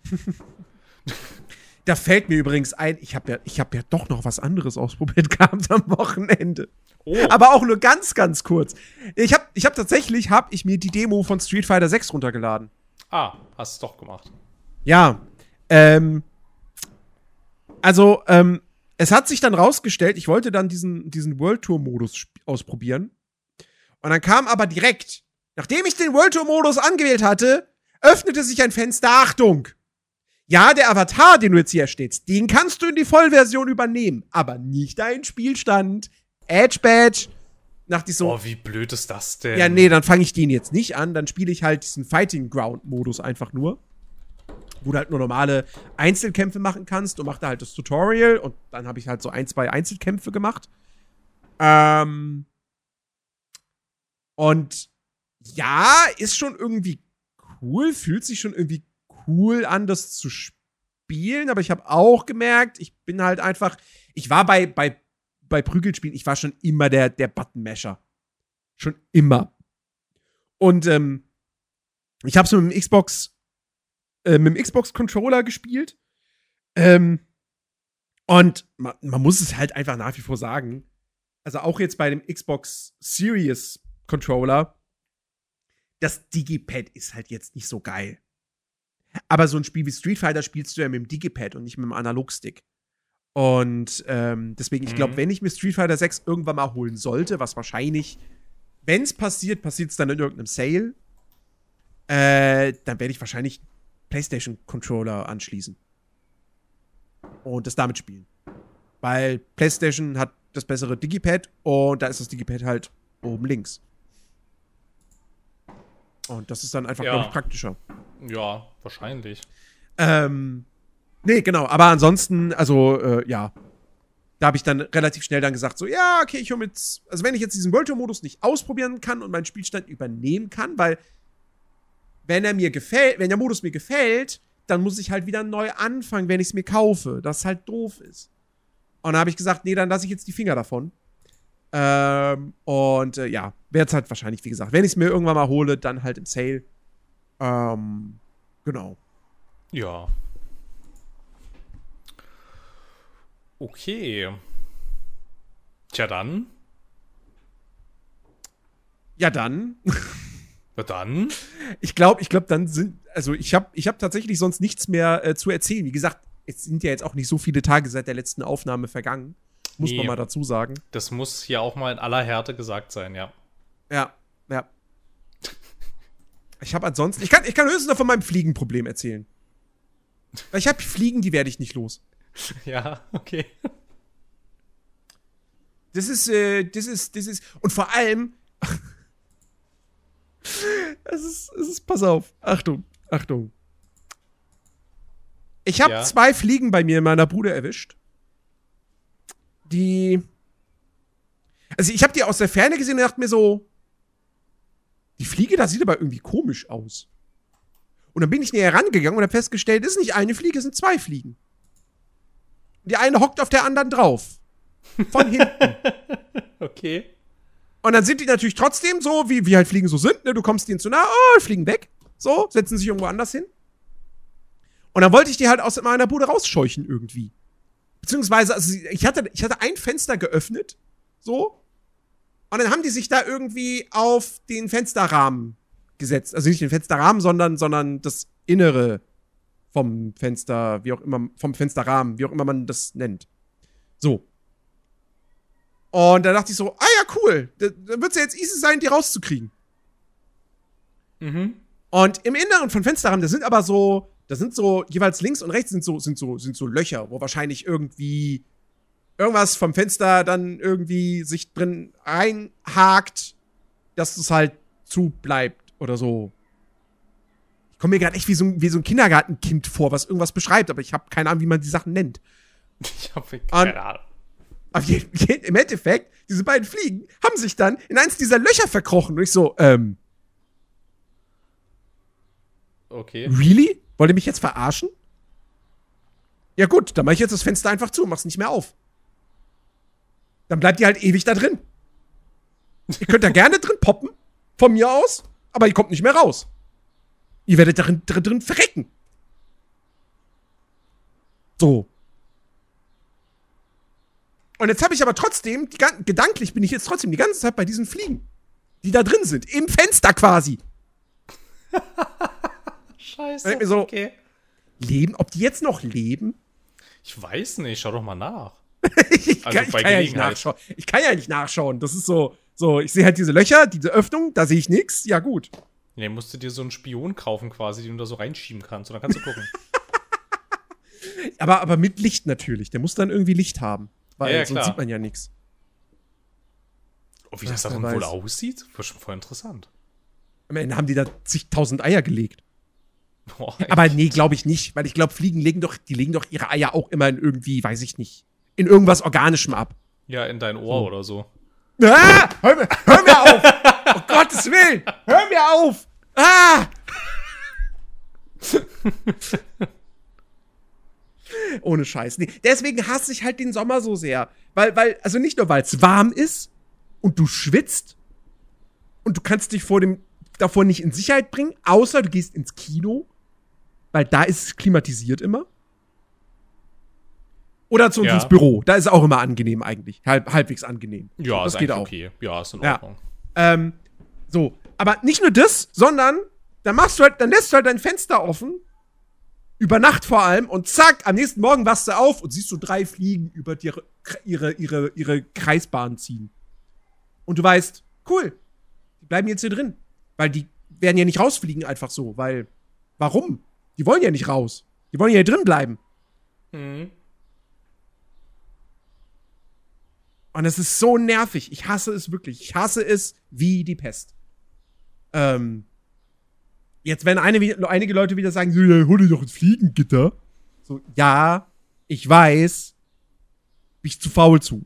Da fällt mir übrigens ein, ich habe ja, ich hab ja doch noch was anderes ausprobiert gehabt am Wochenende. Oh. Aber auch nur ganz, ganz kurz. Ich habe ich hab tatsächlich, hab ich mir die Demo von Street Fighter sechs runtergeladen. Ah, hast es doch gemacht. Ja, ähm, also, ähm, es hat sich dann rausgestellt, ich wollte dann diesen, diesen World Tour-Modus sp- ausprobieren. Und dann kam aber direkt, nachdem ich den World Tour-Modus angewählt hatte, öffnete sich ein Fenster. Achtung! Ja, der Avatar, den du jetzt hier erstellst, den kannst du in die Vollversion übernehmen, aber nicht deinen Spielstand. Edge Badge. Nach die so, Oh, wie blöd ist das denn? ja, nee, dann fange ich den jetzt nicht an, dann spiele ich halt diesen Fighting Ground-Modus einfach nur. Wo du halt nur normale Einzelkämpfe machen kannst und mach da halt das Tutorial und dann habe ich halt so ein, zwei Einzelkämpfe gemacht. Ähm. Und ja, ist schon irgendwie cool, fühlt sich schon irgendwie cool an, das zu spielen, aber ich habe auch gemerkt, ich bin halt einfach, ich war bei, bei, bei Prügelspielen, ich war schon immer der, der Button-Masher. Schon immer. Und ähm, ich habe so mit dem Xbox äh, mit dem Xbox-Controller gespielt. Ähm, und man, man muss es halt einfach nach wie vor sagen, also auch jetzt bei dem Xbox Series Controller, das Digipad ist halt jetzt nicht so geil. Aber so ein Spiel wie Street Fighter spielst du ja mit dem Digipad und nicht mit dem Analogstick. Und ähm, deswegen, ich glaube, Mhm. wenn ich mir Street Fighter sechs irgendwann mal holen sollte, was wahrscheinlich, wenn es passiert, passiert es dann in irgendeinem Sale, äh, dann werde ich wahrscheinlich PlayStation-Controller anschließen. Und das damit spielen. Weil PlayStation hat das bessere Digipad und da ist das Digipad halt oben links. Und das ist dann einfach, Ja. glaube ich, praktischer. Ja, wahrscheinlich. Ähm, nee, genau. Aber ansonsten, also, äh, ja. Da habe ich dann relativ schnell dann gesagt, so, ja, okay, ich hole mit, also wenn ich jetzt diesen World Tour-Modus nicht ausprobieren kann und meinen Spielstand übernehmen kann, weil wenn er mir gefällt, wenn der Modus mir gefällt, dann muss ich halt wieder neu anfangen, wenn ich es mir kaufe. Das halt doof ist. Und dann habe ich gesagt, nee, dann lasse ich jetzt die Finger davon. Ähm, und äh, ja, werde es halt wahrscheinlich, wie gesagt, wenn ich es mir irgendwann mal hole, dann halt im Sale. Ähm, genau. Ja. Okay. Tja, dann. Ja, dann. Na dann. Ich glaube, ich glaube, dann sind, also ich habe ich hab tatsächlich sonst nichts mehr äh, zu erzählen. Wie gesagt, es sind ja jetzt auch nicht so viele Tage seit der letzten Aufnahme vergangen. Muss Nee. man mal dazu sagen. Das muss hier auch mal in aller Härte gesagt sein, ja. Ja, ja. Ich habe ansonsten, ich kann, ich kann höchstens noch von meinem Fliegenproblem erzählen. Weil ich habe Fliegen, die werde ich nicht los. Ja, okay. Das ist, äh, das ist, das ist, und vor allem, es ist, es ist, pass auf, Achtung, Achtung. Ich habe Ja. zwei Fliegen bei mir in meiner Bude erwischt, die, also ich habe die aus der Ferne gesehen und dachte mir so, die Fliege, da sieht aber irgendwie komisch aus. Und dann bin ich näher rangegangen und habe festgestellt, es ist nicht eine Fliege, es sind zwei Fliegen. Und die eine hockt auf der anderen drauf. Von hinten. Okay. Und dann sind die natürlich trotzdem so, wie, wie halt Fliegen so sind, ne? Du kommst denen zu nah, oh, fliegen weg. So, setzen sich irgendwo anders hin. Und dann wollte ich die halt aus meiner Bude rausscheuchen irgendwie. Beziehungsweise, also ich hatte, ich hatte ein Fenster geöffnet, so. Und dann haben die sich da irgendwie auf den Fensterrahmen gesetzt. Also nicht den Fensterrahmen, sondern, sondern das Innere vom Fenster, wie auch immer, vom Fensterrahmen, wie auch immer man das nennt. So. Und da dachte ich so, ah ja, cool. Da, da wird es ja jetzt easy sein, die rauszukriegen. Mhm. Und im Inneren von Fensterrahmen, da sind aber so, da sind so, jeweils links und rechts sind so, sind so, sind so Löcher, wo wahrscheinlich irgendwie irgendwas vom Fenster dann irgendwie sich drin reinhakt, dass es halt zu bleibt oder so. Ich komme mir gerade echt wie so, ein- wie so ein Kindergartenkind vor, was irgendwas beschreibt, aber ich habe keine Ahnung, wie man die Sachen nennt. Ich habe keine Ahnung. Auf jeden, im Endeffekt, diese beiden Fliegen haben sich dann in eins dieser Löcher verkrochen. Und ich so, ähm, Okay. really? Wollt ihr mich jetzt verarschen? Ja gut, dann mache ich jetzt das Fenster einfach zu und mach's nicht mehr auf. Dann bleibt ihr halt ewig da drin. Ihr könnt da gerne drin poppen, von mir aus, aber ihr kommt nicht mehr raus. Ihr werdet darin, drin, drin verrecken. So. Und jetzt habe ich aber trotzdem, die, gan- gedanklich bin ich jetzt trotzdem die ganze Zeit bei diesen Fliegen, die da drin sind, im Fenster quasi. Scheiße. Denk mir so- Okay. Leben, ob die jetzt noch leben? Ich weiß nicht, schau doch mal nach. ich, Also kann, ich, bei kann ja nicht Gelegenheit. nachschauen. Ich kann ja nicht nachschauen. Das ist so, so ich sehe halt diese Löcher, diese Öffnung, da sehe ich nichts. Ja, gut. Nee, musst du dir so einen Spion kaufen quasi, den du da so reinschieben kannst. Und dann kannst du gucken. Aber, aber mit Licht natürlich. Der muss dann irgendwie Licht haben. Weil Ja, ja, sonst klar. sieht man ja nichts. Oh, wie das Ach, darin wer wohl weiß. aussieht? War schon voll interessant. Am Ende haben die da zigtausend Eier gelegt. Boah, Aber nee, glaube ich nicht. Weil ich glaube, Fliegen legen doch, die legen doch ihre Eier auch immer in irgendwie, weiß ich nicht, in irgendwas Organischem ab. ja, in dein Ohr So. oder so. Ah! Hör mir, hör mir auf! Um Gottes Willen! Hör mir auf! Ah! Ohne Scheiß. Nee, deswegen hasse ich halt den Sommer so sehr. Weil, weil, also nicht nur, weil es warm ist und du schwitzt und du kannst dich vor dem, davor nicht in Sicherheit bringen, außer du gehst ins Kino, weil da ist es klimatisiert immer. Oder zu uns Ja. ins Büro. Da ist es auch immer angenehm eigentlich. Halb, halbwegs angenehm. Ja, das ist geht eigentlich auch. okay. Ja, ist in Ja. Ordnung. Ähm, so, aber nicht nur das, sondern dann machst du halt, dann lässt du halt dein Fenster offen, über Nacht vor allem, und zack, am nächsten Morgen wachst du auf und siehst so drei Fliegen über die, ihre, ihre, ihre Kreisbahn ziehen. Und du weißt, cool, die bleiben jetzt hier drin. Weil die werden ja nicht rausfliegen einfach so, weil, warum? Die wollen ja nicht raus. Die wollen ja hier drin bleiben. Mhm. Und es ist so nervig. Ich hasse es wirklich. Ich hasse es wie die Pest. Ähm, jetzt werden eine, einige Leute wieder sagen, so, ja, hol dir doch ein Fliegengitter. So, ja, ich weiß, bin ich zu faul zu.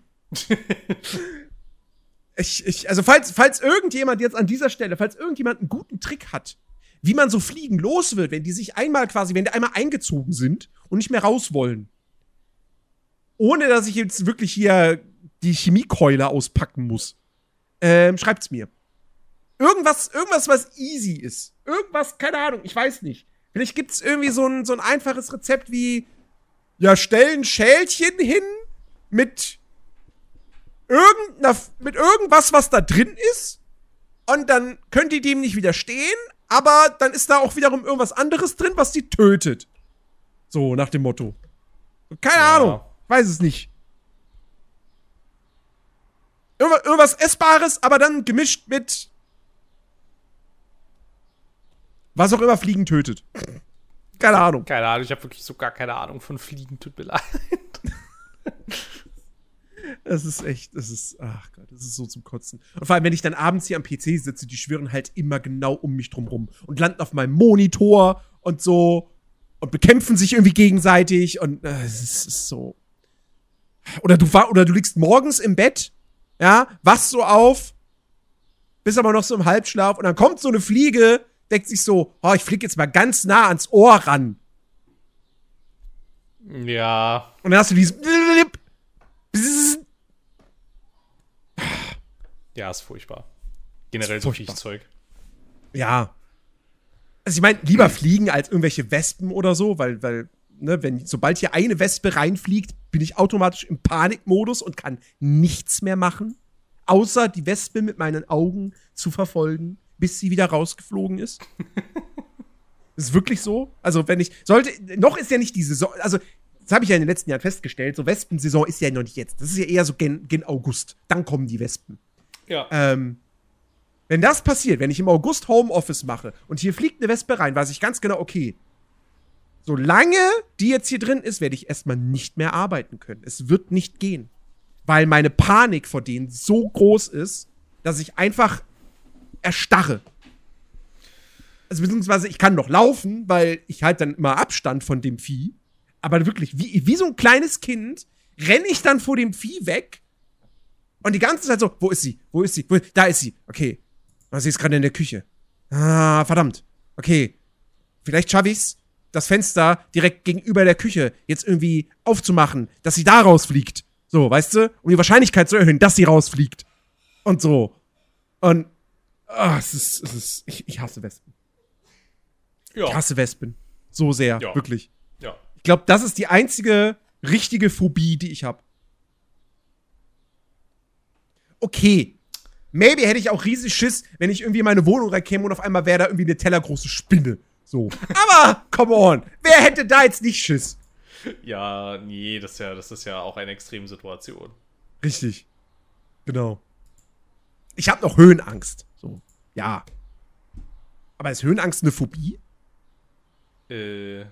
ich, ich, also falls, falls irgendjemand jetzt an dieser Stelle, falls irgendjemand einen guten Trick hat, wie man so Fliegen los wird, wenn die sich einmal quasi, wenn die einmal eingezogen sind und nicht mehr raus wollen. Ohne dass ich jetzt wirklich hier die Chemiekeule auspacken muss. Ähm, schreibt's mir. Irgendwas, irgendwas, was easy ist. Irgendwas, keine Ahnung, ich weiß nicht. Vielleicht gibt's irgendwie so ein, so ein einfaches Rezept wie, ja, stell ein Schälchen hin mit irgendeiner, mit irgendwas, was da drin ist. Und dann könnt ihr dem nicht widerstehen, aber dann ist da auch wiederum irgendwas anderes drin, was die tötet. So, nach dem Motto. Keine Ja. Ahnung. Weiß es nicht. Irgendwas, irgendwas Essbares, aber dann gemischt mit was auch immer Fliegen tötet. Keine Ahnung. Keine Ahnung, ich habe wirklich so gar keine Ahnung von Fliegen, tut mir leid. Das ist echt, das ist, ach Gott, das ist so zum Kotzen. Und vor allem, wenn ich dann abends hier am P C sitze, die schwirren halt immer genau um mich drum rum und landen auf meinem Monitor und so und bekämpfen sich irgendwie gegenseitig und äh, es ist, ist so. Oder du, oder du liegst morgens im Bett, ja, wachst so auf, bist aber noch so im Halbschlaf und dann kommt so eine Fliege, denkt sich so, oh, ich flieg jetzt mal ganz nah ans Ohr ran. Ja. Und dann hast du dieses Ja, ist furchtbar. Generell Ist so furchtbar. Viechzeug. Ja. Also ich meine, lieber fliegen als irgendwelche Wespen oder so, weil, weil, ne, wenn, sobald hier eine Wespe reinfliegt, bin ich automatisch im Panikmodus und kann nichts mehr machen, außer die Wespe mit meinen Augen zu verfolgen, bis sie wieder rausgeflogen ist. Das ist wirklich so. Also, wenn ich, sollte, noch ist ja nicht die Saison, also, das habe ich ja in den letzten Jahren festgestellt, so Wespensaison ist ja noch nicht jetzt. Das ist ja eher so gen, gen August. Dann kommen die Wespen. Ja. Ähm, wenn das passiert, wenn ich im August Homeoffice mache und hier fliegt eine Wespe rein, weiß ich ganz genau, okay, solange die jetzt hier drin ist, werde ich erstmal nicht mehr arbeiten können. Es wird nicht gehen. Weil meine Panik vor denen so groß ist, dass ich einfach erstarre. Also beziehungsweise ich kann noch laufen, weil ich halt dann immer Abstand von dem Vieh. Aber wirklich, wie, wie so ein kleines Kind, renne ich dann vor dem Vieh weg. Und die ganze Zeit so, wo ist sie? Wo ist sie? Wo, da ist sie. Okay. Oh, sie ist gerade in der Küche. Ah, verdammt. Okay. Vielleicht schaffe ich's, das Fenster direkt gegenüber der Küche jetzt irgendwie aufzumachen, dass sie da rausfliegt. So, weißt du? Um die Wahrscheinlichkeit zu erhöhen, dass sie rausfliegt. Und so. Und ah, es ist, es ist, ich, ich hasse Wespen. Ja. Ich hasse Wespen. So sehr, Ja. wirklich. Ja. Ich glaube, das ist die einzige richtige Phobie, die ich habe. Okay. Maybe hätte ich auch riesig Schiss, wenn ich irgendwie in meine Wohnung reinkäme und auf einmal wäre da irgendwie eine tellergroße Spinne. So. Aber, come on. Wer hätte da jetzt nicht Schiss? Ja, nee, das ist ja, das ist ja auch eine Extremsituation. Richtig. Genau. Ich habe noch Höhenangst. So. Ja. Aber ist Höhenangst eine Phobie? Äh.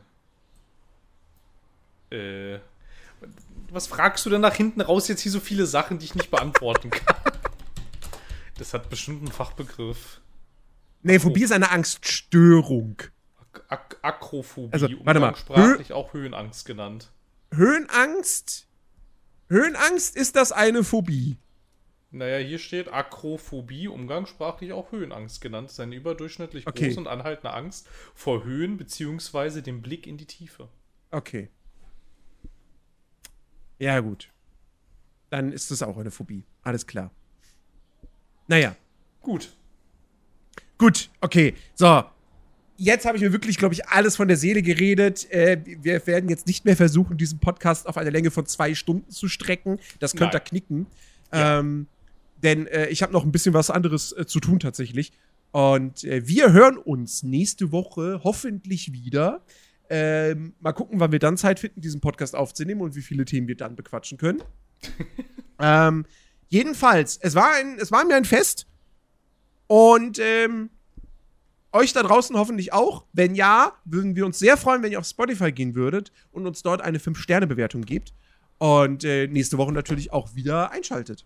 Äh. Was fragst du denn nach hinten raus jetzt hier so viele Sachen, die ich nicht beantworten kann? Das hat bestimmt einen Fachbegriff. Nee, Phobie ist eine Angststörung. Ak Akrophobie, Also, warte mal. umgangssprachlich auch Höhenangst genannt. Höhenangst? Höhenangst, ist das eine Phobie? Naja, hier steht Akrophobie, umgangssprachlich auch Höhenangst genannt. Das ist eine überdurchschnittlich Okay. große und anhaltende Angst vor Höhen beziehungsweise dem Blick in die Tiefe. Okay. Ja, gut. Dann ist das auch eine Phobie. Alles klar. Naja. Gut. Gut, okay. So. Jetzt habe ich mir wirklich, glaube ich, alles von der Seele geredet. Äh, wir werden jetzt nicht mehr versuchen, diesen Podcast auf eine Länge von zwei Stunden zu strecken. Das könnt ihr Nein. knicken. Ja. Ähm, denn äh, ich habe noch ein bisschen was anderes äh, zu tun tatsächlich. Und äh, wir hören uns nächste Woche hoffentlich wieder. Ähm, mal gucken, wann wir dann Zeit finden, diesen Podcast aufzunehmen und wie viele Themen wir dann bequatschen können. ähm, jedenfalls, es war, ein, es war mir ein Fest. Und ähm, euch da draußen hoffentlich auch. Wenn ja, würden wir uns sehr freuen, wenn ihr auf Spotify gehen würdet und uns dort eine fünf Sterne Bewertung gebt. Und äh, nächste Woche natürlich auch wieder einschaltet.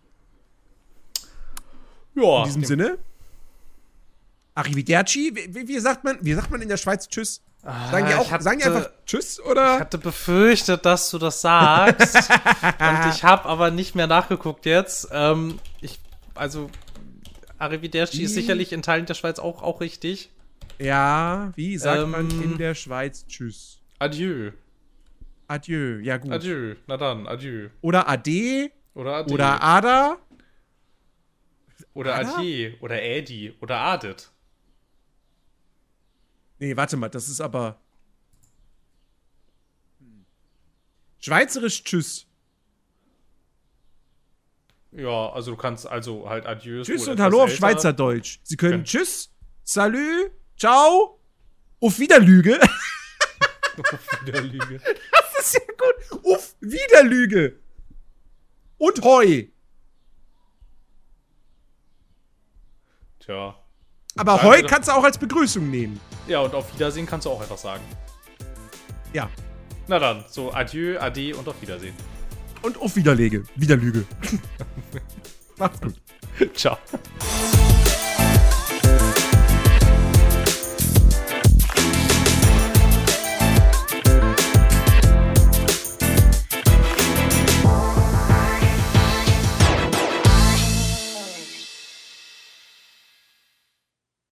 Ja. In diesem Sinne. Arrivederci. Wie, wie, wie, sagt man, wie sagt man in der Schweiz Tschüss? Sagen die, Ah, auch, ich hatte- sagen die einfach Tschüss, Ich oder? hatte befürchtet, dass du das sagst. Und ich habe aber nicht mehr nachgeguckt jetzt. Ähm, ich, also, Arrivederci ist Wie? sicherlich in Teilen der Schweiz auch, auch richtig. Ja, wie sagt Ähm, man in der Schweiz Tschüss? Adieu. Adieu, ja gut. Adieu. Na dann, adieu. Oder Ade Oder Ade. oder Ada. Oder Ada? Adieu. Oder Ädi. Oder Adet. Nee, warte mal, das ist aber Schweizerisch Tschüss. Ja, also du kannst also halt Adieu. Tschüss und Hallo auf Schweizerdeutsch. Sie können Tschüss, Salü, Ciao, auf Wiederlüge. Auf Wiederlüge. Das ist ja gut. Auf Wiederlüge. Und Hoi. Tja. Aber Hoi kannst du auch als Begrüßung nehmen. Ja, und auf Wiedersehen kannst du auch einfach sagen. Ja. Na dann, so Adieu, Ade und auf Wiedersehen. Und auf Widerlege. Widerlüge. Macht's gut. Ciao.